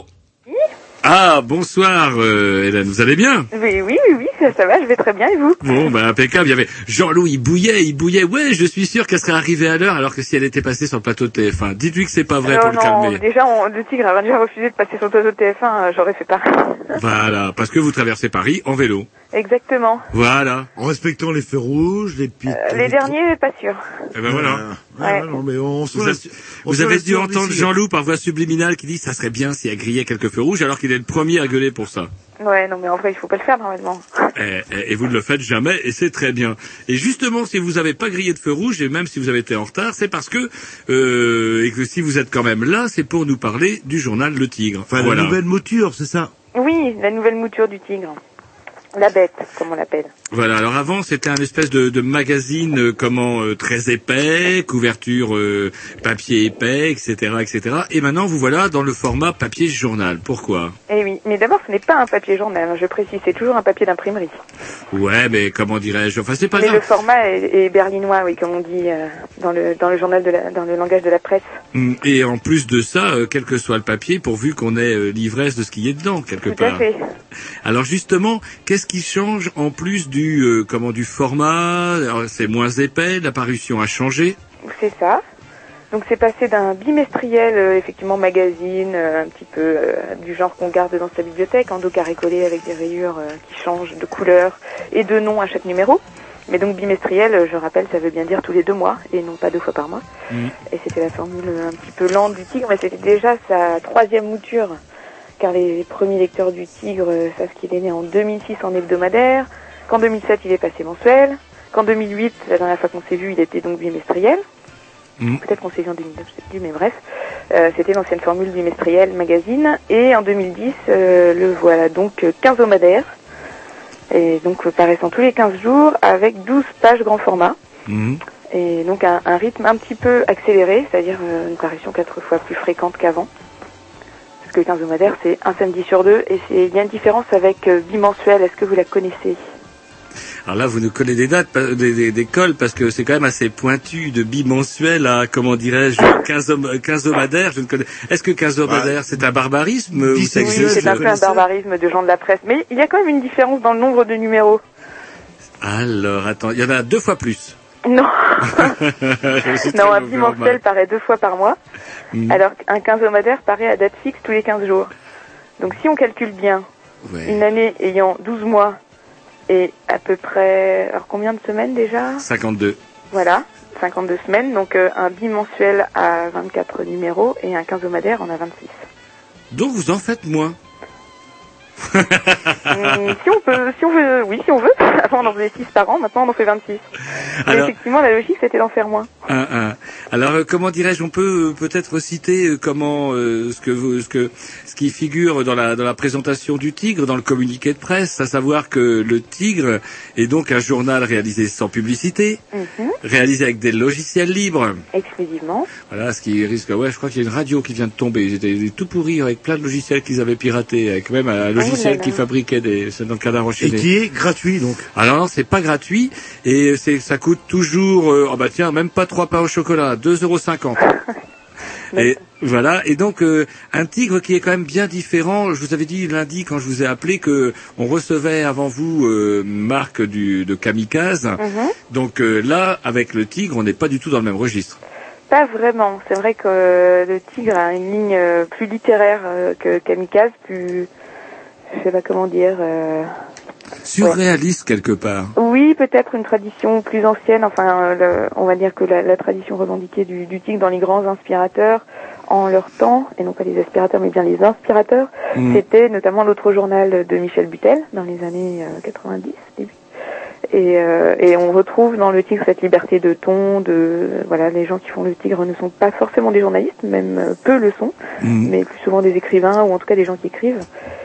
S4: Ah, bonsoir, euh, Hélène, vous allez bien?
S19: Oui, oui, oui, oui, ça, ça va, je vais très bien, et vous?
S4: Bon, bah, impeccable, il y avait Jean-Loup, il bouillait, il bouillait, ouais, je suis sûr qu'elle serait arrivée à l'heure, alors que si elle était passée sur le plateau de T F un. Dites-lui que c'est pas vrai
S19: euh,
S4: pour
S19: non,
S4: le calmer.
S19: déjà, on, le Tigre avait déjà refusé de passer sur le plateau de T F un, euh, j'aurais fait pas.
S4: Voilà, parce que vous traversez Paris en vélo.
S19: Exactement.
S4: Voilà.
S2: En respectant les feux rouges, les pics.
S19: Euh, les derniers, pas sûr.
S4: Eh ben voilà.
S2: Euh, ouais, ouais. Non, mais on
S4: vous, a,
S2: on
S4: vous avez dû entendre Jean-Loup par voix subliminale qui dit ça serait bien si elle grillait quelques feux rouges, alors qu'il est le premier à gueuler pour ça.
S19: Ouais, non, mais en vrai, il faut pas le faire, normalement.
S4: Et, et, et vous ne le faites jamais, et c'est très bien. Et justement, si vous n'avez pas grillé de feu rouge, et même si vous avez été en retard, c'est parce que, euh, et que si vous êtes quand même là, c'est pour nous parler du journal Le Tigre.
S2: Enfin,
S4: voilà.
S2: La nouvelle mouture, c'est ça?
S19: Oui, la nouvelle mouture du Tigre. La bête, comme on l'appelle.
S4: Voilà, alors avant c'était un espèce de, de magazine euh, comment euh, très épais, couverture euh, papier épais, et cetera, et cetera. Et maintenant vous voilà dans le format papier journal. Pourquoi?
S19: Eh oui, mais d'abord ce n'est pas un papier journal, hein, je précise, c'est toujours un papier d'imprimerie.
S4: Ouais, mais comment dirais-je? Enfin c'est pas
S19: mais
S4: grave.
S19: Le format est, est berlinois, oui, comme on dit euh, dans le dans le journal de la, dans le langage de la presse.
S4: Et en plus de ça, euh, quel que soit le papier, pourvu qu'on ait euh, l'ivresse de ce qui est dedans quelque
S19: Tout
S4: part.
S19: à fait.
S4: Alors justement, qu'est-ce qui change en plus du euh, comment du format? Alors, c'est moins épais, la parution a changé.
S19: C'est ça. Donc c'est passé d'un bimestriel, euh, effectivement magazine, euh, un petit peu euh, du genre qu'on garde dans sa bibliothèque, en dos carré collé avec des rayures euh, qui changent de couleur et de nom à chaque numéro. Mais donc bimestriel, euh, je rappelle, ça veut bien dire tous les deux mois et non pas deux fois par mois. Mmh. Et c'était la formule un petit peu lente du Tigre, mais c'était déjà sa troisième mouture. Car les premiers lecteurs du Tigre euh, savent qu'il est né en deux mille six en hebdomadaire, qu'en deux mille sept il est passé mensuel, qu'en deux mille huit, la dernière fois qu'on s'est vu, il était donc bimestriel. Mmh. Peut-être qu'on s'est vu en deux mille neuf, je sais plus, mais bref. Euh, c'était l'ancienne formule bimestriel magazine. Et en deux mille dix, euh, le voilà donc quinzomadaire. Et donc paraissant tous les quinze jours avec douze pages grand format. Mmh. Et donc un, un rythme un petit peu accéléré, c'est-à-dire euh, une parution quatre fois plus fréquente qu'avant. Parce que le quinzomadaire, c'est un samedi sur deux. Et il y a une différence avec euh, bimensuel. Est-ce que vous la connaissez ?
S4: Alors là, vous nous collez des dates, des, des, des cols, parce que c'est quand même assez pointu de bimensuel à, comment dirais-je, quinzomadaire. Je ne connais. Est-ce que quinzomadaire, ouais. c'est un barbarisme ou ça existe?
S19: Oui, c'est un peu un barbarisme de gens de la presse. Mais il y a quand même une différence dans le nombre de numéros.
S4: Alors, attends, il y en a deux fois plus.
S19: Non.
S4: C'est
S19: Non,
S4: très
S19: un bimensuel
S4: normal.
S19: paraît deux fois par mois,
S4: Mhm.
S19: alors qu'un quinzomadaire paraît à date fixe tous les quinze jours. Donc si on calcule bien,
S4: Ouais.
S19: une année ayant douze mois et à peu près... Alors combien de semaines déjà?
S4: cinquante-deux.
S19: Voilà, cinquante-deux semaines, donc euh, un bimensuel à vingt-quatre numéros et un quinzomadaire en a vingt-six.
S4: Donc vous en faites moins.
S19: Hum, si on peut, si on veut, oui, si on veut. Avant on en faisait six par an, maintenant on en fait vingt-six. Mais
S4: Alors-
S19: effectivement, la logique c'était d'en faire moins.
S4: Un, un. Alors euh, comment dirais-je, on peut euh, peut-être citer euh, comment euh, ce que vous, ce que ce qui figure dans la dans la présentation du Tigre, dans le communiqué de presse, à savoir que le Tigre est donc un journal réalisé sans publicité,
S19: Mhm.
S4: réalisé avec des logiciels libres.
S19: Exclusivement.
S4: Voilà, ce qui risque. Ouais, je crois qu'il y a une radio qui vient de tomber. Ils étaient tout pourris avec plein de logiciels qu'ils avaient piratés, avec même un logiciel
S19: là là.
S4: qui fabriquait des, c'est dans le cadre
S2: Et
S4: enchaîné.
S2: qui est gratuit, donc.
S4: Alors non, c'est pas gratuit et c'est ça coûte toujours euh, oh bah tiens, même pas trois pains au chocolat, deux euros cinquante. Et voilà, et donc euh, un Tigre qui est quand même bien différent. Je vous avais dit lundi quand je vous ai appelé que on recevait avant vous euh, Marc du de Kamikaze.
S19: Mhm.
S4: Donc euh, là avec le Tigre, on n'est pas du tout dans le même registre.
S19: Pas vraiment. C'est vrai que euh, le Tigre a une ligne euh, plus littéraire euh, que Kamikaze, plus, je sais pas comment dire. Euh...
S4: Surréaliste quelque part.
S19: Oui, peut-être une tradition plus ancienne. Enfin, euh, le- on va dire que la, la tradition revendiquée du, du Tigre dans les grands inspirateurs en leur temps, et non pas les aspirateurs, mais bien les inspirateurs,
S4: Mhm.
S19: c'était notamment l'autre journal de Michel Butel dans les années euh, quatre-vingt-dix, début. Et, euh, et on retrouve dans le Tigre cette liberté de ton, de voilà, les gens qui font le Tigre ne sont pas forcément des journalistes, même euh, peu le sont,
S4: Mhm.
S19: mais plus souvent des écrivains ou en tout cas des gens qui écrivent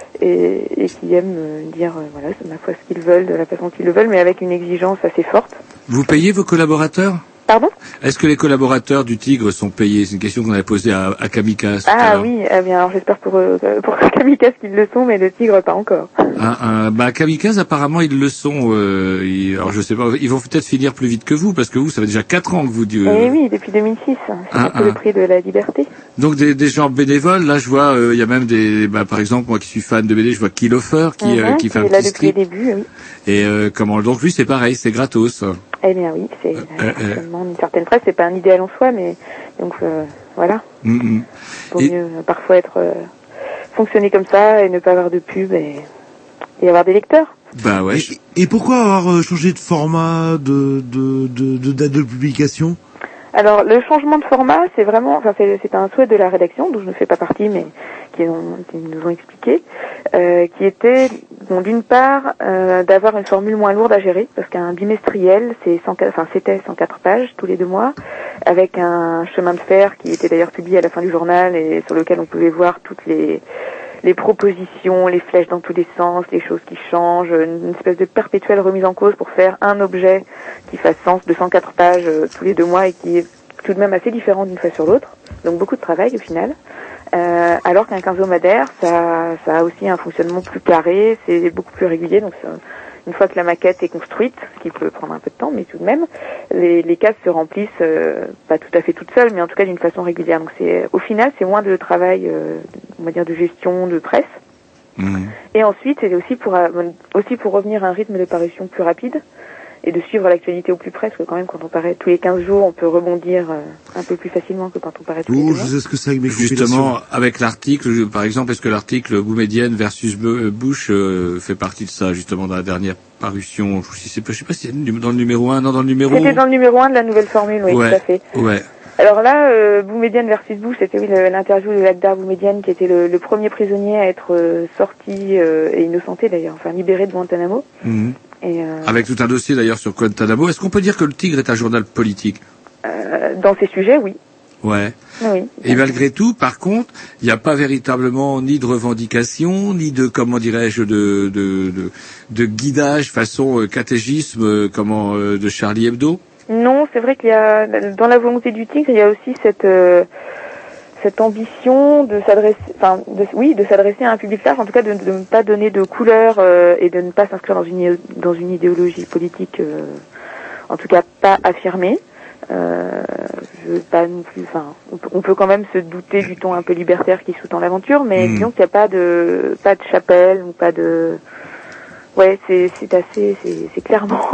S19: et, et qui aiment euh, dire euh, voilà, c'est ma foi ce qu'ils veulent de la façon qu'ils le veulent, mais avec une exigence assez forte.
S4: Vous payez vos collaborateurs?
S19: Pardon?
S4: Est-ce que les collaborateurs du Tigre sont payés? C'est une question qu'on avait posée à, à Kamikaze. tout à
S19: Ah
S4: l'heure.
S19: oui, eh bien alors j'espère pour euh, pour Kamikaze qu'ils le sont, mais le Tigre pas encore.
S4: Un, un, bah, Kamikaze, apparemment, ils le sont. Euh, ils- alors, je sais pas, ils vont peut-être finir plus vite que vous, parce que vous, ça fait déjà quatre ans que vous... Euh,
S19: Eh oui, depuis deux mille six, c'est
S4: Ah,
S19: un peu
S4: ah.
S19: le prix de la liberté.
S4: Donc, des, des gens bénévoles. Là, je vois, euh, il y a même des... Bah, par exemple, moi qui suis fan de B D, je vois Kilofer qui, euh,
S19: Mhm,
S4: qui fait un
S19: est là
S4: petit
S19: depuis les
S4: strip.
S19: débuts, oui.
S4: Et euh, comment Donc, lui, c'est pareil, c'est gratos.
S19: Eh bien oui, c'est
S4: Euh, euh.
S19: certainement une certaine presse, c'est pas un idéal en soi, mais donc euh, voilà.
S4: Mm, mm.
S19: Vaut
S4: Et-
S19: mieux euh, parfois être euh, fonctionner comme ça et ne pas avoir de pub et, et avoir des lecteurs.
S4: Bah ouais.
S2: Et, et pourquoi avoir euh, changé de format, de, de, de, de date de publication?
S19: Alors le changement de format, c'est vraiment, enfin c'est, c'est un souhait de la rédaction, dont je ne fais pas partie, mais qui, ont, qui nous ont expliqué, euh, qui était, bon, d'une part, euh, d'avoir une formule moins lourde à gérer, parce qu'un bimestriel, c'est cent, enfin c'était cent quatre pages tous les deux mois, avec un chemin de fer qui était d'ailleurs publié à la fin du journal et sur lequel on pouvait voir toutes les les propositions, les flèches dans tous les sens, les choses qui changent, une espèce de perpétuelle remise en cause pour faire un objet qui fasse sens de cent quatre pages euh, tous les deux mois et qui est tout de même assez différent d'une fois sur l'autre. Donc beaucoup de travail au final. Euh, alors qu'un quinzomadaire, ça, ça a aussi un fonctionnement plus carré, c'est beaucoup plus régulier. Donc ça, une fois que la maquette est construite, ce qui peut prendre un peu de temps, mais tout de même, les, les cases se remplissent euh, pas tout à fait toutes seules, mais en tout cas d'une façon régulière. Donc c'est, au final, c'est moins de travail, euh, on va dire, de gestion, de presse.
S4: Mm.
S19: Et ensuite, c'est aussi pour euh, aussi pour revenir à un rythme de parution plus rapide et de suivre l'actualité au plus près, parce que quand même, quand on paraît tous les quinze jours, on peut rebondir euh, un peu plus facilement que quand on paraît tous les
S2: Oh,
S19: deux
S2: je
S19: mois.
S2: sais ce que c'est avec mes
S4: Justement,
S2: compilations.
S4: avec l'article, je- par exemple, est-ce que l'article Boumedienne versus Bu- Bush euh, fait partie de ça, justement, dans la dernière parution? Je sais pas, je sais pas si c'est dans le numéro un, non, dans le numéro...
S19: C'était dans le numéro un de la nouvelle formule, oui,
S4: ouais,
S19: tout à fait.
S4: ouais.
S19: Alors là, euh, Boumedienne versus Bush, c'était oui, le- l'interview de Lakhdar Boumedienne, qui était le, le premier prisonnier à être euh, sorti euh, et innocenté d'ailleurs, enfin libéré de Guantanamo.
S4: Mhm.
S19: Et euh,
S4: Avec tout un dossier d'ailleurs sur Guantanamo. Est-ce qu'on peut dire que le Tigre est un journal politique?
S19: euh, dans ces sujets, oui.
S4: Ouais.
S19: Oui.
S4: Et malgré tout, par contre, il n'y a pas véritablement ni de revendication, ni de, comment dirais-je, de, de, de, de guidage façon euh, catégisme, euh, comment, euh, de Charlie Hebdo.
S19: Non, c'est vrai qu'il y a dans la volonté du Tigre, il y a aussi cette euh, cette ambition de s'adresser, enfin, de, oui, de s'adresser à un public large, en tout cas de, de ne pas donner de couleur euh, et de ne pas s'inscrire dans une dans une idéologie politique, euh, en tout cas pas affirmée. Euh, je veux pas non plus, enfin, on peut, on peut quand même se douter du ton un peu libertaire qui sous-tend l'aventure, mais
S4: Mmh.
S19: disons qu'il n'y a pas de pas de chapelle ou pas de. Ouais, c'est c'est assez, c'est c'est clairement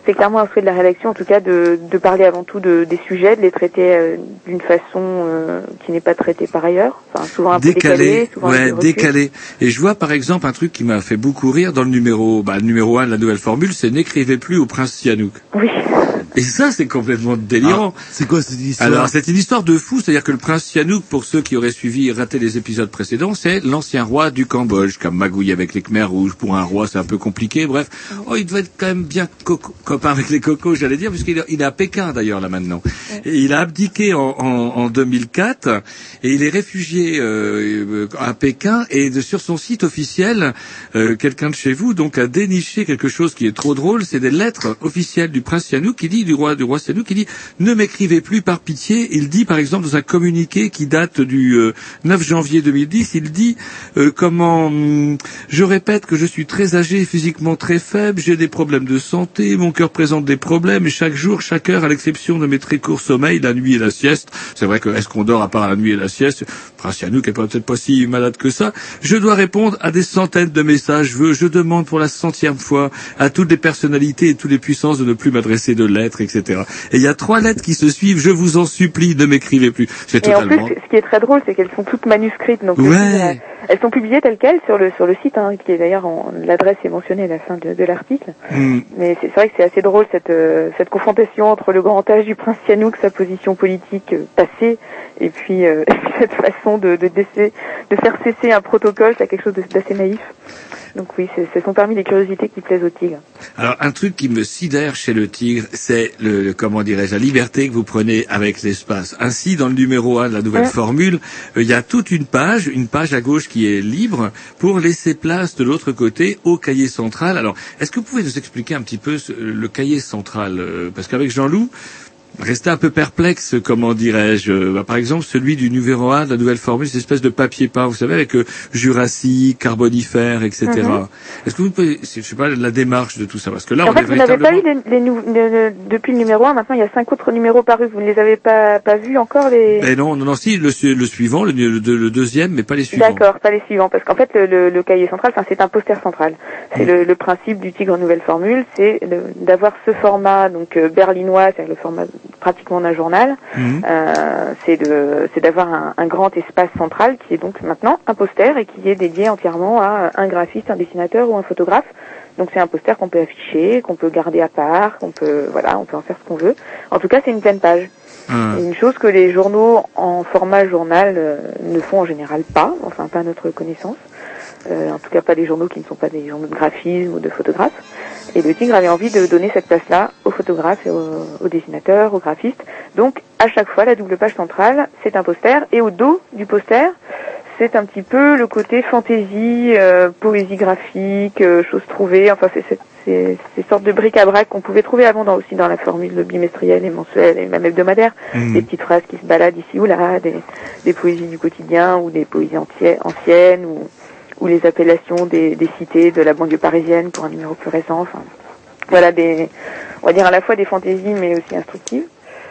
S19: c'est clairement un souhait de la rédaction, en tout cas, de, de parler avant tout de, des sujets, de les traiter euh, d'une façon euh, qui n'est pas traitée par ailleurs, enfin souvent un peu décalée, souvent
S20: ouais,
S19: un peu recul.
S20: décalé. Et je vois par exemple un truc qui m'a fait beaucoup rire dans le numéro, bah, le numéro un de la nouvelle formule, c'est n'écrivez plus au prince Sihanouk.
S19: Oui.
S20: Et ça, c'est complètement délirant.
S2: Ah, c'est quoi cette histoire?
S20: Alors, c'est une histoire de fou, c'est-à-dire que le prince Sihanouk, pour ceux qui auraient suivi et raté les épisodes précédents, c'est l'ancien roi du Cambodge, comme magouille avec les Khmers rouges. Pour un roi, c'est un peu compliqué, bref. Oh, il devait être quand même bien coco, copain avec les cocos, j'allais dire, puisqu'il il est à Pékin, d'ailleurs, là, maintenant. Et il a abdiqué en, en, en deux mille quatre, et il est réfugié euh, à Pékin, et de, sur son site officiel, euh, quelqu'un de chez vous, donc, a déniché quelque chose qui est trop drôle, c'est des lettres officielles du prince Sihanouk qui dit, du roi, du roi Sihanouk, qui dit, ne m'écrivez plus par pitié. Il dit, par exemple, dans un communiqué qui date du euh, neuf janvier deux mille dix, il dit, euh, comment, hum, je répète que je suis très âgé, physiquement très faible, j'ai des problèmes de santé, mon cœur présente des problèmes, et chaque jour, chaque heure, à l'exception de mes très courts sommeils, la nuit et la sieste, c'est vrai que, est-ce qu'on dort à part la nuit et la sieste? Prince Sihanouk est peut-être pas si malade que ça. Je dois répondre à des centaines de messages, je, je demande pour la centième fois à toutes les personnalités et toutes les puissances de ne plus m'adresser de lettres, et cetera. Et il y a trois lettres qui se suivent, je vous en supplie, ne m'écrivez plus. C'est
S19: et
S20: totalement...
S19: en plus, ce qui est très drôle, c'est qu'elles sont toutes manuscrites, donc
S20: ouais.
S19: euh, elles sont publiées telles quelles sur le sur le site, hein, qui est d'ailleurs, en, l'adresse est mentionnée à la fin de, de l'article.
S20: Mm.
S19: Mais c'est, c'est vrai que c'est assez drôle cette euh, cette confrontation entre le grand âge du prince Sihanouk, sa position politique euh, passée, et puis, euh, et puis cette façon de de, décès, de faire cesser un protocole, c'est quelque chose de, d'assez naïf. Donc oui, c'est, ce sont parmi les curiosités qui plaisent au tigre.
S20: Alors, un truc qui me sidère chez le tigre, c'est le, le comment dirais-je, la liberté que vous prenez avec l'espace. Ainsi, dans le numéro un de la nouvelle ouais. formule, il euh, y a toute une page, une page à gauche qui est libre pour laisser place de l'autre côté au cahier central. Alors, est-ce que vous pouvez nous expliquer un petit peu ce, le cahier central euh, parce qu'avec Jean-Loup, restait un peu perplexe, comment dirais-je. Bah, par exemple, celui du numéro un de la nouvelle formule, cette espèce de papier peint, vous savez, avec euh, Jurassique, Carbonifère, et cetera. Mm-hmm. Est-ce que vous pouvez, je sais pas, la démarche de tout ça, parce que là,
S19: en
S20: on
S19: fait,
S20: est
S19: vous n'avez
S20: véritablement...
S19: pas eu les, les nou... les, depuis le numéro un, maintenant il y a cinq autres numéros parus, vous ne les avez pas, pas vus encore les...
S20: Eh non, non, non, si, le, le suivant, le, le, le deuxième, mais pas les suivants.
S19: D'accord, pas les suivants, parce qu'en fait, le, le, le cahier central, enfin, c'est un poster central. C'est mm. le, le principe du tigre nouvelle formule, c'est le, d'avoir ce format, donc, euh, berlinois, c'est le format pratiquement d'un journal. Mmh. Euh, c'est de, c'est d'avoir un, un grand espace central qui est donc maintenant un poster et qui est dédié entièrement à un graphiste, un dessinateur ou un photographe. Donc c'est un poster qu'on peut afficher, qu'on peut garder à part, qu'on peut, voilà, on peut en faire ce qu'on veut. En tout cas, c'est une pleine page. Mmh. Une chose que les journaux en format journal euh, ne font en général pas, enfin pas à notre connaissance. Euh, en tout cas pas les journaux qui ne sont pas des journaux de graphisme ou de photographes. Et le tigre avait envie de donner cette place-là aux photographes, et aux, aux dessinateurs, aux graphistes. Donc à chaque fois, la double page centrale, c'est un poster, et au dos du poster, c'est un petit peu le côté fantaisie, euh, poésie graphique, euh, choses trouvées, enfin c'est, c'est, c'est ces sortes de bric-à-brac qu'on pouvait trouver avant dans, aussi dans la formule bimestrielle et mensuelle et même hebdomadaire. Mmh. Des petites phrases qui se baladent ici ou là, des, des poésies du quotidien ou des poésies entières, anciennes ou... ou les appellations des, des cités de la banlieue parisienne pour un numéro plus récent. Enfin, voilà, des, on va dire à la fois des fantaisies mais aussi instructives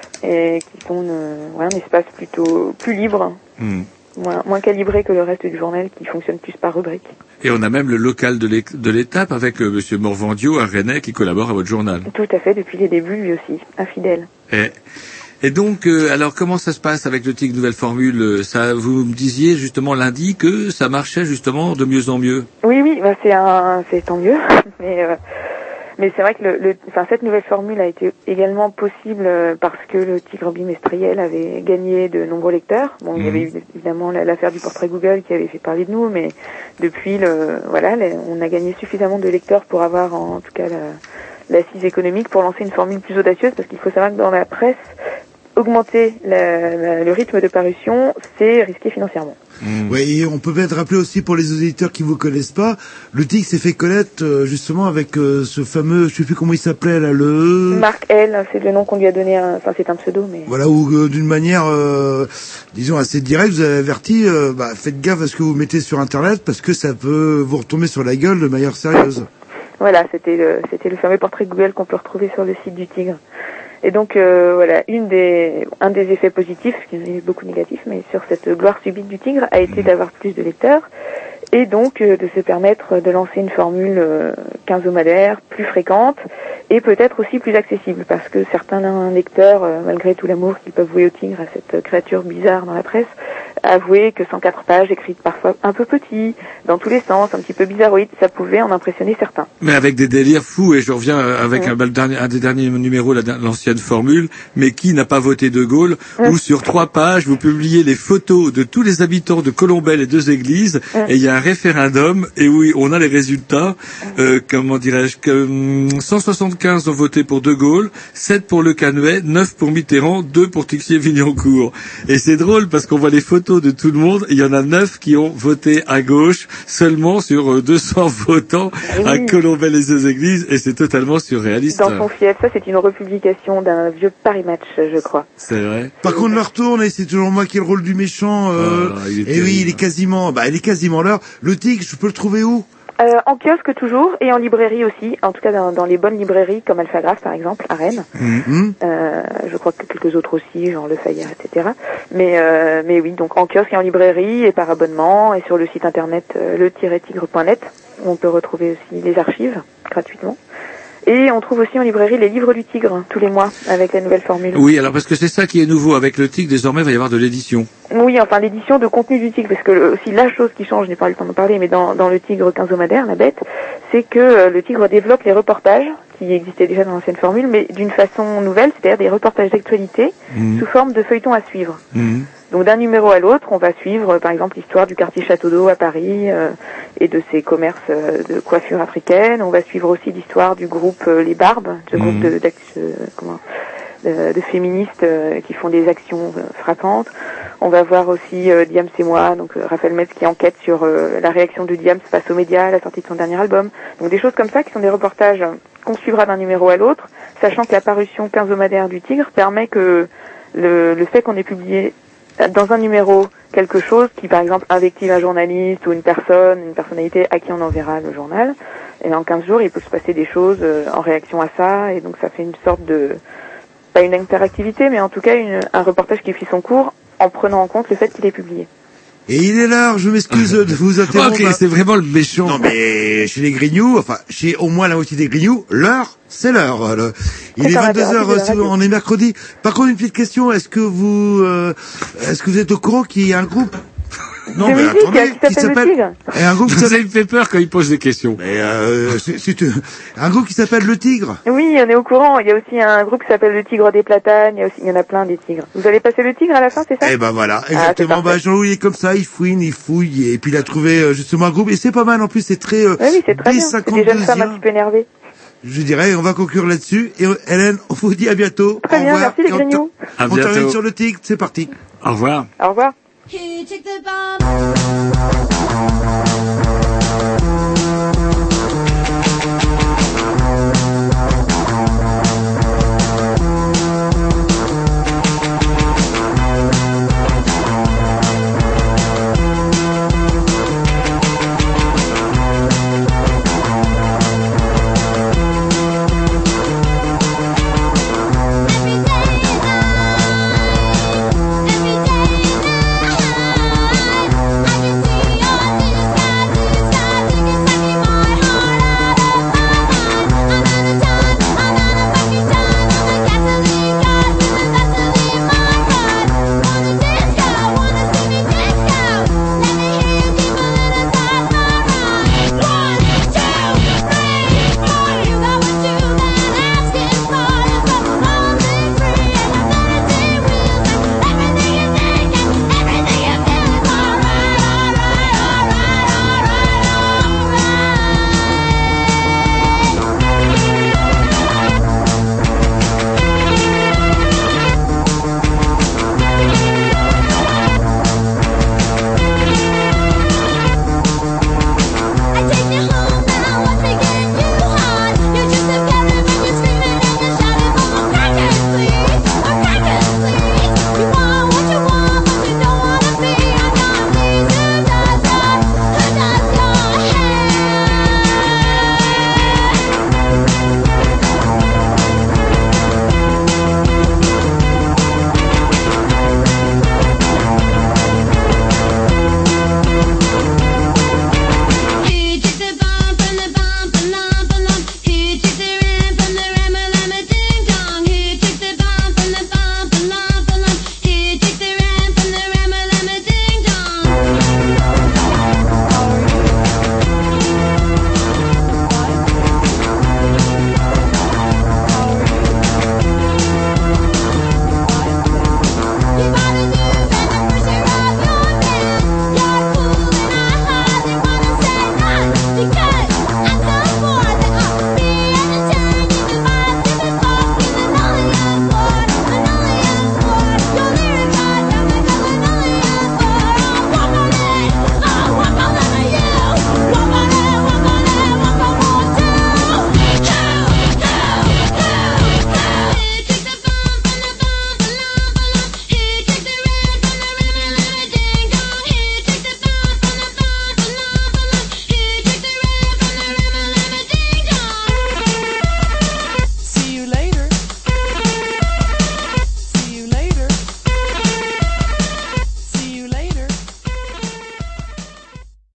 S19: et qui sont une, ouais, un espace plutôt plus libre, mmh. moins, moins calibré que le reste du journal qui fonctionne plus par rubrique.
S20: Et on a même le local de l'étape avec euh, Monsieur Morvandio, un Rennais qui collabore à votre journal.
S19: Tout à fait, depuis les débuts lui aussi, infidèle.
S20: Et... Et donc, euh, alors comment ça se passe avec le tigre nouvelle formule? Ça, vous me disiez justement lundi que ça marchait justement de mieux en mieux.
S19: Oui, oui, bah c'est un, c'est tant mieux. mais, euh, mais c'est vrai que le, le, enfin cette nouvelle formule a été également possible parce que le tigre bimestriel avait gagné de nombreux lecteurs. Bon, mmh. il y avait eu évidemment l'affaire du portrait Google qui avait fait parler de nous, mais depuis le, voilà, les, on a gagné suffisamment de lecteurs pour avoir en, en tout cas la, l'assise économique pour lancer une formule plus audacieuse, parce qu'il faut savoir que dans la presse, augmenter la, la, le rythme de parution, c'est risqué financièrement.
S2: Mmh. Ouais, et on peut peut-être rappeler aussi pour les auditeurs qui vous connaissent pas, le tigre s'est fait connaître euh, justement avec euh, ce fameux, je sais plus comment il s'appelait là, le
S19: Marc L, c'est le nom qu'on lui a donné, un... enfin c'est un pseudo, mais
S2: voilà, où euh, d'une manière, euh, disons assez directe, vous avez averti, euh, bah, faites gaffe à ce que vous mettez sur Internet parce que ça peut vous retomber sur la gueule de manière sérieuse.
S19: Voilà, c'était le, c'était le fameux portrait Google qu'on peut retrouver sur le site du tigre. Et donc euh, voilà, une des, un des effets positifs, parce qu'il y en a eu beaucoup négatifs, mais sur cette gloire subite du tigre, a été d'avoir plus de lecteurs et donc euh, de se permettre de lancer une formule euh, quinzomadaire, plus fréquente et peut-être aussi plus accessible, parce que certains lecteurs, euh, malgré tout l'amour qu'ils peuvent vouer au tigre, à cette créature bizarre dans la presse, avouaient que cent quatre pages, écrites parfois un peu petit, dans tous les sens, un petit peu bizarroïde, ça pouvait en impressionner certains.
S20: Mais avec des délires fous, et je reviens avec mmh. un, le dernier, un des derniers numéros, la, l'ancienne formule, mais qui n'a pas voté De Gaulle, mmh. où sur trois pages, vous publiez les photos de tous les habitants de Colombelles et deux églises, mmh. et il y a un référendum, et oui, on a les résultats, mmh. euh, comment dirais-je, que cent soixante-quinze ont voté pour De Gaulle, sept pour Le Canuet, neuf pour Mitterrand, deux pour Tixier-Vignancourt. Et c'est drôle parce qu'on voit les photos de tout le monde, il y en a neuf qui ont voté à gauche, seulement sur deux cents votants oui. à Colombelles et deux églises, et c'est totalement surréaliste.
S19: Dans son fief, ça c'est une republication d'un vieux Paris Match, je crois.
S20: C'est vrai.
S2: Par contre, leur tourne, et c'est toujours moi qui ai le rôle du méchant, euh, oh, et terrible. Oui, il est quasiment, bah, il est quasiment l'heure. Le tigre, je peux le trouver où?
S19: Euh, en kiosque toujours, et en librairie aussi, en tout cas dans, dans les bonnes librairies comme Alphagraph par exemple, à Rennes. Mmh. Euh, je crois que quelques autres aussi, genre Le Fayard, et cetera. Mais euh, mais oui, donc en kiosque et en librairie, et par abonnement, et sur le site internet euh, le tiret tigre point net, où on peut retrouver aussi les archives gratuitement. Et on trouve aussi en librairie les livres du tigre, tous les mois, avec la nouvelle formule.
S20: Oui, alors parce que c'est ça qui est nouveau. Avec le tigre, désormais, il va y avoir de l'édition.
S19: Oui, enfin l'édition de contenu du tigre, parce que le, aussi la chose qui change, je n'ai pas eu le temps d'en parler, mais dans, dans le tigre quinzomadaire, la bête, c'est que euh, le tigre développe les reportages, qui existaient déjà dans l'ancienne formule, mais d'une façon nouvelle, c'est-à-dire des reportages d'actualité, mmh. sous forme de feuilletons à suivre. Mmh. Donc d'un numéro à l'autre, on va suivre par exemple l'histoire du quartier Château d'Eau à Paris euh, et de ses commerces euh, de coiffure africaine. On va suivre aussi l'histoire du groupe euh, Les Barbes, ce mmh. groupe de, de, comment, de, de féministes euh, qui font des actions euh, frappantes. On va voir aussi euh, Diams et moi, donc euh, Raphaël Metz qui enquête sur euh, la réaction de Diams face aux médias à la sortie de son dernier album. Donc des choses comme ça qui sont des reportages qu'on suivra d'un numéro à l'autre, sachant que la parution quinzomadaire du Tigre permet que le, le fait qu'on ait publié dans un numéro quelque chose qui, par exemple, invective un journaliste ou une personne, une personnalité à qui on enverra le journal, et en quinze jours, il peut se passer des choses euh, en réaction à ça, et donc ça fait une sorte de, pas une interactivité, mais en tout cas une, un reportage qui suit son cours en prenant en compte le fait qu'il est publié.
S2: Et il est l'heure, je m'excuse de vous interrompre.
S20: Ok, c'est vraiment le méchant.
S2: Non mais chez les Grignoux, enfin chez au moins la moitié des Grignoux, l'heure, c'est l'heure. Le... Il est vingt-deux heures, on est mercredi. Par contre, une petite question, est-ce que vous euh, est-ce que vous êtes au courant qu'il y a un groupe
S19: non, de mais musique, attendez, qui s'appelle le Tigre.
S2: Et un groupe qui
S20: ça me fait peur quand il pose des questions.
S2: Mais euh, c'est, c'est un groupe qui s'appelle le Tigre.
S19: Oui, on est au courant. Il y a aussi un groupe qui s'appelle le Tigre des Platanes. Il y a aussi, il y en a plein des tigres. Vous avez passé le Tigre à la fin, c'est ça?
S2: Eh ben voilà, exactement. Ah, bah Jean-Louis est comme ça, il fouine, il fouille, et puis il a trouvé justement un groupe. Et c'est pas mal en plus, c'est très. Euh,
S19: oui, oui, c'est très bien. C'est des jeunes femmes un petit peu énervées.
S2: Je dirais, on va conclure là-dessus. Et Hélène, on vous dit à bientôt.
S19: Très
S2: au
S19: bien,
S2: revoir.
S19: merci les Grignoux.
S20: À
S2: on
S20: bientôt.
S2: termine sur le Tigre, c'est parti.
S20: Au revoir.
S19: Au revoir.
S11: He took the bomb.